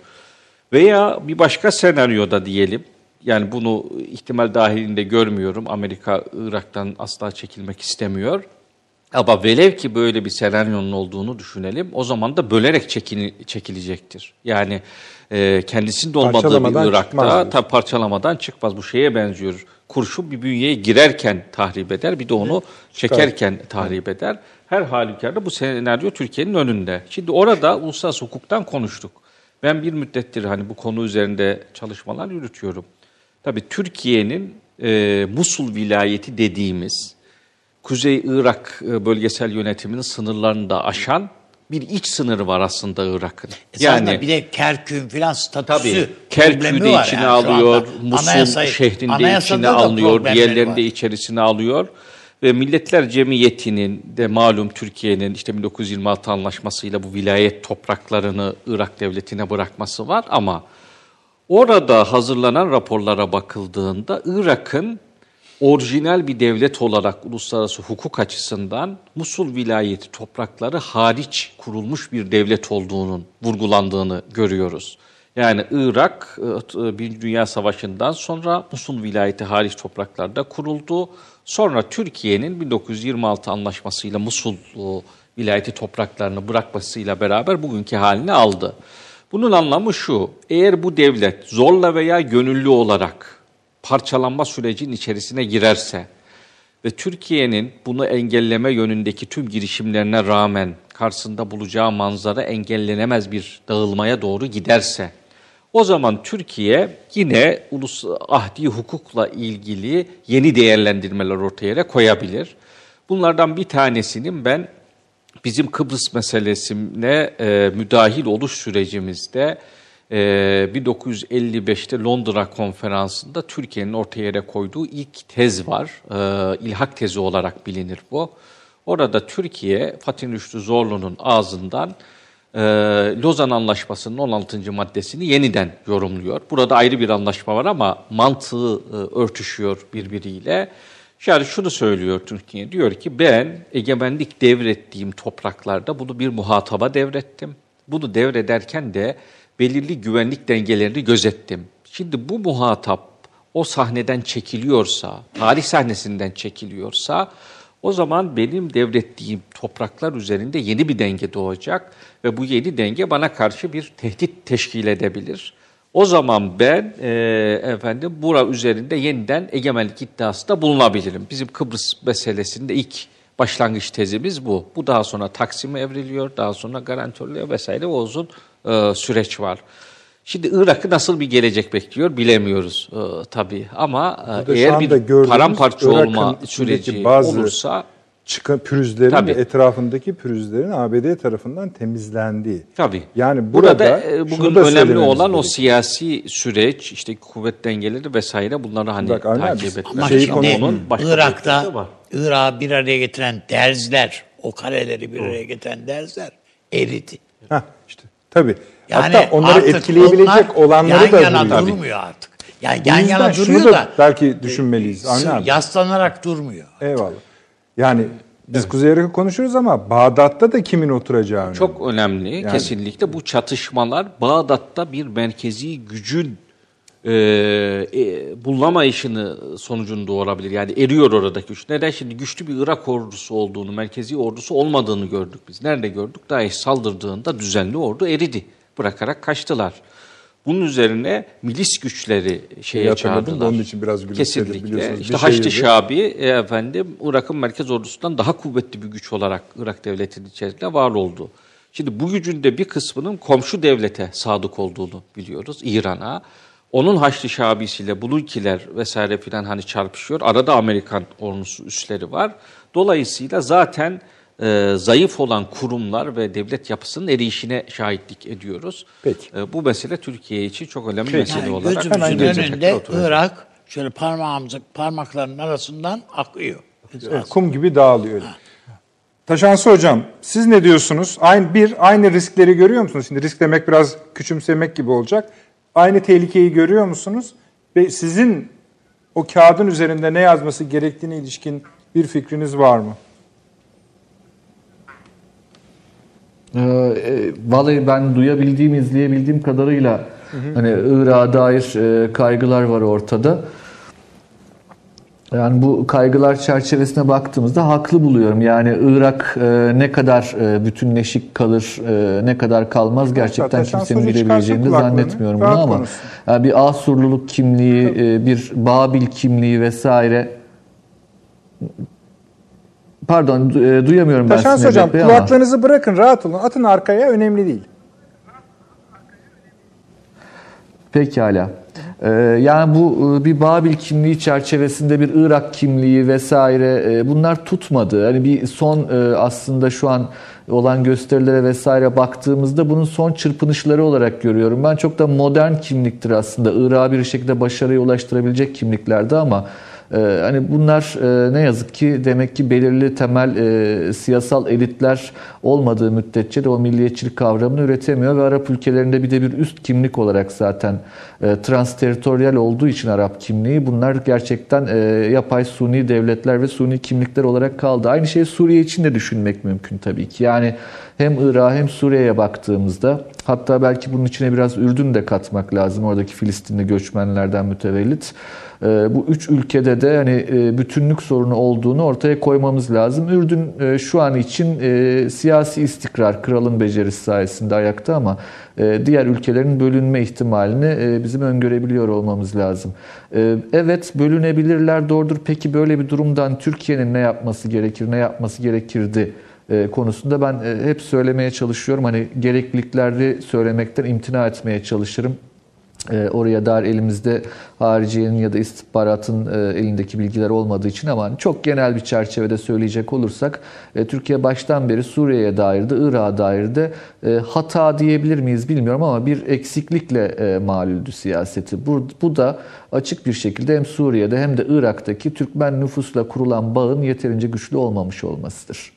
Speaker 4: Veya bir başka senaryoda diyelim, yani bunu ihtimal dahilinde görmüyorum, Amerika Irak'tan asla çekilmek istemiyor. Ama velev ki böyle bir senaryonun olduğunu düşünelim, o zaman da bölerek çekil, çekilecektir. Yani e, kendisinin de olmadığı bir Irak'ta tabi parçalamadan çıkmaz. Bu şeye benziyor. Kurşun bir bünyeye girerken tahrip eder, bir de onu çekerken tahrip eder. Her halükarda bu senaryo Türkiye'nin önünde. Şimdi orada uluslararası hukuktan konuştuk. Ben bir müddettir hani bu konu üzerinde çalışmalar yürütüyorum. Tabii Türkiye'nin e, Musul vilayeti dediğimiz Kuzey Irak bölgesel yönetiminin sınırlarını da aşan bir iç sınırı var aslında Irak'ın.
Speaker 2: Yani bir de Kerkük falan statüsü
Speaker 4: Kerkük'ü de içine yani alıyor, Musul şehrinde içine alıyor, diğerlerini de içerisine alıyor. Ve Milletler Cemiyeti'nin de malum Türkiye'nin işte bin dokuz yüz yirmi altı anlaşmasıyla bu vilayet topraklarını Irak devletine bırakması var ama orada hazırlanan raporlara bakıldığında Irak'ın orijinal bir devlet olarak uluslararası hukuk açısından Musul vilayeti toprakları hariç kurulmuş bir devlet olduğunun vurgulandığını görüyoruz. Yani Irak Birinci Dünya Savaşı'ndan sonra Musul vilayeti hariç topraklarda kuruldu. Sonra Türkiye'nin bin dokuz yüz yirmi altı anlaşmasıyla Musul vilayeti topraklarını bırakmasıyla beraber bugünkü halini aldı. Bunun anlamı şu, eğer bu devlet zorla veya gönüllü olarak parçalanma sürecinin içerisine girerse ve Türkiye'nin bunu engelleme yönündeki tüm girişimlerine rağmen karşısında bulacağı manzara engellenemez bir dağılmaya doğru giderse, o zaman Türkiye yine ulus ahdi hukukla ilgili yeni değerlendirmeler ortaya koyabilir. Bunlardan bir tanesinin ben bizim Kıbrıs meselesine e, müdahil oluş sürecimizde bin dokuz yüz elli beşte Londra Konferansı'nda Türkiye'nin ortaya koyduğu ilk tez var. İlhak tezi olarak bilinir bu. Orada Türkiye, Fatih Rüştü Zorlu'nun ağzından Lozan Anlaşması'nın on altıncı maddesini yeniden yorumluyor. Burada ayrı bir anlaşma var ama mantığı örtüşüyor birbiriyle. Yani şunu söylüyor Türkiye, diyor ki ben egemenlik devrettiğim topraklarda bunu bir muhataba devrettim. Bunu devrederken de belirli güvenlik dengelerini gözettim. Şimdi bu muhatap o sahneden çekiliyorsa, tarih sahnesinden çekiliyorsa, o zaman benim devrettiğim topraklar üzerinde yeni bir denge doğacak ve bu yeni denge bana karşı bir tehdit teşkil edebilir. O zaman ben e, efendim bura üzerinde yeniden egemenlik iddiasında bulunabilirim. Bizim Kıbrıs meselesinde ilk başlangıç tezimiz bu. Bu daha sonra Taksim'e evriliyor, daha sonra garantörlüğe vesaire o uzun e, süreç var. Şimdi Irak'ı nasıl bir gelecek bekliyor bilemiyoruz e, tabii ama e, eğer bir paramparça olma süreci olursa
Speaker 1: çıkan pürüzlerin
Speaker 4: tabii.
Speaker 1: etrafındaki pürüzlerin A B D tarafından temizlendiği.
Speaker 4: Tabii.
Speaker 1: Yani burada,
Speaker 4: burada e, bugün önemli olan gerekiyor. O siyasi süreç, işte kuvvet dengeleri vesaire bunları hani Bak, takip etmek.
Speaker 2: Ama
Speaker 4: şey
Speaker 2: şimdi Irak'ta Irak'ı bir araya getiren derzler, o kareleri bir araya getiren derzler eridi.
Speaker 1: Heh, işte tabii.
Speaker 2: Yani
Speaker 1: hatta onları etkileyebilecek olanları
Speaker 2: yan
Speaker 1: da
Speaker 2: yana
Speaker 1: buluyor.
Speaker 2: durmuyor artık. Yani yan yana duruyor da, da
Speaker 1: belki düşünmeliyiz. Anladın
Speaker 2: yaslanarak durmuyor.
Speaker 1: Eyvallah. Yani biz evet. Kuzey Irak'ı konuşuyoruz ama Bağdat'ta da kimin oturacağı önemli.
Speaker 4: Çok önemli. Yani. Kesinlikle bu çatışmalar Bağdat'ta bir merkezi gücün e, e, bulamayışını sonucunu doğurabilir. Yani eriyor oradaki güç. Neden? Şimdi güçlü bir Irak ordusu olduğunu, merkezi ordusu olmadığını gördük biz. Nerede gördük? DAEŞ saldırdığında düzenli ordu eridi. Bırakarak kaçtılar. Bunun üzerine milis güçleri şeye çağırdılar.
Speaker 1: Onun için biraz
Speaker 4: kesinlikle. İşte Haçlı Şabi e, efendim Irak'ın merkez ordusundan daha kuvvetli bir güç olarak Irak devletinin içerisinde var oldu. Şimdi bu gücün de bir kısmının komşu devlete sadık olduğunu biliyoruz, İran'a. Onun Haçlı Şabi'siyle Bulukiler vesaire filan hani çarpışıyor. Arada Amerikan ordusu üsleri var. Dolayısıyla zaten e, zayıf olan kurumlar ve devlet yapısının erişine şahitlik ediyoruz.
Speaker 1: Peki.
Speaker 4: E, bu mesele Türkiye için çok önemli
Speaker 1: Peki.
Speaker 4: mesele
Speaker 2: yani
Speaker 4: olarak.
Speaker 2: Gözümüzün önünde Irak şöyle parmağımızın parmaklarının arasından akıyor.
Speaker 1: Evet, kum gibi dağılıyor. Ha. Taşansı Hocam, siz ne diyorsunuz? Aynı bir aynı riskleri görüyor musunuz? Şimdi risk demek biraz küçümsemek gibi olacak. Aynı tehlikeyi görüyor musunuz? Ve sizin o kağıdın üzerinde ne yazması gerektiğine ilişkin bir fikriniz var mı?
Speaker 3: Ee, vallahi ben duyabildiğim, izleyebildiğim kadarıyla hı hı. hani Irak'a dair e, kaygılar var ortada. Yani bu kaygılar çerçevesine baktığımızda haklı buluyorum. Yani Irak e, ne kadar e, bütünleşik kalır, e, ne kadar kalmaz gerçekten kimsenin bilebileceğini de zannetmiyorum bunu ama yani bir Asurluluk kimliği, e, bir Babil kimliği vesaire. Pardon, e, duyamıyorum ben
Speaker 1: Taşans
Speaker 3: sizi.
Speaker 1: Hocam, kulaklarınızı ama. Bırakın, rahat olun. Atın arkaya, önemli değil. Pekala.
Speaker 3: Ee, yani bu bir Babil kimliği çerçevesinde bir Irak kimliği vesaire bunlar tutmadı. Hani bir son aslında şu an olan gösterilere vesaire baktığımızda bunun son çırpınışları olarak görüyorum. Ben çok da modern kimliktir aslında. Irak'ı bir şekilde başarıya ulaştırabilecek kimliklerdi ama Ee, hani bunlar e, ne yazık ki demek ki belirli temel e, siyasal elitler olmadığı müddetçe de o milliyetçilik kavramını üretemiyor ve Arap ülkelerinde bir de bir üst kimlik olarak zaten e, transteritoryal olduğu için Arap kimliği bunlar gerçekten e, yapay suni devletler ve suni kimlikler olarak kaldı. Aynı şeyi Suriye için de düşünmek mümkün tabii ki. Yani hem Irak'a hem Suriye'ye baktığımızda hatta belki bunun içine biraz Ürdün de katmak lazım oradaki Filistinli göçmenlerden mütevellit. Bu üç ülkede de yani bütünlük sorunu olduğunu ortaya koymamız lazım. Ürdün şu an için siyasi istikrar, kralın becerisi sayesinde ayakta ama diğer ülkelerin bölünme ihtimalini bizim öngörebiliyor olmamız lazım. Evet, bölünebilirler, doğrudur. Peki böyle bir durumdan Türkiye'nin ne yapması gerekir, ne yapması gerekirdi konusunda ben hep söylemeye çalışıyorum. Hani gereklilikleri söylemekten imtina etmeye çalışırım. Oraya dair elimizde hariciyenin ya da istihbaratın elindeki bilgiler olmadığı için ama çok genel bir çerçevede söyleyecek olursak Türkiye baştan beri Suriye'ye dair de Irak'a dair de hata diyebilir miyiz bilmiyorum ama bir eksiklikle malüldü siyaseti. Bu, bu da açık bir şekilde hem Suriye'de hem de Irak'taki Türkmen nüfusla kurulan bağın yeterince güçlü olmamış olmasıdır.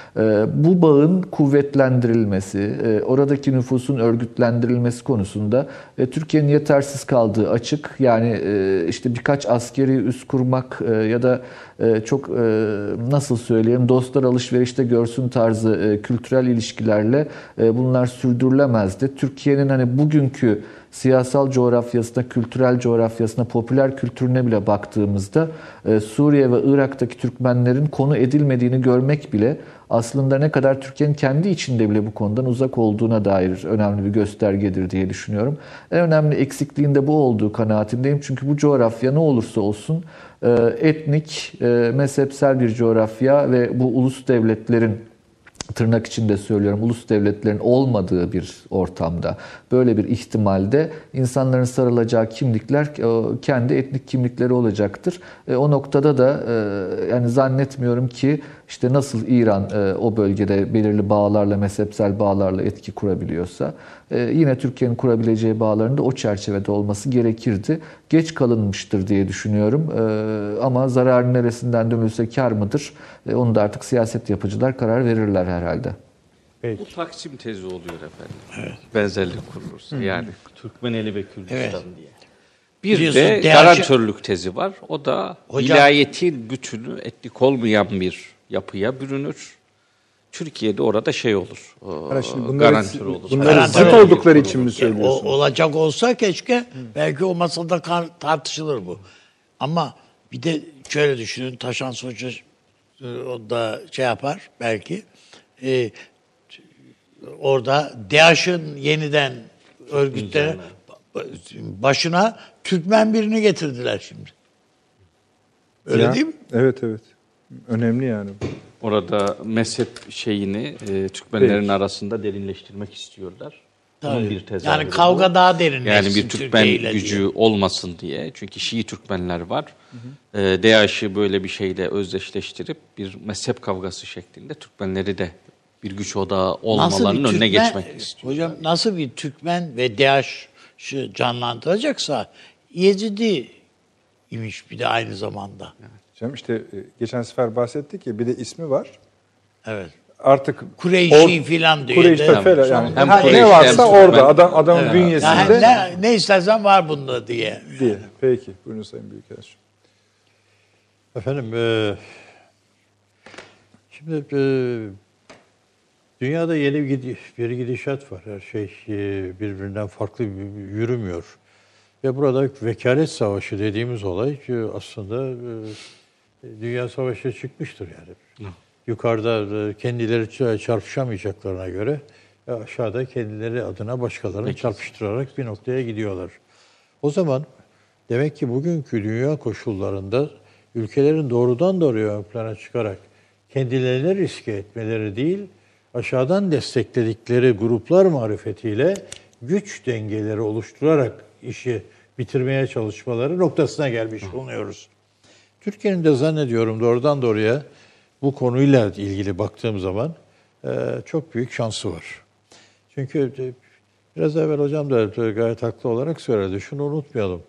Speaker 3: Bu bağın kuvvetlendirilmesi, oradaki nüfusun örgütlendirilmesi konusunda Türkiye'nin yetersiz kaldığı açık. Yani işte birkaç askeri üs kurmak ya da çok nasıl söyleyeyim dostlar alışverişte görsün tarzı kültürel ilişkilerle bunlar sürdürülemezdi. Türkiye'nin hani bugünkü siyasal coğrafyasına, kültürel coğrafyasına, popüler kültürüne bile baktığımızda Suriye ve Irak'taki Türkmenlerin konu edilmediğini görmek bile aslında ne kadar Türkiye'nin kendi içinde bile bu konudan uzak olduğuna dair önemli bir göstergedir diye düşünüyorum. En önemli eksikliğinde bu olduğu kanaatindeyim. Çünkü bu coğrafya ne olursa olsun etnik, mezhepsel bir coğrafya ve bu ulus devletlerin, tırnak içinde söylüyorum, ulus devletlerin olmadığı bir ortamda, böyle bir ihtimalde insanların sarılacağı kimlikler kendi etnik kimlikleri olacaktır. O noktada da yani zannetmiyorum ki işte nasıl İran o bölgede belirli bağlarla, mezhepsel bağlarla etki kurabiliyorsa yine Türkiye'nin kurabileceği bağların da o çerçevede olması gerekirdi. Geç kalınmıştır diye düşünüyorum. Ama zararın neresinden dönülse kar mıdır? Onu da artık siyaset yapıcılar karar verirler herhalde.
Speaker 4: Peki. Bu Taksim tezi oluyor efendim. Evet. Benzerlik kurulursa. Hı. Yani Türkmeneli ve Kürdistan evet. diye. Bir Biliyorsun, de D H... garantörlük tezi var. O da Hocam... vilayetin bütünü etnik olmayan bir yapıya bürünür. Türkiye'de orada şey olur. Garantör olur.
Speaker 1: Bunların zıt oldukları için mi söylüyorsunuz?
Speaker 2: O, olacak olsa keşke Hı. belki o masada tartışılır bu. Ama bir de şöyle düşünün. Taşan Hoca o da şey yapar belki. Ee, orada D A Ş'ın yeniden örgütte başına Türkmen birini getirdiler şimdi. Öyle ya, değil mi?
Speaker 1: Evet evet. Önemli yani.
Speaker 4: Orada mezhep şeyini e, Türkmenlerin evet. arasında derinleştirmek istiyorlar.
Speaker 2: Tabii. Bir yani kavga bu. Daha derinleşsin.
Speaker 4: Yani bir Türkmen gücü diye. Olmasın diye. Çünkü Şii Türkmenler var. Hı hı. E, D A Ş'ı böyle bir şeyle özdeşleştirip bir mezhep kavgası şeklinde Türkmenleri de bir güç odağı olmalarının önüne Türkmen, geçmek istiyor.
Speaker 2: Hocam nasıl bir Türkmen ve D A Ş'ı canlandıracaksa Yezidi imiş bir de aynı zamanda.
Speaker 1: Evet. Canım işte geçen sefer bahsettik ya bir de ismi var.
Speaker 2: Evet.
Speaker 1: Artık
Speaker 2: Kureyşi filan diyor.
Speaker 1: Kureyş tefela yani. Hem her ne varsa hem orada adam adamın evet. bünyesinde.
Speaker 2: Yani ne, ne istersen var bunda diye.
Speaker 1: Diye. Peki. Buyurun Sayın Büyükelçi.
Speaker 5: Efendim e, şimdi e, dünyada yeni bir gidişat var. Her şey birbirinden farklı yürümüyor. Ve burada vekalet savaşı dediğimiz olay aslında dünya savaşa çıkmıştır yani. Hı. Yukarıda kendileri çarpışamayacaklarına göre aşağıda kendileri adına başkalarını Peki. çarpıştırarak bir noktaya gidiyorlar. O zaman demek ki bugünkü dünya koşullarında ülkelerin doğrudan doğruya ön plana çıkarak kendilerini riske etmeleri değil, aşağıdan destekledikleri gruplar marifetiyle güç dengeleri oluşturarak işi bitirmeye çalışmaları noktasına gelmiş bulunuyoruz. Türkiye'nin de zannediyorum doğrudan doğruya bu konuyla ilgili baktığım zaman çok büyük şansı var. Çünkü biraz evvel hocam da gayet haklı olarak söyledi. Şunu unutmayalım.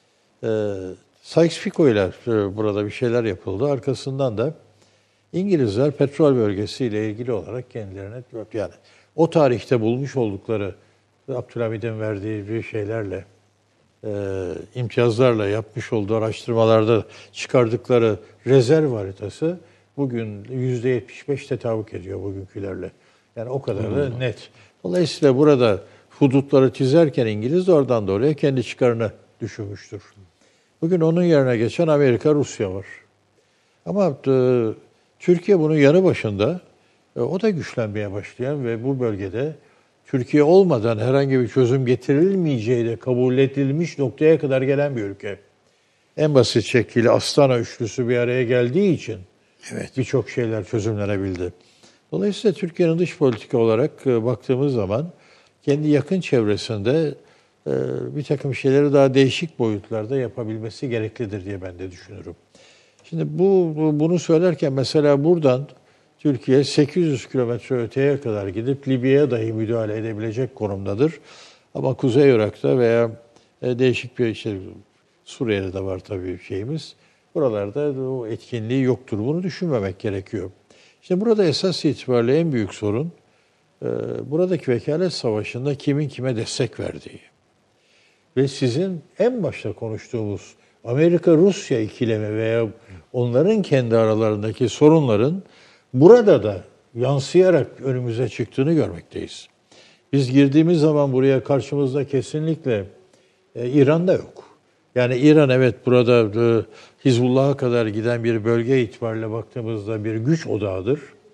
Speaker 5: Sykes-Picot ile burada bir şeyler yapıldı. Arkasından da İngilizler petrol bölgesiyle ilgili olarak kendilerine yani o tarihte bulmuş oldukları Abdülhamid'in verdiği bir şeylerle e, imtiyazlarla yapmış olduğu araştırmalarda çıkardıkları rezerv haritası bugün yüzde yetmiş beş tetabuk ediyor bugünkülerle. Yani o kadar da hmm. net. Dolayısıyla burada hudutları çizerken İngiliz de oradan doğruya kendi çıkarını düşünmüştür. Bugün onun yerine geçen Amerika, Rusya var. Ama e, Türkiye bunun yanı başında e, o da güçlenmeye başlayan ve bu bölgede Türkiye olmadan herhangi bir çözüm getirilmeyeceği de kabul edilmiş noktaya kadar gelen bir ülke. En basit şekliyle Astana üçlüsü bir araya geldiği için evet. birçok şeyler çözümlenebildi. Dolayısıyla Türkiye'nin dış politika olarak baktığımız zaman kendi yakın çevresinde bir takım şeyleri daha değişik boyutlarda yapabilmesi gereklidir diye ben de düşünüyorum. Şimdi bu bunu söylerken mesela buradan Türkiye sekiz yüz kilometre öteye kadar gidip Libya'ya dahi müdahale edebilecek konumdadır. Ama Kuzey Irak'ta veya değişik bir işte Suriye'de de var tabii şeyimiz. Buralarda o etkinliği yoktur. Bunu düşünmemek gerekiyor. İşte burada esas itibariyle en büyük sorun buradaki vekalet savaşında kimin kime destek verdiği. Ve sizin en başta konuştuğumuz Amerika-Rusya ikilemi veya onların kendi aralarındaki sorunların burada da yansıyarak önümüze çıktığını görmekteyiz. Biz girdiğimiz zaman buraya karşımızda kesinlikle e, İran da yok. Yani İran evet burada e, Hizbullah'a kadar giden bir bölge itibariyle baktığımızda bir güç odağıdır.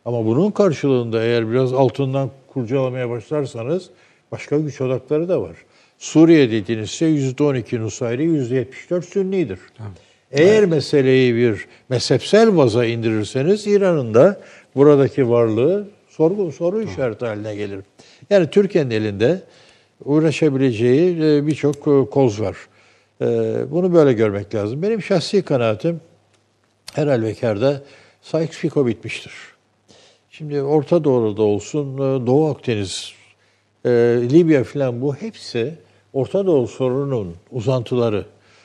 Speaker 5: Ama bunun karşılığında eğer biraz altından kurcalamaya başlarsanız başka güç odakları da var. Suriye dediğiniz şey yüzde on iki Nusayri, yüzde yetmiş dört Sünnidir. Tamam. Eğer evet. meseleyi bir mezhepsel baza indirirseniz İran'ın da buradaki varlığı sorgu soru tamam. işareti haline gelir. Yani Türkiye'nin elinde uğraşabileceği birçok koz var. Bunu böyle görmek lazım. Benim şahsi kanaatim her halükarda Sykes-Picot bitmiştir. Şimdi Orta Doğu'da olsun, Doğu Akdeniz, Libya falan bu hepsi Orta Doğu sorununun uzantıları.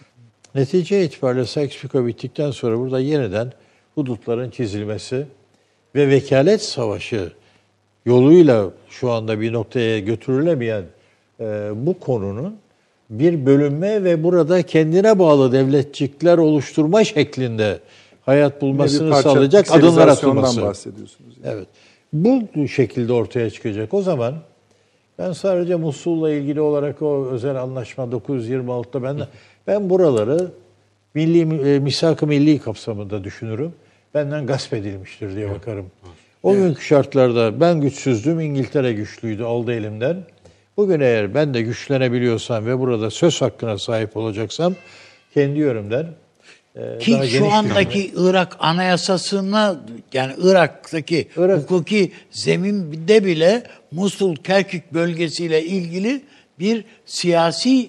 Speaker 5: Netice itibariyle Sykes-Picot bittikten sonra burada yeniden hudutların çizilmesi ve vekalet savaşı yoluyla şu anda bir noktaya götürülemeyen e, bu konunun bir bölünme ve burada kendine bağlı devletçikler oluşturma şeklinde hayat bulmasını sağlayacak adımlar atılması.
Speaker 1: Bahsediyorsunuz yani.
Speaker 5: Evet. Bu şekilde ortaya çıkacak. O zaman ben sadece Musul'la ilgili olarak o özel anlaşma dokuz yüz yirmi altıda ben ben buraları milli misak-ı milli kapsamında düşünürüm. Benden gasp edilmiştir diye bakarım. O evet. günkü şartlarda ben güçsüzdüm, İngiltere güçlüydü, aldı elimden. Bugün eğer ben de güçlenebiliyorsam ve burada söz hakkına sahip olacaksam kendi yönümden e,
Speaker 2: ki daha şu andaki düşünme. Irak anayasasına yani Irak'taki Irak, hukuki zeminde bile Musul Kerkük bölgesiyle ilgili bir siyasi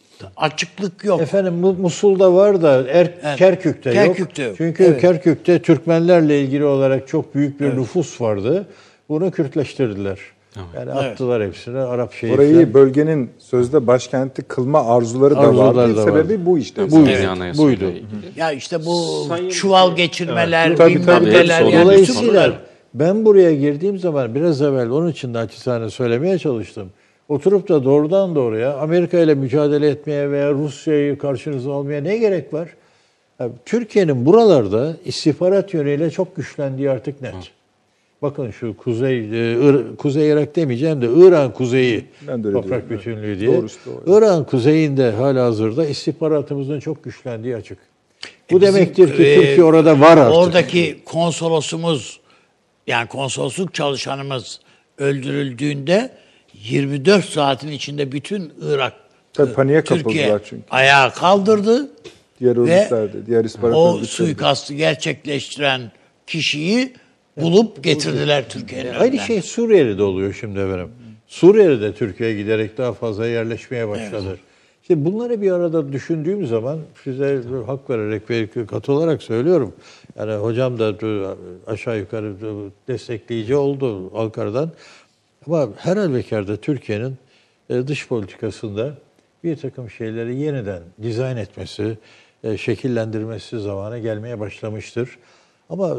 Speaker 2: açıklık yok.
Speaker 5: Efendim Musul'da var da er, evet. Kerkük'te,
Speaker 2: Kerkük'te
Speaker 5: yok.
Speaker 2: yok.
Speaker 5: Çünkü evet. Kerkük'te Türkmenlerle ilgili olarak çok büyük bir evet. nüfus vardı. Bunu Kürtleştirdiler. Evet. Yani attılar evet. hepsini Arap şehirler.
Speaker 1: Orayı bölgenin sözde başkenti kılma arzuları, arzuları da vardı. Da sebebi vardı. Bu işte.
Speaker 5: Buydu. Evet. Buydu.
Speaker 2: Ya işte bu Sayın çuval geçirmeler,
Speaker 5: evet. tabii, tabii, bilmeler. Yani dolayısıyla ben buraya girdiğim zaman biraz evvel onun için de açıkçası söylemeye çalıştım. Oturup da doğrudan doğruya Amerika ile mücadele etmeye veya Rusya'yı karşınıza almaya ne gerek var? Yani Türkiye'nin buralarda istihbarat yönüyle çok güçlendiği artık net. Hı. Bakın şu Kuzey Ir, Kuzey Irak demeyeceğim de İran kuzeyi toprak bütünlüğü diye. Doğrusu, doğru. İran kuzeyinde halihazırda istihbaratımızın çok güçlendiği açık. Bu e demektir bizim, ki e, Türkiye orada var artık.
Speaker 2: Oradaki konsolosumuz yani konsolosluk çalışanımız öldürüldüğünde yirmi dört saatin içinde bütün Irak,
Speaker 1: tabii paniğe
Speaker 2: Türkiye
Speaker 1: çünkü.
Speaker 2: ayağa kaldırdı.
Speaker 1: Diğer
Speaker 2: ve
Speaker 1: diğer
Speaker 2: o suikastı gerçekleştiren kişiyi bulup getirdiler Türkiye'ye.
Speaker 5: Aynı şey Suriye'de de oluyor şimdi efendim. Suriye'de de Türkiye giderek daha fazla yerleşmeye başladı. Evet. İşte bunları bir arada düşündüğüm zaman size hak vererek ve katılarak söylüyorum. Yani hocam da aşağı yukarı destekleyici oldu Ankara'dan. Ama her halükarda Türkiye'nin dış politikasında bir takım şeyleri yeniden dizayn etmesi, şekillendirmesi zamanı gelmeye başlamıştır. Ama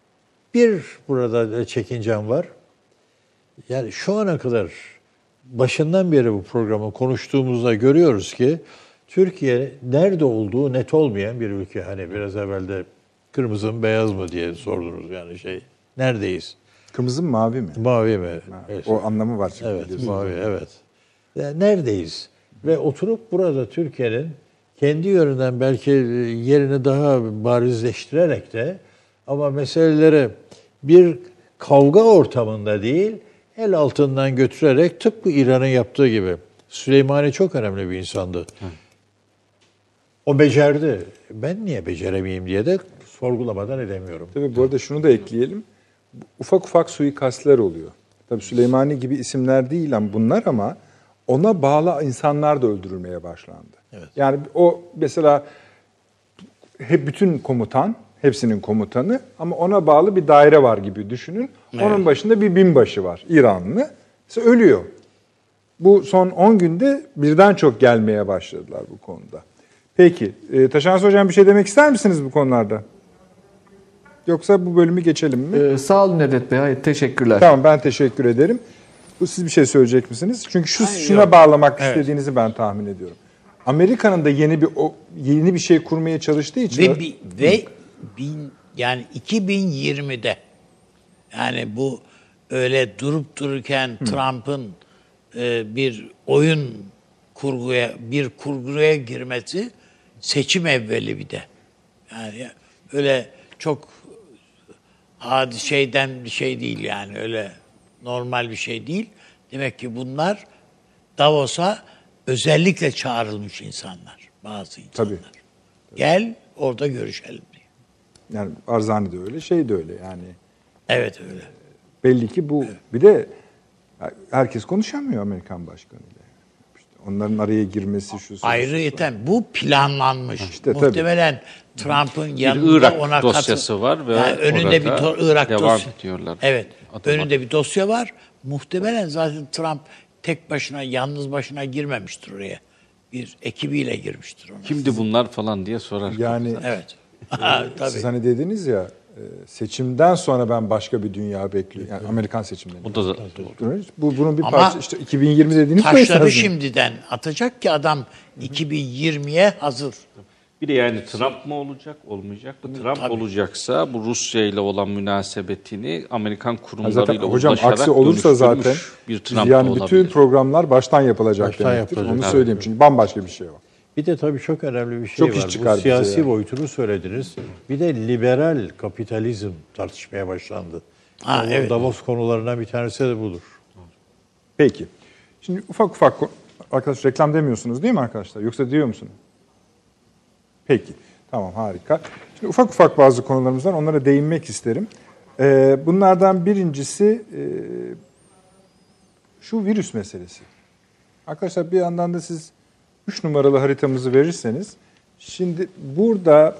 Speaker 5: bir burada çekincem var. Yani şu ana kadar başından beri bu programı konuştuğumuzda görüyoruz ki Türkiye nerede olduğu net olmayan bir ülke. Hani biraz evvel de kırmızı mı beyaz mı diye sordunuz yani şey. Neredeyiz?
Speaker 1: Kırmızı mı mavi mi?
Speaker 5: Mavi mi?
Speaker 1: Evet. O anlamı var çünkü.
Speaker 5: Evet, mavi, evet. Yani neredeyiz? Ve oturup burada Türkiye'nin kendi yönünden belki yerini daha barizleştirerek de ama meseleleri bir kavga ortamında değil, el altından götürerek tıpkı İran'ın yaptığı gibi. Süleymani çok önemli bir insandı. Hı. O becerdi. Ben niye beceremeyeyim diye de sorgulamadan edemiyorum.
Speaker 1: Tabii bu arada şunu da ekleyelim. Ufak ufak suikastler oluyor. Tabii Süleymani gibi isimler değil ama bunlar ama ona bağlı insanlar da öldürülmeye başlandı. Evet. Yani o mesela hep bütün komutan, hepsinin komutanı ama ona bağlı bir daire var gibi düşünün. Evet. Onun başında bir binbaşı var, İranlı. Mesela ölüyor. Bu son on günde birden çok gelmeye başladılar bu konuda. Peki, e, Taşans Hocam bir şey demek ister misiniz bu konularda? Yoksa bu bölümü geçelim mi?
Speaker 3: Ee, sağ olun Nedet Bey, hayır, teşekkürler.
Speaker 1: Tamam, ben teşekkür ederim. Bu siz bir şey söyleyecek misiniz? Çünkü şu Hayır, şuna yok. bağlamak evet. istediğinizi ben tahmin ediyorum. Amerika'nın da yeni bir o, yeni bir şey kurmaya çalıştığı için
Speaker 2: ve bir, ve bin, yani iki bin yirmide yani bu öyle durup dururken Hı. Trump'ın e, bir oyun kurguya bir kurguya girmesi seçim evveli bir de. Yani öyle çok hadi şeyden bir şey değil yani, öyle normal bir şey değil. Demek ki bunlar Davos'a özellikle çağrılmış insanlar, bazı insanlar.
Speaker 1: Tabii.
Speaker 2: Gel orada görüşelim diye.
Speaker 1: Yani Barzani de öyle, şey de öyle yani.
Speaker 2: Evet öyle.
Speaker 1: Belli ki bu, evet. Bir de herkes konuşamıyor Amerikan başkanıyla. İşte onların araya girmesi şu.
Speaker 2: Ayrıyeten bu planlanmış. İşte, muhtemelen tabii. Trump'ın yanında
Speaker 4: bir Irak
Speaker 2: ona
Speaker 4: dosyası
Speaker 2: katı,
Speaker 4: var ve
Speaker 2: yani önünde bir to- Irak
Speaker 4: devam
Speaker 2: dosya,
Speaker 4: ediyorlar.
Speaker 2: Evet.
Speaker 4: Adım
Speaker 2: önünde adım. bir dosya var. Muhtemelen zaten Trump tek başına, yalnız başına girmemiştir oraya. Bir ekibiyle girmiştir ona.
Speaker 4: Kimdi bunlar falan diye sorar.
Speaker 1: Yani
Speaker 2: evet.
Speaker 1: e, siz hani dediniz ya, seçimden sonra ben başka bir dünya bekliyorum. Yani Amerikan seçimleri.
Speaker 4: Bu da doğru.
Speaker 1: Bu bunun bir
Speaker 2: Ama
Speaker 1: parça. İşte iki bin yirmi dediğiniz
Speaker 2: taşları şimdiden atacak ki adam iki bin yirmiye hazır.
Speaker 4: Bir de yani Trump mı olacak, olmayacak mı? Trump Tabii. olacaksa bu Rusya ile olan münasebetini Amerikan kurumlarıyla
Speaker 1: zaten, hocam,
Speaker 4: uzlaşarak
Speaker 1: aksi olursa zaten
Speaker 4: bir Trump
Speaker 1: yani
Speaker 4: olabilir.
Speaker 1: Bütün programlar baştan yapılacak
Speaker 5: baştan
Speaker 1: demektir.
Speaker 5: Yapılacak.
Speaker 1: Onu
Speaker 5: Evet.
Speaker 1: söyleyeyim çünkü bambaşka bir şey var.
Speaker 5: Bir de tabii çok önemli bir şey
Speaker 1: çok
Speaker 5: var. Bu siyasi
Speaker 1: yani.
Speaker 5: boyutunu söylediniz. Bir de liberal kapitalizm tartışmaya başlandı.
Speaker 2: Ha,
Speaker 5: Davos,
Speaker 2: evet.
Speaker 5: Davos konularından bir tanesi de budur.
Speaker 1: Peki. Şimdi ufak ufak arkadaşlar, reklam demiyorsunuz değil mi arkadaşlar? Yoksa diyor musunuz? Peki. Tamam, harika. Şimdi ufak ufak bazı konularımız var. Onlara değinmek isterim. Ee, bunlardan birincisi e, şu virüs meselesi. Arkadaşlar bir yandan da siz üç numaralı haritamızı verirseniz, şimdi burada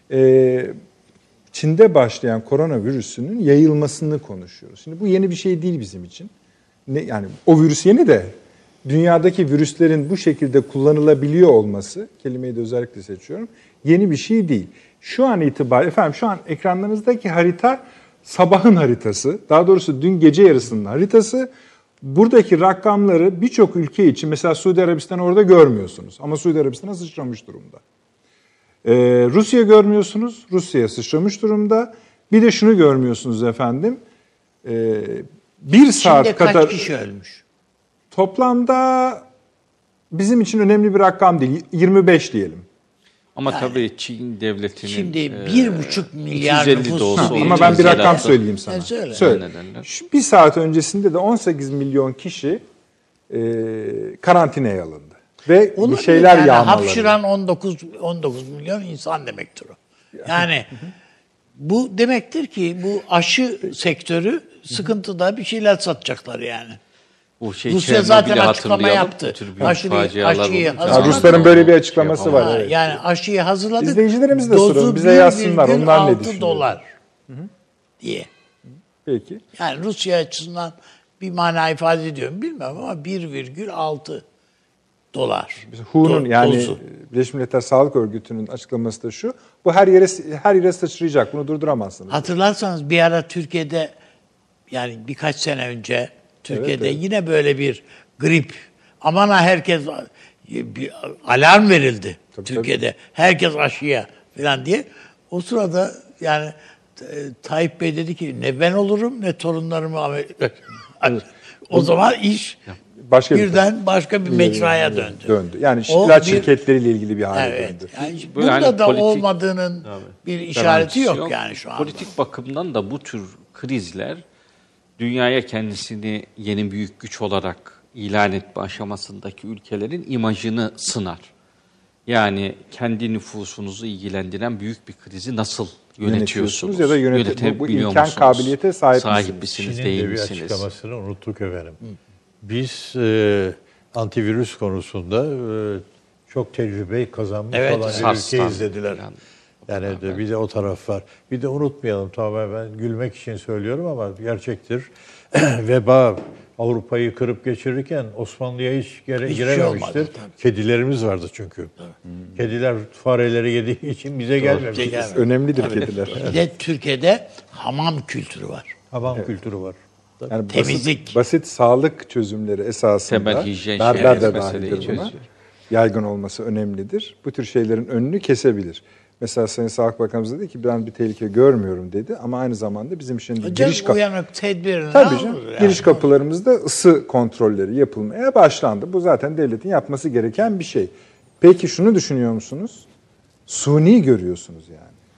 Speaker 1: e, Çin'de başlayan koronavirüsünün yayılmasını konuşuyoruz. Şimdi bu yeni bir şey değil bizim için. Ne, yani o virüs yeni de dünyadaki virüslerin bu şekilde kullanılabiliyor olması, kelimeyi de özellikle seçiyorum, yeni bir şey değil. Şu an itibariyle, efendim şu an ekranlarınızdaki harita sabahın haritası, daha doğrusu dün gece yarısının haritası. Buradaki rakamları birçok ülke için, mesela Suudi Arabistan orada görmüyorsunuz. Ama Suudi Arabistan'a sıçramış durumda. Ee, Rusya görmüyorsunuz, Rusya'ya sıçramış durumda. Bir de şunu görmüyorsunuz efendim. Ee, bir saat
Speaker 2: Çin'de
Speaker 1: kadar...
Speaker 2: kaç kişi ölmüş?
Speaker 1: Toplamda bizim için önemli bir rakam değil, yirmi beş diyelim.
Speaker 4: Ama
Speaker 2: Yani,
Speaker 4: tabii Çin devletinin...
Speaker 2: Şimdi
Speaker 4: e,
Speaker 2: bir buçuk milyar nüfus.
Speaker 4: olsa
Speaker 1: ama ben bir rakam söyleyeyim sana.
Speaker 2: Yani söyle.
Speaker 1: Söyle. Şu bir saat öncesinde de on sekiz milyon kişi e, karantinaya alındı. Ve
Speaker 2: Olur
Speaker 1: bu şeyler
Speaker 2: yani
Speaker 1: yağmaları.
Speaker 2: Hapşıran on dokuz on dokuz milyon insan demektir o. Yani bu demektir ki bu aşı sektörü sıkıntıda, bir şeyler satacaklar yani.
Speaker 4: Bu şey
Speaker 2: Rusya zaten açıklama yaptı. Aşıyı, aşıyı
Speaker 1: ya Rusların böyle bir açıklaması şey var.
Speaker 2: Ha,
Speaker 1: evet.
Speaker 2: Yani aşıyı hazırladık.
Speaker 1: İzleyicilerimiz de sorun. Bize yazsınlar. Onlar ne düşünüyor?
Speaker 2: dolar diye.
Speaker 1: Peki.
Speaker 2: Yani Rusya açısından bir mana ifade ediyorum bilmiyorum ama bir virgül altı dolar.
Speaker 1: H U'nun yani dozu. Birleşmiş Milletler Sağlık Örgütü'nün açıklaması da şu. Bu her yere her yere sıçrayacak. Bunu durduramazsınız.
Speaker 2: Hatırlarsanız bir ara Türkiye'de, yani birkaç sene önce Türkiye'de evet, evet. yine böyle bir grip, aman ha herkes, bir alarm verildi tabii, Türkiye'de. Tabii. Herkes aşıya falan diye. O sırada yani Tayyip Bey dedi ki ne ben olurum ne torunlarımı Amerika. O zaman iş başka birden bir başka bir mecraya döndü. Döndü.
Speaker 1: Yani ilaç şirketleriyle ilgili bir hale
Speaker 2: evet,
Speaker 1: döndü.
Speaker 2: Yani burada yani da politik, olmadığının tabii, bir işareti yok, yok yani şu anda.
Speaker 4: Politik bakımdan da bu tür krizler dünyaya kendisini yeni büyük güç olarak ilan etme aşamasındaki ülkelerin imajını sınar. Yani kendi nüfusunuzu ilgilendiren büyük bir krizi nasıl yönetiyorsunuz?
Speaker 1: Ya da yönetim, bu imkan kabiliyete sahip,
Speaker 4: sahip misiniz,
Speaker 5: Çin'in
Speaker 4: değil
Speaker 5: de bir
Speaker 4: misiniz?
Speaker 5: açıklamasını unuttuk efendim. Hı. Biz e, antivirüs konusunda e, çok tecrübe kazanmış evet, olan bir ülke izlediler. Yani, yani de, bir de o taraf var. Bir de unutmayalım, tamamen ben gülmek için söylüyorum ama gerçektir. Veba Avrupa'yı kırıp geçirirken Osmanlı'ya hiç gire, girememiştir. Şey olmadı, kedilerimiz vardı çünkü. Hmm. Kediler fareleri yediği için bize gelmemiştir.
Speaker 1: Önemlidir tabii, kediler.
Speaker 2: Bir de Türkiye'de hamam kültürü var.
Speaker 5: Hamam
Speaker 1: evet.
Speaker 5: kültürü var.
Speaker 1: Yani
Speaker 2: temizlik.
Speaker 1: Basit, basit sağlık çözümleri esasında berber de dahildir buna. Yaygın olması önemlidir. Bu tür şeylerin önünü kesebilir. Mesela Sayın Sağlık Bakanımız dedi ki ben bir tehlike görmüyorum dedi ama aynı zamanda bizim şimdi
Speaker 2: Hocam,
Speaker 1: giriş kapı
Speaker 2: uyanık tedbirini
Speaker 1: Tabii canım, yani. Giriş kapılarımızda ısı kontrolleri yapılmaya başlandı. Bu zaten devletin yapması gereken bir şey. Peki şunu düşünüyor musunuz? Suni görüyorsunuz yani.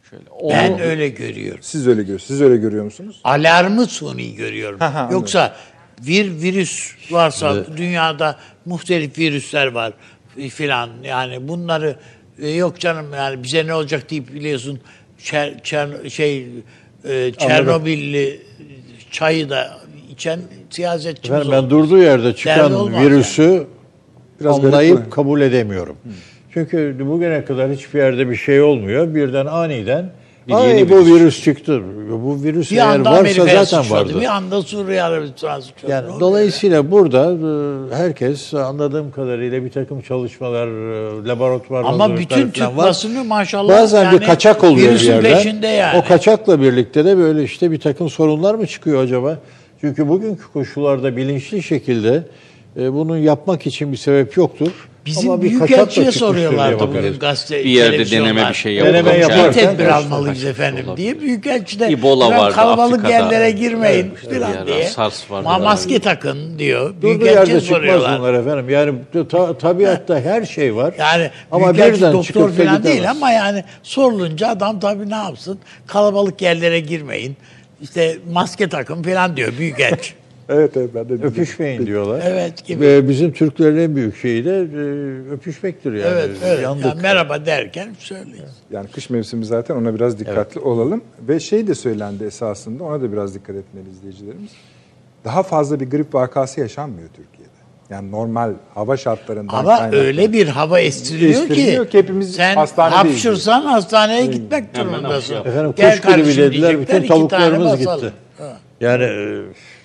Speaker 4: Şöyle, onu,
Speaker 2: Ben öyle görüyorum.
Speaker 1: Siz öyle görüyorsunuz. Siz öyle görüyor musunuz?
Speaker 2: Alarmı suni görüyorum.
Speaker 1: Ha, ha,
Speaker 2: Yoksa vir virüs varsa dünyada muhtelif virüsler var filan, yani bunları e, yok canım yani bize ne olacak deyip biliyorsun Çer, Çer, şey e, Çernobilli çayı da içen siyasetçimiz
Speaker 5: Efendim, ben
Speaker 2: oldu.
Speaker 5: durduğu yerde
Speaker 2: Derdi
Speaker 5: çıkan
Speaker 2: olmaz
Speaker 5: virüsü
Speaker 1: Biraz garip
Speaker 5: anlayıp
Speaker 1: mi?
Speaker 5: kabul edemiyorum. Çünkü bugüne kadar hiçbir yerde bir şey olmuyor. Birden aniden
Speaker 4: Bir
Speaker 5: ay
Speaker 4: yeni
Speaker 5: bu
Speaker 4: virüs.
Speaker 5: virüs çıktı. Bu virüs
Speaker 2: Bir
Speaker 5: eğer
Speaker 2: anda
Speaker 5: varsa
Speaker 2: Amerika'ya
Speaker 5: zaten
Speaker 2: sıçradı,
Speaker 5: vardı.
Speaker 2: bir anda Suriye Arabistan'a sıçradı.
Speaker 5: Yani
Speaker 2: Ne oluyor
Speaker 5: dolayısıyla burada e, herkes anladığım kadarıyla bir takım çalışmalar, e, laboratuvar
Speaker 2: Ama
Speaker 5: hazırlıkları
Speaker 2: bütün
Speaker 5: falan
Speaker 2: Türk
Speaker 5: var.
Speaker 2: basını maşallah
Speaker 5: Bazen
Speaker 2: yani
Speaker 5: bir kaçak oluyor bir
Speaker 2: virüsün
Speaker 5: yerden.
Speaker 2: peşinde yani.
Speaker 5: O kaçakla birlikte de böyle işte bir takım sorunlar mı çıkıyor acaba? Çünkü bugünkü koşullarda bilinçli şekilde e, bunu yapmak için bir sebep yoktur.
Speaker 2: Bizim
Speaker 5: Ama bir kaçakla
Speaker 2: büyükelçiye
Speaker 5: çıkmıştır diye
Speaker 2: soruyorlardı
Speaker 5: bakarız.
Speaker 2: bugün gazete,
Speaker 4: bir yerde
Speaker 2: televizyonlar.
Speaker 4: deneme bir şey
Speaker 5: Deneme
Speaker 4: yapılmış.
Speaker 5: yaparken
Speaker 2: Ne tedbir
Speaker 5: kaç-
Speaker 2: almalıyız
Speaker 4: kaç-
Speaker 2: efendim
Speaker 4: olabilir.
Speaker 2: diye büyükelçi de
Speaker 4: Ebola
Speaker 2: "Ulan
Speaker 4: vardı
Speaker 2: kalabalık
Speaker 4: Afrika'da.
Speaker 2: yerlere girmeyin
Speaker 4: Evet, işte bir
Speaker 2: falan
Speaker 4: ara
Speaker 2: diye.
Speaker 4: SARS vardı.
Speaker 2: Ma maske takın diyor.
Speaker 5: Durduğu
Speaker 2: Büyükelçiye
Speaker 5: yerde çıkmaz
Speaker 2: soruyorlar.
Speaker 5: bunlar efendim. Yani ta- tabiatta her şey var.
Speaker 2: Yani
Speaker 5: ama
Speaker 2: büyükelçi
Speaker 5: birden
Speaker 2: doktor
Speaker 5: çıkıp da
Speaker 2: falan değil
Speaker 5: gidemez.
Speaker 2: ama yani sorulunca adam tabii ne yapsın? Kalabalık yerlere girmeyin. İşte maske takın falan diyor büyükelçi.
Speaker 1: Evet evet ben de biliyorum.
Speaker 5: Öpüşmeyin diyorlar.
Speaker 2: Evet gibi.
Speaker 5: Ve bizim Türklerin en büyük şeyi de e, öpüşmektir yani.
Speaker 2: Evet, evet.
Speaker 5: Yandık.
Speaker 2: Yani merhaba derken söyleyin.
Speaker 1: Yani kış mevsimi zaten ona biraz dikkatli olalım. Ve şey de söylendi esasında, ona da biraz dikkat etmeli izleyicilerimiz. Daha fazla bir grip vakası yaşanmıyor Türkiye'de. Yani normal hava şartlarından
Speaker 2: Ama
Speaker 1: kaynaklı.
Speaker 2: öyle bir hava estiriliyor
Speaker 1: Estiriliyor
Speaker 2: ki,
Speaker 1: ki hepimiz
Speaker 2: sen
Speaker 1: hastanedeyiz.
Speaker 2: hapşırsan hastaneye gitmek durumundasın.
Speaker 5: Efendim
Speaker 2: Gel
Speaker 5: kuş gribi
Speaker 2: kardeşim
Speaker 5: dediler,
Speaker 2: diyecekler,
Speaker 5: bütün
Speaker 2: iki tane
Speaker 5: tavuklarımız
Speaker 2: basalım.
Speaker 5: gitti. Yani e,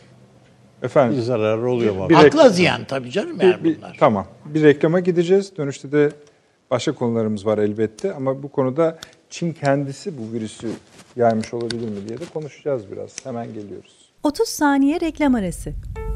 Speaker 1: Efendim.
Speaker 5: bir zararı oluyor mu?
Speaker 1: Bir
Speaker 2: Akla
Speaker 1: reklam-
Speaker 2: ziyan tabii canım
Speaker 1: Bir-
Speaker 2: yani
Speaker 1: bir-
Speaker 2: bunlar.
Speaker 1: tamam. Bir reklama gideceğiz. Dönüşte de başka konularımız var elbette. Ama bu konuda Çin kendisi bu virüsü yaymış olabilir mi diye de konuşacağız biraz. Hemen geliyoruz.
Speaker 7: otuz saniye reklam arası.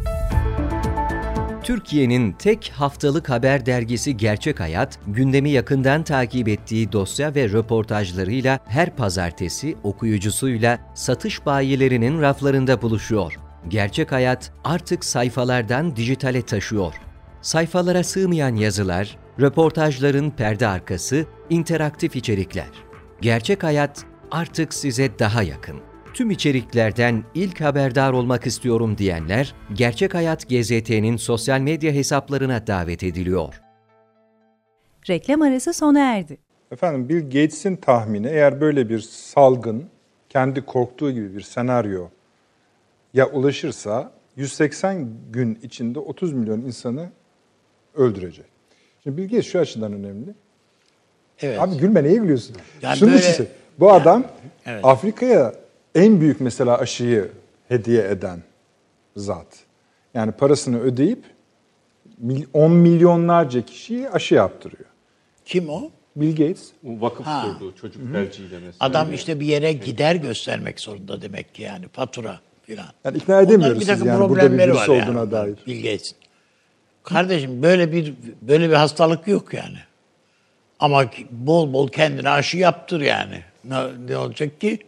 Speaker 6: Türkiye'nin tek haftalık haber dergisi Gerçek Hayat, gündemi yakından takip ettiği dosya ve röportajlarıyla her pazartesi okuyucusuyla satış bayilerinin raflarında buluşuyor. Gerçek Hayat artık sayfalardan dijitale taşıyor. Sayfalara sığmayan yazılar, röportajların perde arkası, interaktif içerikler. Gerçek Hayat artık size daha yakın. Tüm içeriklerden ilk haberdar olmak istiyorum diyenler, Gerçek Hayat G Z T'nin sosyal medya hesaplarına davet ediliyor.
Speaker 7: Reklam arası sona erdi.
Speaker 1: Efendim Bill Gates'in tahmini, eğer böyle bir salgın kendi korktuğu gibi bir senaryo ya ulaşırsa yüz seksen gün içinde otuz milyon insanı öldürecek. Şimdi Bill Gates şu açıdan önemli.
Speaker 2: Evet.
Speaker 1: Abi gülme, neye gülüyorsun?
Speaker 2: Yani
Speaker 1: Şunu
Speaker 2: böyle-
Speaker 1: için, bu adam
Speaker 2: evet.
Speaker 1: Afrika'ya en büyük mesela aşıyı hediye eden zat. Yani parasını ödeyip on milyonlarca kişiyi aşı yaptırıyor.
Speaker 2: Kim o?
Speaker 1: Bill Gates.
Speaker 4: vakıf
Speaker 2: Ha.
Speaker 4: kurdu çocuk tercihiyle mesela.
Speaker 2: Adam işte bir yere gider göstermek zorunda demek ki yani fatura filan.
Speaker 1: Yani ikna edemiyoruz
Speaker 2: Onların bir
Speaker 1: sizi
Speaker 2: takım
Speaker 1: yani burada bir
Speaker 2: problemleri
Speaker 1: virüs
Speaker 2: var
Speaker 1: olduğuna
Speaker 2: yani,
Speaker 1: dair.
Speaker 2: Bill Gates'in. Kardeşim böyle bir böyle bir hastalık yok yani. Ama bol bol kendine aşı yaptır yani. Ne, ne olacak ki?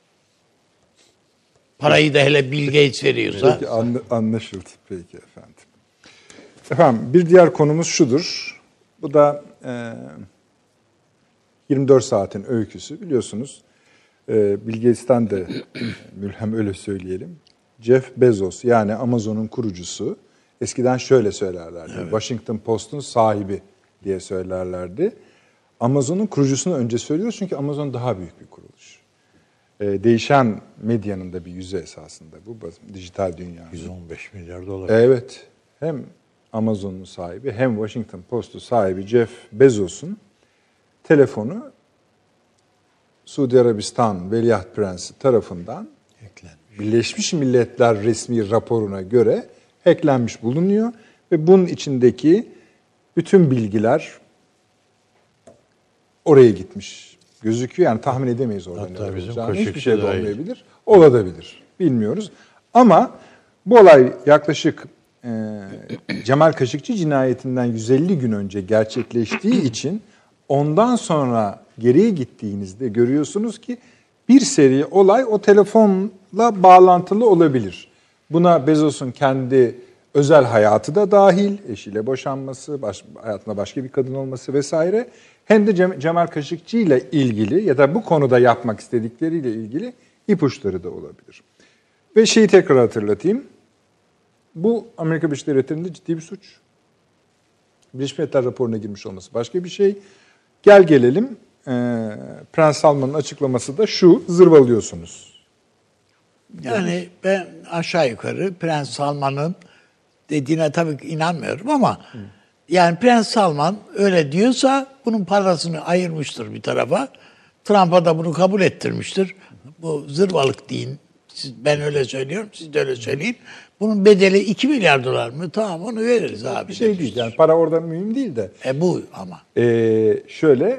Speaker 2: Parayı da hele Bill Gates veriyorsa.
Speaker 1: Peki anla- anlaşıldı. Peki efendim. Efendim bir diğer konumuz şudur. Bu da e, yirmi dört saatin öyküsü. Biliyorsunuz e, Bill Gates'ten de mülhem öyle söyleyelim. Jeff Bezos yani Amazon'un kurucusu. Eskiden şöyle söylerlerdi. Evet. Washington Post'un sahibi diye söylerlerdi. Amazon'un kurucusunu önce söylüyoruz çünkü Amazon daha büyük bir kuruluş. Ee, değişen medyanın da bir yüzü esasında bu dijital dünya.
Speaker 5: yüz on beş milyar dolar.
Speaker 1: Evet. Hem Amazon'un sahibi hem Washington Post'un sahibi Jeff Bezos'un telefonu Suudi Arabistan Veliaht Prensi tarafından
Speaker 5: Eklenmiş.
Speaker 1: Birleşmiş Milletler resmi raporuna göre hacklenmiş bulunuyor ve bunun içindeki bütün bilgiler oraya gitmiş gözüküyor. Yani tahmin edemeyiz orada
Speaker 5: Hatta
Speaker 1: ne
Speaker 5: bizim
Speaker 1: olacağını.
Speaker 5: Kaşıkçı
Speaker 1: Hiçbir şey de
Speaker 5: dahil.
Speaker 1: olmayabilir. Olabilir. Bilmiyoruz. Ama bu olay yaklaşık e, Cemal Kaşıkçı cinayetinden yüz elli gün önce gerçekleştiği için ondan sonra geriye gittiğinizde görüyorsunuz ki bir seri olay o telefonla bağlantılı olabilir. Buna Bezos'un kendi özel hayatı da dahil, eşiyle boşanması, baş, hayatında başka bir kadın olması vesaire. Hem de Cem, Cemal Kaşıkçı ile ilgili ya da bu konuda yapmak istedikleriyle ilgili ipuçları da olabilir. Ve şeyi tekrar hatırlatayım. Bu Amerika Birleşik Devletleri'nde ciddi bir suç. Birleşmiş Milletler raporuna girmiş olması başka bir şey. Gel gelelim, e, Prens Salman'ın açıklaması da şu, zırvalıyorsunuz.
Speaker 2: Yani ben aşağı yukarı Prens Salman'ın dediğine tabii ki inanmıyorum ama Hı. yani Prens Salman öyle diyorsa bunun parasını ayırmıştır bir tarafa. Trump'a da bunu kabul ettirmiştir. Bu zırvalık deyin. Siz, ben öyle söylüyorum, siz de öyle söyleyin. Bunun bedeli iki milyar dolar mı? Tamam, onu veririz abi.
Speaker 1: Bir şey demiştir. Değil yani, para orada mühim değil de.
Speaker 2: E bu ama.
Speaker 1: Ee, şöyle,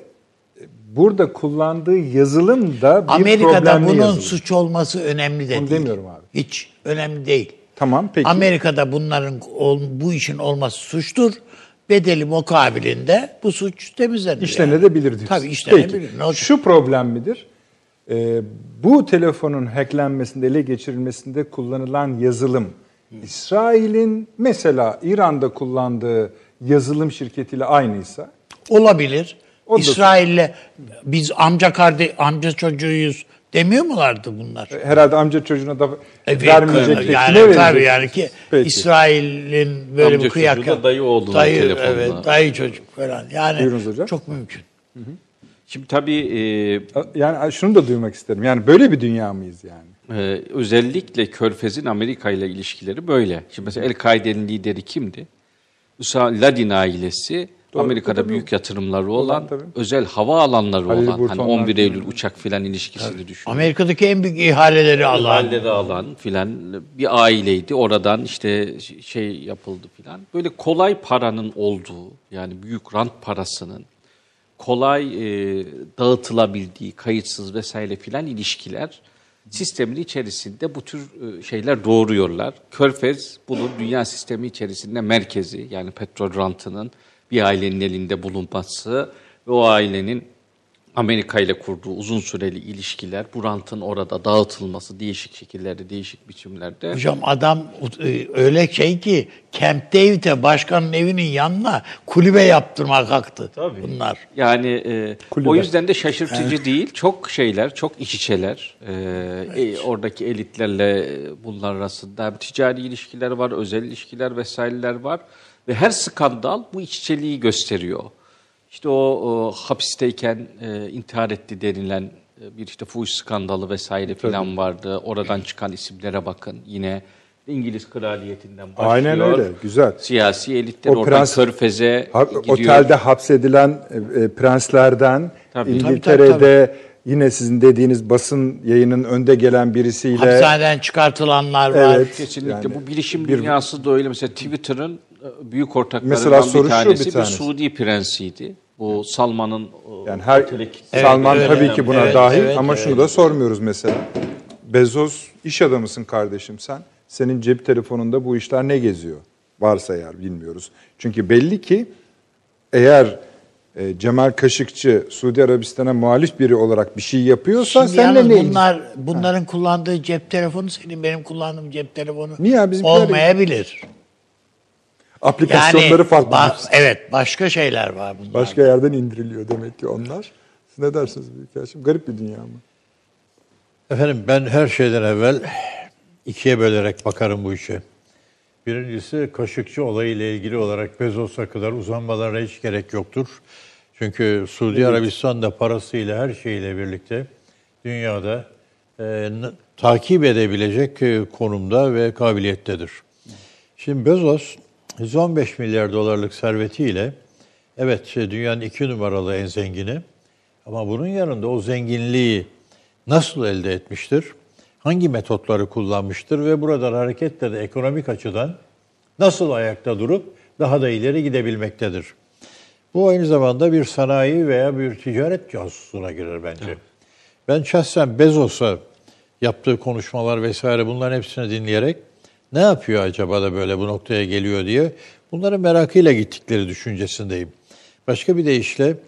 Speaker 1: burada kullandığı yazılım da bir
Speaker 2: Amerika'da
Speaker 1: problemli
Speaker 2: bunun
Speaker 1: yazılım.
Speaker 2: suç olması önemli de
Speaker 1: Onu
Speaker 2: değil.
Speaker 1: demiyorum abi.
Speaker 2: Hiç önemli değil.
Speaker 1: Tamam, peki.
Speaker 2: Amerika'da bunların bu işin olması suçtur. Bedeli mukabilinde bu suç temizlenir.
Speaker 1: İşlenebilir yani. Diyorsun.
Speaker 2: Tabii işlenebilir.
Speaker 1: Peki, şu problem midir? Ee, bu telefonun hacklenmesinde, ele geçirilmesinde kullanılan yazılım, hmm. İsrail'in mesela İran'da kullandığı yazılım şirketiyle aynıysa?
Speaker 2: Olabilir. İsrail'le biz amca kardeş, amca çocuğuyuz demiyor mulardı bunlar?
Speaker 1: Herhalde amca çocuğuna da
Speaker 2: evet,
Speaker 1: vermeyecek.
Speaker 2: Yani tabii yani ki Peki. İsrail'in böyle
Speaker 4: amca
Speaker 2: bir kıyak.
Speaker 4: Amca çocuğu da dayı oldu
Speaker 2: dayı,
Speaker 4: telefonla.
Speaker 2: Evet, dayı çocuk falan. Yani
Speaker 1: Buyurunuz hocam.
Speaker 2: Çok mümkün.
Speaker 4: Hı hı. Şimdi tabii... E,
Speaker 1: yani şunu da duymak isterim. Yani böyle bir dünya mıyız yani?
Speaker 4: E, özellikle Körfez'in Amerika ile ilişkileri böyle. Şimdi mesela El-Kaide'nin lideri kimdi? Usama Ladin ailesi, Doğru, Amerika'da tabii. büyük yatırımları olan, tabii. özel hava alanları Halil olan, hani on bir Eylül uçak filan ilişkisini evet. düşünün.
Speaker 2: Amerika'daki en büyük ihaleleri alan.
Speaker 4: İhaleleri alan filan bir aileydi. Oradan işte şey yapıldı filan. Böyle kolay paranın olduğu, yani büyük rant parasının kolay e, dağıtılabildiği, kayıtsız vesaire filan ilişkiler sistemin içerisinde bu tür e, şeyler doğuruyorlar. Körfez bunun dünya sistemi içerisinde merkezi, yani petrol rantının bir ailenin elinde bulunması ve o ailenin Amerika ile kurduğu uzun süreli ilişkiler, bu rantın orada dağıtılması değişik şekillerde, değişik biçimlerde.
Speaker 2: Hocam adam öyle şey ki Camp David'e, başkanın evinin yanına kulübe yaptırmak kalktı. Tabii. Bunlar.
Speaker 4: Yani e, o yüzden de şaşırtıcı değil. Çok şeyler, çok iç içeler. E, evet. e, oradaki elitlerle bunlar arasında ticari ilişkiler var, özel ilişkiler vesaireler var. Ve her skandal bu iç içeliği gösteriyor. İşte o, o hapisteyken e, intihar etti denilen e, bir işte fuhuş skandalı vesaire filan vardı. Oradan çıkan isimlere bakın. Yine İngiliz kraliyetinden başlıyor.
Speaker 1: Aynen öyle, güzel.
Speaker 4: Siyasi elitler o oradan prens, Körfez'e ha, gidiyor.
Speaker 1: Otelde hapsedilen e, prenslerden, tabii. İngiltere'de tabii, tabii, tabii. yine sizin dediğiniz basın yayının önde gelen birisiyle.
Speaker 2: Hapishaneden çıkartılanlar var.
Speaker 4: Evet, kesinlikle. Yani, bu bilişim bir, dünyası da öyle. Mesela Twitter'ın büyük ortaklarından bir tanesi bir, bir Suudi prensiydi. Bu Salman'ın
Speaker 1: yani her evet, Salman evet, tabii evet, ki buna evet, dahil evet, ama evet, şunu evet. da sormuyoruz mesela. Bezos iş adamısın kardeşim sen. Senin cep telefonunda bu işler ne geziyor? Varsa eğer bilmiyoruz. Çünkü belli ki eğer e, Cemal Kaşıkçı Suudi Arabistan'a muhalif biri olarak bir şey yapıyorsa
Speaker 2: Şimdi
Speaker 1: senle ne?
Speaker 2: Bunlar bunların ha. kullandığı cep telefonu senin benim kullandığım cep telefonu
Speaker 1: Niye?
Speaker 2: olmayabilir.
Speaker 1: Aplikasyonları yani, farklı.
Speaker 2: Ba- evet, başka şeyler var bunlar.
Speaker 1: Başka yerden indiriliyor demek ki onlar. Siz ne dersiniz Büyükelçim? Garip bir dünya mı?
Speaker 5: Efendim ben her şeyden evvel ikiye bölerek bakarım bu işe. Birincisi Kaşıkçı olayıyla ilgili olarak Bezos'a kadar uzanmalarına hiç gerek yoktur. Çünkü Suudi evet. Arabistan'da parasıyla her şeyle birlikte dünyada e, takip edebilecek e, konumda ve kabiliyettedir. Şimdi Bezos yüz on beş milyar dolarlık servetiyle evet dünyanın iki numaralı en zengini ama bunun yanında o zenginliği nasıl elde etmiştir? Hangi metotları kullanmıştır ve buradan hareketle de ekonomik açıdan nasıl ayakta durup daha da ileri gidebilmektedir? Bu aynı zamanda bir sanayi veya bir ticaret casusuna girer bence. Evet. Ben şahsen Bezos'a yaptığı konuşmalar vesaire bunların hepsini dinleyerek ne yapıyor acaba da böyle bu noktaya geliyor diye bunların merakıyla gittikleri düşüncesindeyim. Başka bir deyişle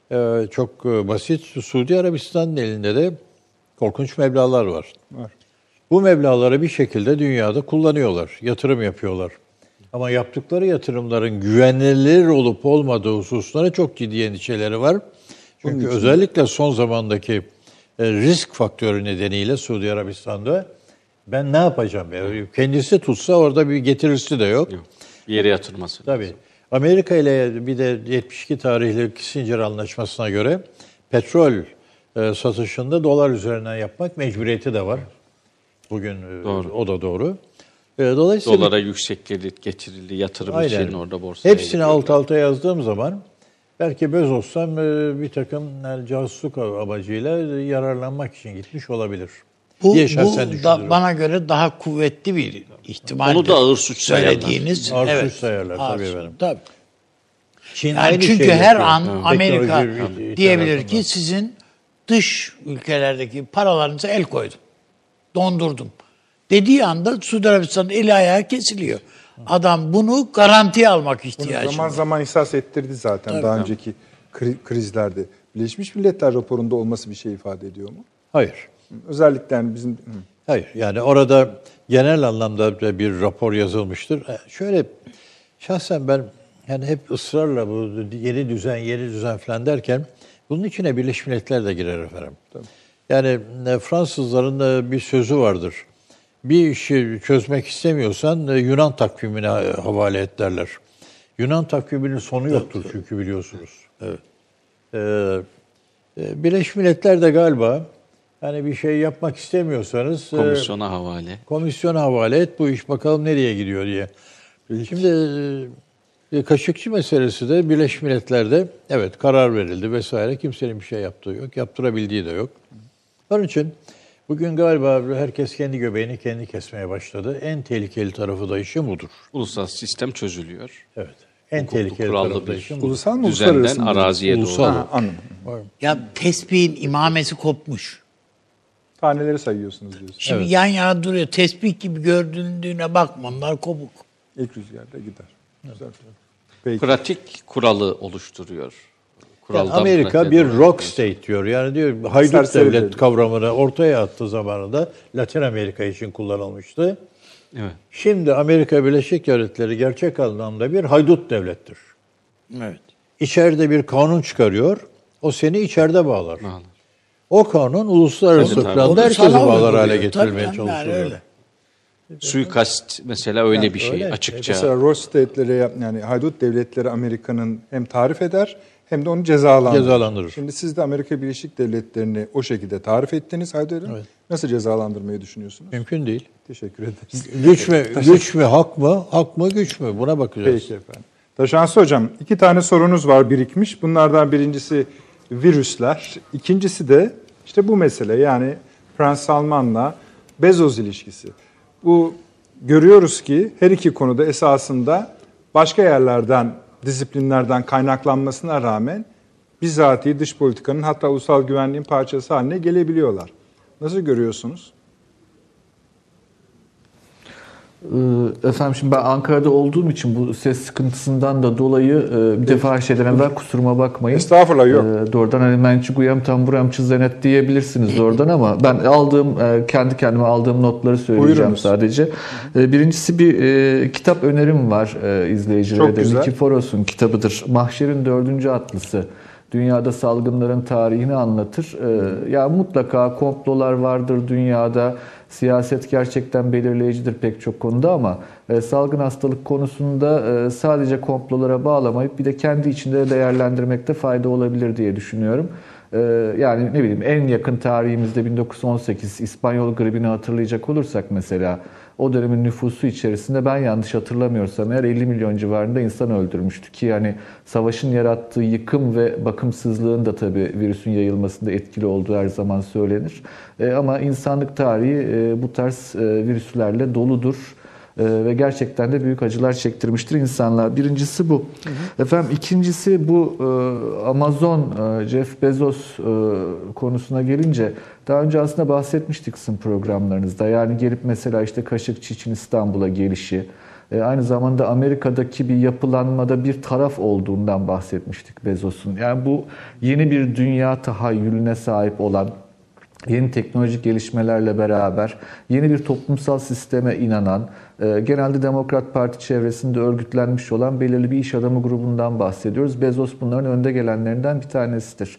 Speaker 5: çok basit Suudi Arabistan'ın elinde de korkunç meblağlar var. var. Bu meblağları bir şekilde dünyada kullanıyorlar, yatırım yapıyorlar. Ama yaptıkları yatırımların güvenilir olup olmadığı hususlara çok ciddi endişeleri var. Çünkü özellikle son zamandaki risk faktörü nedeniyle Suudi Arabistan'da ben ne yapacağım? Yani kendisi tutsa orada bir getirisi de yok.
Speaker 4: Yok. Bir yere yatırması.
Speaker 5: Tabii. Amerika ile bir de yetmiş iki tarihli Kissinger Anlaşması'na göre petrol e, satışında dolar üzerinden yapmak mecburiyeti de var. Bugün e, o da doğru. E, dolayısıyla
Speaker 4: dolara yüksek gelir getirildi yatırım
Speaker 5: aynen.
Speaker 4: için orada borsaya
Speaker 5: hepsini
Speaker 4: gidiyorlar.
Speaker 5: alt alta yazdığım zaman belki Bezos'tan e, bir takım yani casusluk amacıyla yararlanmak için gitmiş olabilir.
Speaker 2: Bu,
Speaker 5: diye
Speaker 2: bu
Speaker 5: şahsen
Speaker 2: da
Speaker 5: düşünüyorum.
Speaker 2: bana göre daha kuvvetli bir ihtimal.
Speaker 4: Onu da ağır suç
Speaker 2: söylediğiniz.
Speaker 5: Ağır
Speaker 2: evet,
Speaker 5: suç sayarlar
Speaker 2: ağır
Speaker 5: tabii
Speaker 2: suç,
Speaker 5: efendim.
Speaker 2: Tabii.
Speaker 5: Çin
Speaker 2: Yani
Speaker 5: aynı
Speaker 2: çünkü
Speaker 5: şeyi
Speaker 2: her
Speaker 5: yapıyor.
Speaker 2: an
Speaker 5: Evet.
Speaker 2: Amerika
Speaker 5: Teknoloji
Speaker 2: diyebilir
Speaker 5: tarafından.
Speaker 2: ki sizin dış ülkelerdeki paralarınıza el koydum. Dondurdum. Dediği anda Suudi Arabistan'ın eli ayağı kesiliyor. Adam bunu garantiye almak
Speaker 1: Bunu
Speaker 2: ihtiyacı
Speaker 1: zaman
Speaker 2: var.
Speaker 1: zaman ihsas ettirdi zaten
Speaker 2: Tabii.
Speaker 1: daha önceki kri- krizlerde. Birleşmiş Milletler raporunda olması bir şey ifade ediyor mu?
Speaker 5: Hayır.
Speaker 1: Özellikle yani bizim... Hı.
Speaker 5: Hayır. Yani orada genel anlamda bir rapor yazılmıştır. E, Şöyle şahsen ben yani hep ısrarla bu yeni düzen, yeni düzen falan derken bunun içine Birleşmiş Milletler de girer efendim.
Speaker 1: Tabii.
Speaker 5: Yani e, Fransızların e, bir sözü vardır. Bir işi çözmek istemiyorsan e, Yunan takvimine e, havale et derler. Yunan takviminin sonu yoktur çünkü biliyorsunuz. Evet. Ee, e, Birleşmiş Milletler de galiba hani bir şey yapmak istemiyorsanız
Speaker 4: Komisyona havale.
Speaker 5: E, komisyona havale et bu iş bakalım nereye gidiyor diye. Şimdi e, Kaşıkçı meselesi de Birleşmiş Milletler'de evet karar verildi vesaire. Kimsenin bir şey yaptığı yok. Yaptırabildiği de yok. Onun için bugün galiba herkes kendi göbeğini kendi kesmeye başladı. En tehlikeli tarafı da işin budur.
Speaker 4: Uluslararası sistem çözülüyor.
Speaker 5: Evet. En
Speaker 4: Hukuklu,
Speaker 5: tehlikeli
Speaker 4: kurallı
Speaker 5: tarafı da
Speaker 4: bir
Speaker 5: işin budur.
Speaker 1: Ulusal mı
Speaker 4: Düzenden
Speaker 1: uluslararası mı?
Speaker 4: araziye
Speaker 5: Ulusal.
Speaker 4: doğru.
Speaker 1: Ha, anladım.
Speaker 2: Ya tesbihin imamesi kopmuş.
Speaker 1: Taneleri sayıyorsunuz diyorsun.
Speaker 2: Şimdi
Speaker 5: Evet.
Speaker 2: yan yana duruyor. Tesbih gibi göründüğüne bakma. Onlar kopuk.
Speaker 1: İlk rüzgarda gider. Güzel. Peki.
Speaker 4: Pratik kuralı oluşturuyor.
Speaker 5: Yani
Speaker 4: Kuraldan
Speaker 5: Amerika
Speaker 4: pratiğe
Speaker 5: bir
Speaker 4: doğru.
Speaker 5: rock state diyor. Yani diyor haydut
Speaker 1: Serseri
Speaker 5: devlet
Speaker 1: devlet.
Speaker 5: kavramını ortaya attığı zamanında Latin Amerika için kullanılmıştı.
Speaker 4: Evet.
Speaker 5: Şimdi Amerika Birleşik Devletleri gerçek anlamda bir haydut devlettir.
Speaker 2: Evet.
Speaker 5: İçeride bir kanun çıkarıyor. O seni içeride bağlar.
Speaker 4: Bağlar.
Speaker 5: O kanun uluslararası
Speaker 4: Tabii, tabii.
Speaker 5: planda
Speaker 2: Onu
Speaker 5: herkesi
Speaker 2: sana
Speaker 5: bağlar
Speaker 2: uyguluyor.
Speaker 5: hale
Speaker 2: Tabii
Speaker 5: getirmeye
Speaker 2: yani
Speaker 5: çalışıyor.
Speaker 2: öyle.
Speaker 4: Suikast mesela öyle
Speaker 5: Yani
Speaker 4: bir şey
Speaker 5: öyle.
Speaker 4: açıkça.
Speaker 1: Mesela Ross State'leri yap- yani haydut devletleri Amerika'nın hem tarif eder hem de onu cezalandırır.
Speaker 5: Cezalandırır.
Speaker 1: Şimdi siz de Amerika Birleşik Devletleri'ni o şekilde tarif ettiniz haydut devletleri.
Speaker 5: Evet.
Speaker 1: Nasıl cezalandırmayı düşünüyorsunuz?
Speaker 5: Mümkün değil.
Speaker 1: Teşekkür ederiz.
Speaker 5: Güç mü, güç mü, hak mı, hak mı, güç mü? Buna bakacağız.
Speaker 1: Peki efendim. Taşansı Hocam, iki tane sorunuz var birikmiş. Bunlardan birincisi virüsler. İkincisi de işte bu mesele yani Prens Salman'la Bezos ilişkisi. Bu görüyoruz ki her iki konuda esasında başka yerlerden, disiplinlerden kaynaklanmasına rağmen bizatihi dış politikanın hatta ulusal güvenliğin parçası haline gelebiliyorlar. Nasıl görüyorsunuz?
Speaker 3: Efendim şimdi ben Ankara'da olduğum için bu ses sıkıntısından da dolayı bir defa her şeyden evvel kusuruma bakmayın.
Speaker 1: Estağfurullah, yok.
Speaker 3: Doğrudan hani mencuguyam tamburam çizenet diyebilirsiniz doğrudan ama ben aldığım kendi kendime aldığım notları söyleyeceğim
Speaker 1: Buyurunuz.
Speaker 3: sadece. Birincisi bir kitap önerim var izleyicilere
Speaker 1: Çok
Speaker 3: de.
Speaker 1: güzel.
Speaker 3: Nikiforos'un kitabıdır. Mahşer'in dördüncü atlısı. Dünyada salgınların tarihini anlatır. Ee, ya mutlaka komplolar vardır dünyada. Siyaset gerçekten belirleyicidir pek çok konuda ama e, salgın hastalık konusunda e, sadece komplolara bağlamayıp bir de kendi içinde değerlendirmekte fayda olabilir diye düşünüyorum. E, yani ne bileyim en yakın tarihimizde bin dokuz yüz on sekiz İspanyol gribini hatırlayacak olursak mesela o dönemin nüfusu içerisinde ben yanlış hatırlamıyorsam eğer elli milyon civarında insan öldürmüştü ki yani savaşın yarattığı yıkım ve bakımsızlığın da tabii virüsün yayılmasında etkili olduğu her zaman söylenir. E, ama insanlık tarihi e, bu tarz e, virüslerle doludur. Ee, ve gerçekten de büyük acılar çektirmiştir insanlar. Birincisi bu. Hı hı. Efendim ikincisi bu e, Amazon, e, Jeff Bezos e, konusuna gelince daha önce aslında bahsetmiştik sizin programlarınızda. Yani gelip mesela işte Kaşıkçı için İstanbul'a gelişi, e, aynı zamanda Amerika'daki bir yapılanmada bir taraf olduğundan bahsetmiştik Bezos'un. Yani bu yeni bir dünya tahayyülüne sahip olan, yeni teknolojik gelişmelerle beraber yeni bir toplumsal sisteme inanan, genelde Demokrat Parti çevresinde örgütlenmiş olan belirli bir iş adamı grubundan bahsediyoruz. Bezos bunların önde gelenlerinden bir tanesidir.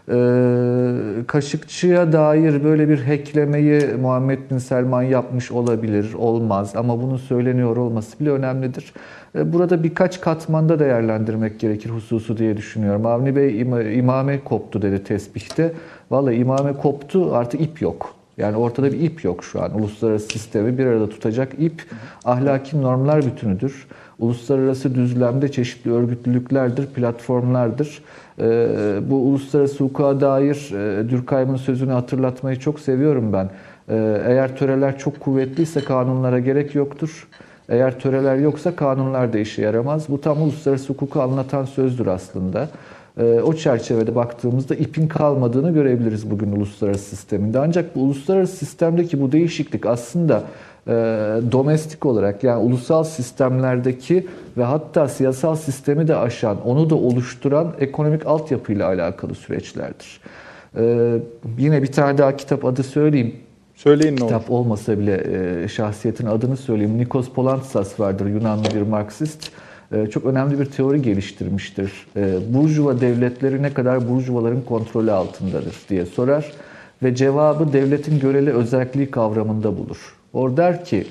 Speaker 3: Kaşıkçıya dair böyle bir hacklemeyi Muhammed Bin Selman yapmış olabilir, olmaz ama bunun söyleniyor olması bile önemlidir. Burada birkaç katmanda değerlendirmek gerekir hususu diye düşünüyorum. Avni Bey imame koptu dedi tesbihte. Vallahi imame koptu, artık ip yok. Yani ortada bir ip yok şu an. Uluslararası sistemi bir arada tutacak ip ahlaki normlar bütünüdür. Uluslararası düzlemde çeşitli örgütlülüklerdir, platformlardır. Bu uluslararası hukuka dair Durkheim'in sözünü hatırlatmayı çok seviyorum ben. Eğer töreler çok kuvvetliyse kanunlara gerek yoktur. Eğer töreler yoksa kanunlar da işe yaramaz. Bu tam uluslararası hukuku anlatan sözdür aslında. O çerçevede baktığımızda ipin kalmadığını görebiliriz bugün uluslararası sisteminde. Ancak bu uluslararası sistemdeki bu değişiklik aslında e, domestik olarak, yani ulusal sistemlerdeki ve hatta siyasal sistemi de aşan, onu da oluşturan ekonomik altyapıyla alakalı süreçlerdir. E, yine bir tane daha kitap adı söyleyeyim.
Speaker 1: Söyleyin ne olur.
Speaker 3: Kitap olmasa bile e, şahsiyetin adını söyleyeyim. Nikos Polantzas vardır, Yunanlı bir Marksist. Çok önemli bir teori geliştirmiştir. Burjuva devletleri ne kadar burjuvaların kontrolü altındadır diye sorar ve cevabı devletin göreli özelliği kavramında bulur. O der ki,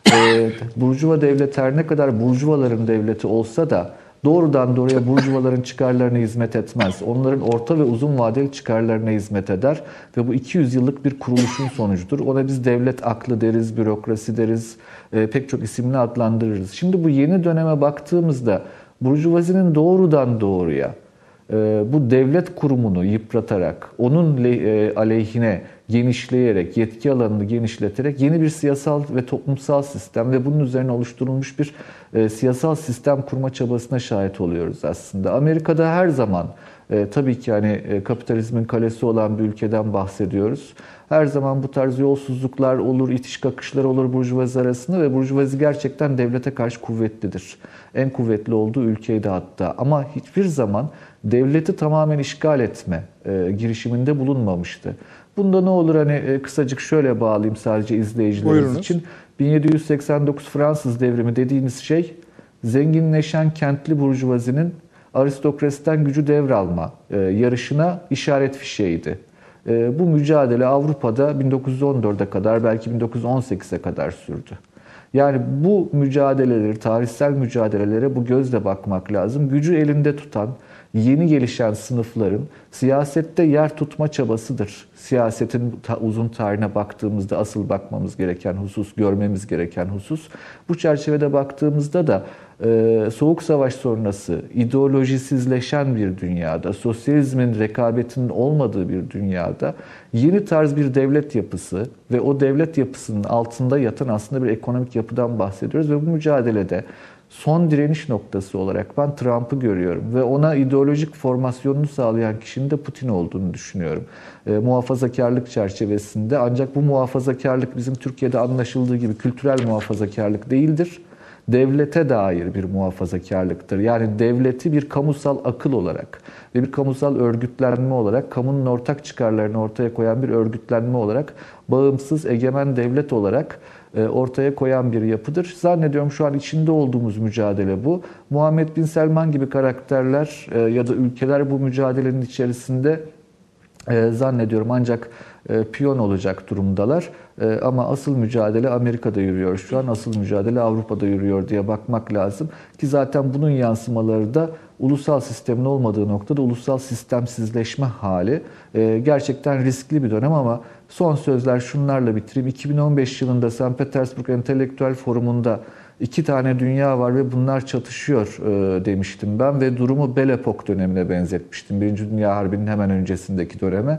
Speaker 3: burjuva devlet her ne kadar burjuvaların devleti olsa da doğrudan doğruya burjuvaların çıkarlarına hizmet etmez. Onların orta ve uzun vadeli çıkarlarına hizmet eder ve bu iki yüz yıllık bir kuruluşun sonucudur. Ona biz devlet aklı deriz, bürokrasi deriz, e, pek çok isimle adlandırırız. Şimdi bu yeni döneme baktığımızda burjuvazinin doğrudan doğruya e, bu devlet kurumunu yıpratarak, onun e, aleyhine genişleyerek, yetki alanını genişleterek yeni bir siyasal ve toplumsal sistem ve bunun üzerine oluşturulmuş bir e, siyasal sistem kurma çabasına şahit oluyoruz aslında. Amerika'da her zaman e, tabii ki hani e, kapitalizmin kalesi olan bir ülkeden bahsediyoruz. Her zaman bu tarz yolsuzluklar olur, itiş kakışlar olur burjuvazi arasında ve burjuvazi gerçekten devlete karşı kuvvetlidir. En kuvvetli olduğu ülkeydi hatta. Ama hiçbir zaman devleti tamamen işgal etme e, girişiminde bulunmamıştı. Bunda ne olur hani e, kısacık şöyle bağlayayım sadece izleyicilerimiz
Speaker 1: Buyurunuz.
Speaker 3: için. bin yedi yüz seksen dokuz Fransız devrimi dediğimiz şey zenginleşen kentli burjuvazinin aristokrasiden gücü devralma e, yarışına işaret fişeğiydi. E, bu mücadele Avrupa'da bin dokuz yüz on dörde kadar, belki bin dokuz yüz on sekize kadar sürdü. Yani bu mücadeleleri, tarihsel mücadelelere bu gözle bakmak lazım. Gücü elinde tutan, yeni gelişen sınıfların siyasette yer tutma çabasıdır. Siyasetin uzun tarihine baktığımızda asıl bakmamız gereken husus, görmemiz gereken husus. Bu çerçevede baktığımızda da e, Soğuk Savaş sonrası ideolojisizleşen bir dünyada, sosyalizmin rekabetinin olmadığı bir dünyada yeni tarz bir devlet yapısı ve o devlet yapısının altında yatan aslında bir ekonomik yapıdan bahsediyoruz ve bu mücadelede son direniş noktası olarak ben Trump'ı görüyorum ve ona ideolojik formasyonunu sağlayan kişinin de Putin olduğunu düşünüyorum. E, muhafazakarlık çerçevesinde, ancak bu muhafazakarlık bizim Türkiye'de anlaşıldığı gibi kültürel muhafazakarlık değildir. Devlete dair bir muhafazakarlıktır. Yani devleti bir kamusal akıl olarak ve bir kamusal örgütlenme olarak, kamunun ortak çıkarlarını ortaya koyan bir örgütlenme olarak, bağımsız, egemen devlet olarak ortaya koyan bir yapıdır. Zannediyorum şu an içinde olduğumuz mücadele bu. Muhammed Bin Selman gibi karakterler ya da ülkeler bu mücadelenin içerisinde zannediyorum ancak piyon olacak durumdalar. Ama asıl mücadele Amerika'da yürüyor şu an, asıl mücadele Avrupa'da yürüyor diye bakmak lazım. Ki zaten bunun yansımaları da ulusal sistemin olmadığı noktada ulusal sistemsizleşme hali. Gerçekten riskli bir dönem ama son sözler şunlarla bitireyim. iki bin on beş yılında Sankt Petersburg Entelektüel Forumu'nda iki tane dünya var ve bunlar çatışıyor demiştim ben ve durumu Belle Époque dönemine benzetmiştim. Birinci Dünya Harbi'nin hemen öncesindeki döneme.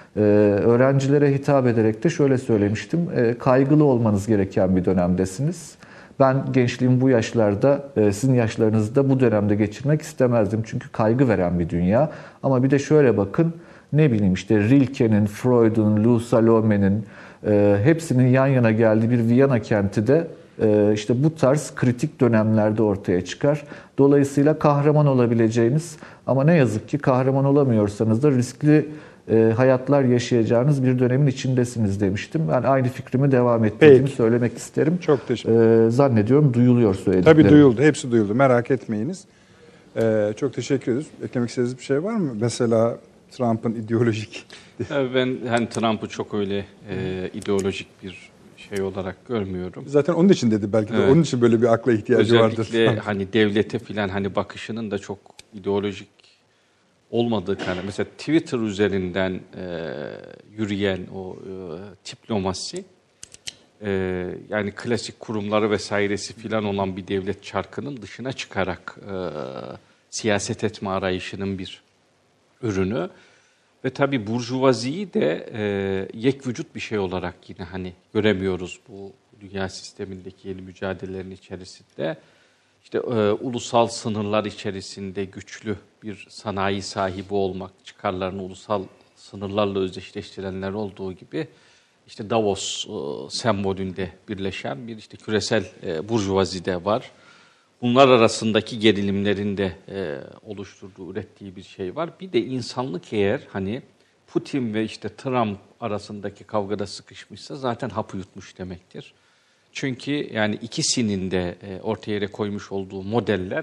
Speaker 3: Öğrencilere hitap ederek de şöyle söylemiştim. Kaygılı olmanız gereken bir dönemdesiniz. Ben gençliğim bu yaşlarda, sizin yaşlarınızda bu dönemde geçirmek istemezdim. Çünkü kaygı veren bir dünya. Ama bir de şöyle bakın, ne bileyim işte Rilke'nin, Freud'un, Lou Salome'nin hepsinin yan yana geldiği bir Viyana kenti de işte bu tarz kritik dönemlerde ortaya çıkar. Dolayısıyla kahraman olabileceğiniz ama ne yazık ki kahraman olamıyorsanız da riskli e, hayatlar yaşayacağınız bir dönemin içindesiniz demiştim. Ben aynı fikrimi devam ettirdiğimi
Speaker 1: Peki.
Speaker 3: söylemek isterim.
Speaker 1: Çok teşekkür ederim.
Speaker 3: E, zannediyorum duyuluyor söylediklerim.
Speaker 1: Tabii duyuldu. Hepsi duyuldu. Merak etmeyiniz. Ee, çok teşekkür ederiz. Eklemek istediğiniz bir şey var mı? Mesela Trump'ın ideolojik...
Speaker 4: Ben hani Trump'ı çok öyle e, ideolojik bir şey olarak görmüyorum.
Speaker 1: Zaten onun için dedi belki de.
Speaker 4: Evet.
Speaker 1: Onun için böyle bir akla ihtiyacı vardır.
Speaker 4: Özellikle hani devlete filan hani bakışının da çok ideolojik olmadığı kadar. Mesela Twitter üzerinden e, yürüyen o e, diplomasi e, yani klasik kurumları vesairesi filan olan bir devlet çarkının dışına çıkarak e, siyaset etme arayışının bir ürünü. Ve tabii burjuvaziyi de e, yek vücut bir şey olarak yine hani göremiyoruz bu dünya sistemindeki yeni mücadelelerin içerisinde. İşte e, ulusal sınırlar içerisinde güçlü bir sanayi sahibi olmak, çıkarlarını ulusal sınırlarla özdeşleştirenler olduğu gibi işte Davos e, sembolünde birleşen bir işte küresel e, burjuvazi de var. Bunlar arasındaki gerilimlerin de e, oluşturduğu, ürettiği bir şey var. Bir de insanlık eğer hani Putin ve işte Trump arasındaki kavgada sıkışmışsa zaten hapı yutmuş demektir. Çünkü yani ikisinin de e, ortaya koymuş olduğu modeller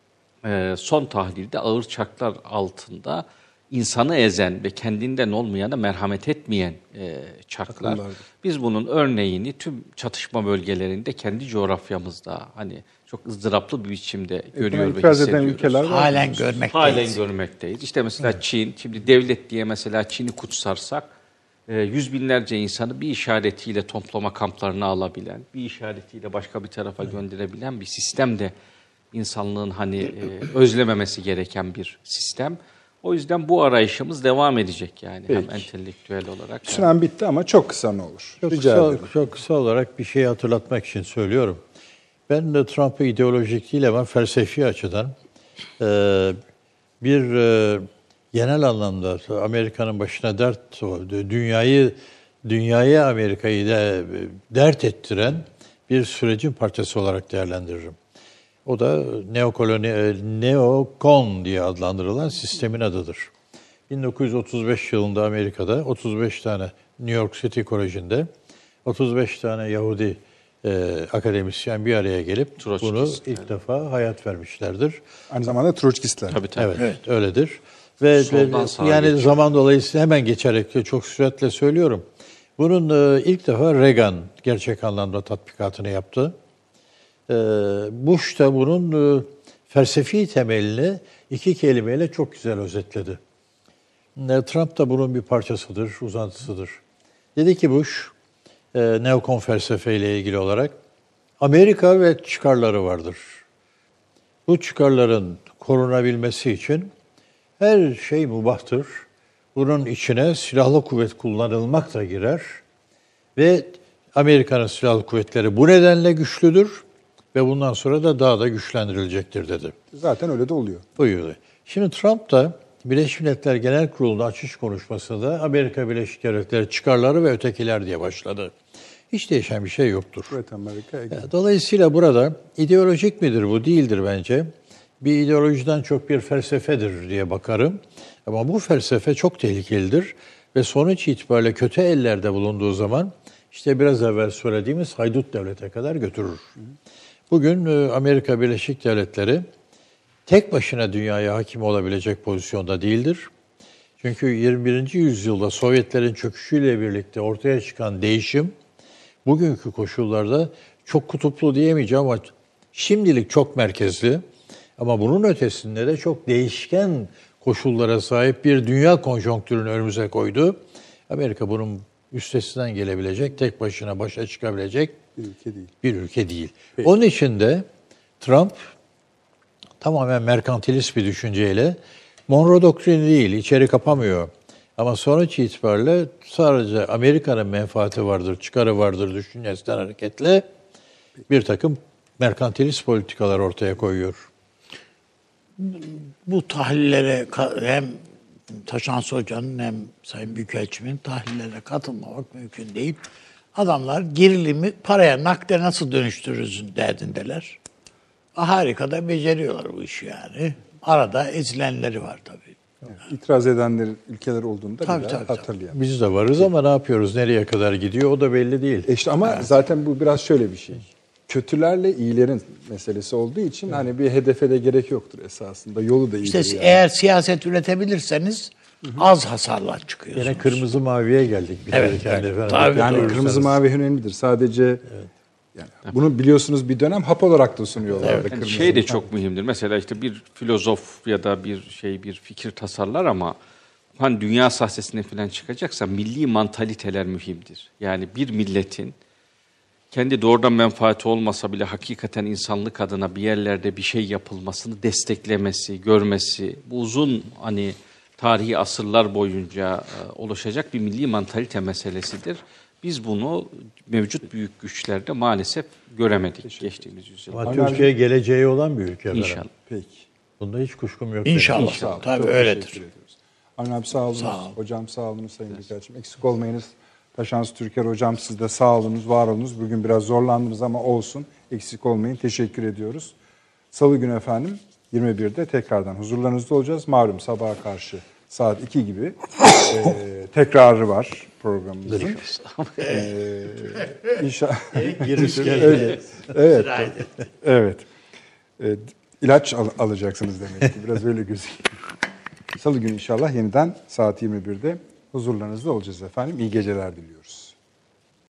Speaker 4: e, son tahlilde ağır çarklar altında insanı ezen ve kendinden olmayana merhamet etmeyen e, çarklar.
Speaker 1: Akıllardır.
Speaker 4: Biz bunun örneğini tüm çatışma bölgelerinde kendi coğrafyamızda hani çok ızdıraplı bir biçimde görüyor ve
Speaker 1: İtiraz eden
Speaker 4: hissediyoruz.
Speaker 1: ülkeler var.
Speaker 2: Halen görmekteyiz.
Speaker 4: Halen görmekteyiz. İşte mesela evet. Çin, şimdi devlet diye mesela Çin'i kutsarsak yüz binlerce insanı bir işaretiyle toplama kamplarına alabilen, bir işaretiyle başka bir tarafa evet. gönderebilen bir sistem de insanlığın hani özlememesi gereken bir sistem. O yüzden bu arayışımız devam edecek yani
Speaker 1: Peki.
Speaker 4: hem entelektüel olarak.
Speaker 1: Süren yani. bitti ama çok kısa ne olur?
Speaker 5: Çok
Speaker 1: Rica
Speaker 5: kısa,
Speaker 1: ederim.
Speaker 5: çok kısa olarak bir şey hatırlatmak için söylüyorum. Ben de Trump'ı ideolojik değil ama felsefi açıdan e, bir e, genel anlamda Amerika'nın başına dert, dünyayı dünyaya Amerika'yı da dert ettiren bir sürecin parçası olarak değerlendiririm. O da neokoloni, neokon diye adlandırılan sistemin adıdır. bin dokuz yüz otuz beş yılında Amerika'da otuz beş tane New York City Koleji'nde otuz beş tane Yahudi e, akademisyen bir araya gelip
Speaker 4: Troçkist,
Speaker 5: bunu ilk
Speaker 4: yani.
Speaker 5: defa hayat vermişlerdir.
Speaker 1: Aynı zamanda Troçkistler.
Speaker 4: Tabii tabii.
Speaker 5: Evet, evet. öyledir. Ve, ve yani geçiyor. Zaman dolayısıyla hemen geçerek çok süratle söylüyorum. Bunun e, ilk defa Reagan gerçek anlamda tatbikatını yaptı. E, Bush da bunun e, felsefi temelini iki kelimeyle çok güzel özetledi. E, Trump da bunun bir parçasıdır, uzantısıdır. Dedi ki Bush, e, neokon felsefeyle ilgili olarak, Amerika ve çıkarları vardır. Bu çıkarların korunabilmesi için her şey mubahtır. Bunun içine silahlı kuvvet kullanılmak da girer. Ve Amerika'nın silahlı kuvvetleri bu nedenle güçlüdür ve bundan sonra da daha da güçlendirilecektir dedi.
Speaker 1: Zaten öyle de oluyor.
Speaker 5: Buyurdu. Şimdi Trump da Birleşmiş Milletler Genel Kurulu'nda açış konuşmasında Amerika Birleşik Devletleri çıkarları ve ötekiler diye başladı. Hiç değişen bir şey yoktur.
Speaker 1: Evet, Amerika.
Speaker 5: Dolayısıyla burada ideolojik midir bu? Değildir bence. Bir ideolojiden çok bir felsefedir diye bakarım. Ama bu felsefe çok tehlikelidir ve sonuç itibariyle kötü ellerde bulunduğu zaman işte biraz evvel söylediğimiz haydut devlete kadar götürür. Bugün Amerika Birleşik Devletleri tek başına dünyaya hakim olabilecek pozisyonda değildir. Çünkü yirmi birinci yüzyılda Sovyetlerin çöküşüyle birlikte ortaya çıkan değişim bugünkü koşullarda çok kutuplu diyemeyeceğim ama şimdilik çok merkezli. Ama bunun ötesinde de çok değişken koşullara sahip bir dünya konjonktürünü önümüze koydu. Amerika bunun üstesinden gelebilecek, tek başına başa çıkabilecek
Speaker 1: bir ülke değil.
Speaker 5: Bir ülke değil.
Speaker 1: Peki.
Speaker 5: Onun için de Trump tamamen merkantilist bir düşünceyle Monroe doktrini değil, içeri kapamıyor. Ama sonuç itibariyle sadece Amerika'nın menfaati vardır, çıkarı vardır düşüncesinden hareketle bir takım merkantilist politikalar ortaya koyuyor.
Speaker 2: Bu tahlillere hem Taşan Hoca'nın hem Sayın Büyükelçimin tahlillere katılmamak mümkün değil. Adamlar gerilimi paraya, nakde nasıl dönüştürürüz derdindeler. Harika da beceriyorlar bu işi yani. Arada ezilenleri var tabii.
Speaker 1: Evet, itiraz edenler ülkeler olduğunda
Speaker 2: Tabii,
Speaker 1: bir
Speaker 2: tabii,
Speaker 1: daha hatırlayalım.
Speaker 5: Biz de varız ama ne yapıyoruz, nereye kadar gidiyor o da belli değil.
Speaker 1: E işte ama zaten bu biraz şöyle bir şey. Kötülerle iyilerin meselesi olduğu için hani bir hedefe de gerek yoktur esasında. Yolu da iyidir
Speaker 2: İşte
Speaker 1: yani.
Speaker 2: eğer siyaset üretebilirseniz az hasarla çıkıyorsunuz.
Speaker 5: Yine kırmızı maviye geldik. Bir
Speaker 2: Evet,
Speaker 5: kendi
Speaker 2: evet.
Speaker 5: efendim.
Speaker 2: Tabii,
Speaker 1: Yani
Speaker 2: doğru.
Speaker 1: kırmızı mavi önemlidir. Sadece yani bunu biliyorsunuz bir dönem hap olarak da sunuyorlardı.
Speaker 4: Yani
Speaker 1: kırmızı.
Speaker 4: şey de çok mühimdir. Mesela işte bir filozof ya da bir şey bir fikir tasarlar ama hani dünya sahnesine falan çıkacaksa milli mantaliteler mühimdir. Yani bir milletin kendi doğrudan menfaati olmasa bile hakikaten insanlık adına bir yerlerde bir şey yapılmasını desteklemesi, görmesi, bu uzun hani tarihi asırlar boyunca e, oluşacak bir milli mantalite meselesidir. Biz bunu mevcut büyük güçlerde maalesef göremedik geçtiğimiz yüzyılda.
Speaker 5: Ama Türkiye geleceği olan bir ülke. efendim.
Speaker 4: İnşallah.
Speaker 1: Peki.
Speaker 5: Bunda hiç kuşkum yok.
Speaker 2: İnşallah.
Speaker 5: benim.
Speaker 1: Sağ olun.
Speaker 2: Tabii
Speaker 1: Çok
Speaker 2: öyledir.
Speaker 1: teşekkür ediyoruz. Avni abi sağ olunuz.
Speaker 2: Sağ olun.
Speaker 1: Hocam sağ olunuz Sayın Büyükelçim. Eksik olmayınız. Taşans Türker hocam siz de sağ olunuz, var olunuz. Bugün biraz zorlandınız ama olsun. Eksik olmayın. Teşekkür ediyoruz. Salı günü efendim yirmi birde tekrardan huzurlarınızda olacağız. Malum sabaha karşı saat iki gibi e, tekrarı var programımızın. e, İnşallah. Öyle. Evet. Evet. E, ilaç al- alacaksınız demek ki. Biraz öyle gözüküyor. Salı günü inşallah yeniden saat yirmi birde huzurlarınızda olacağız efendim. İyi geceler diliyoruz.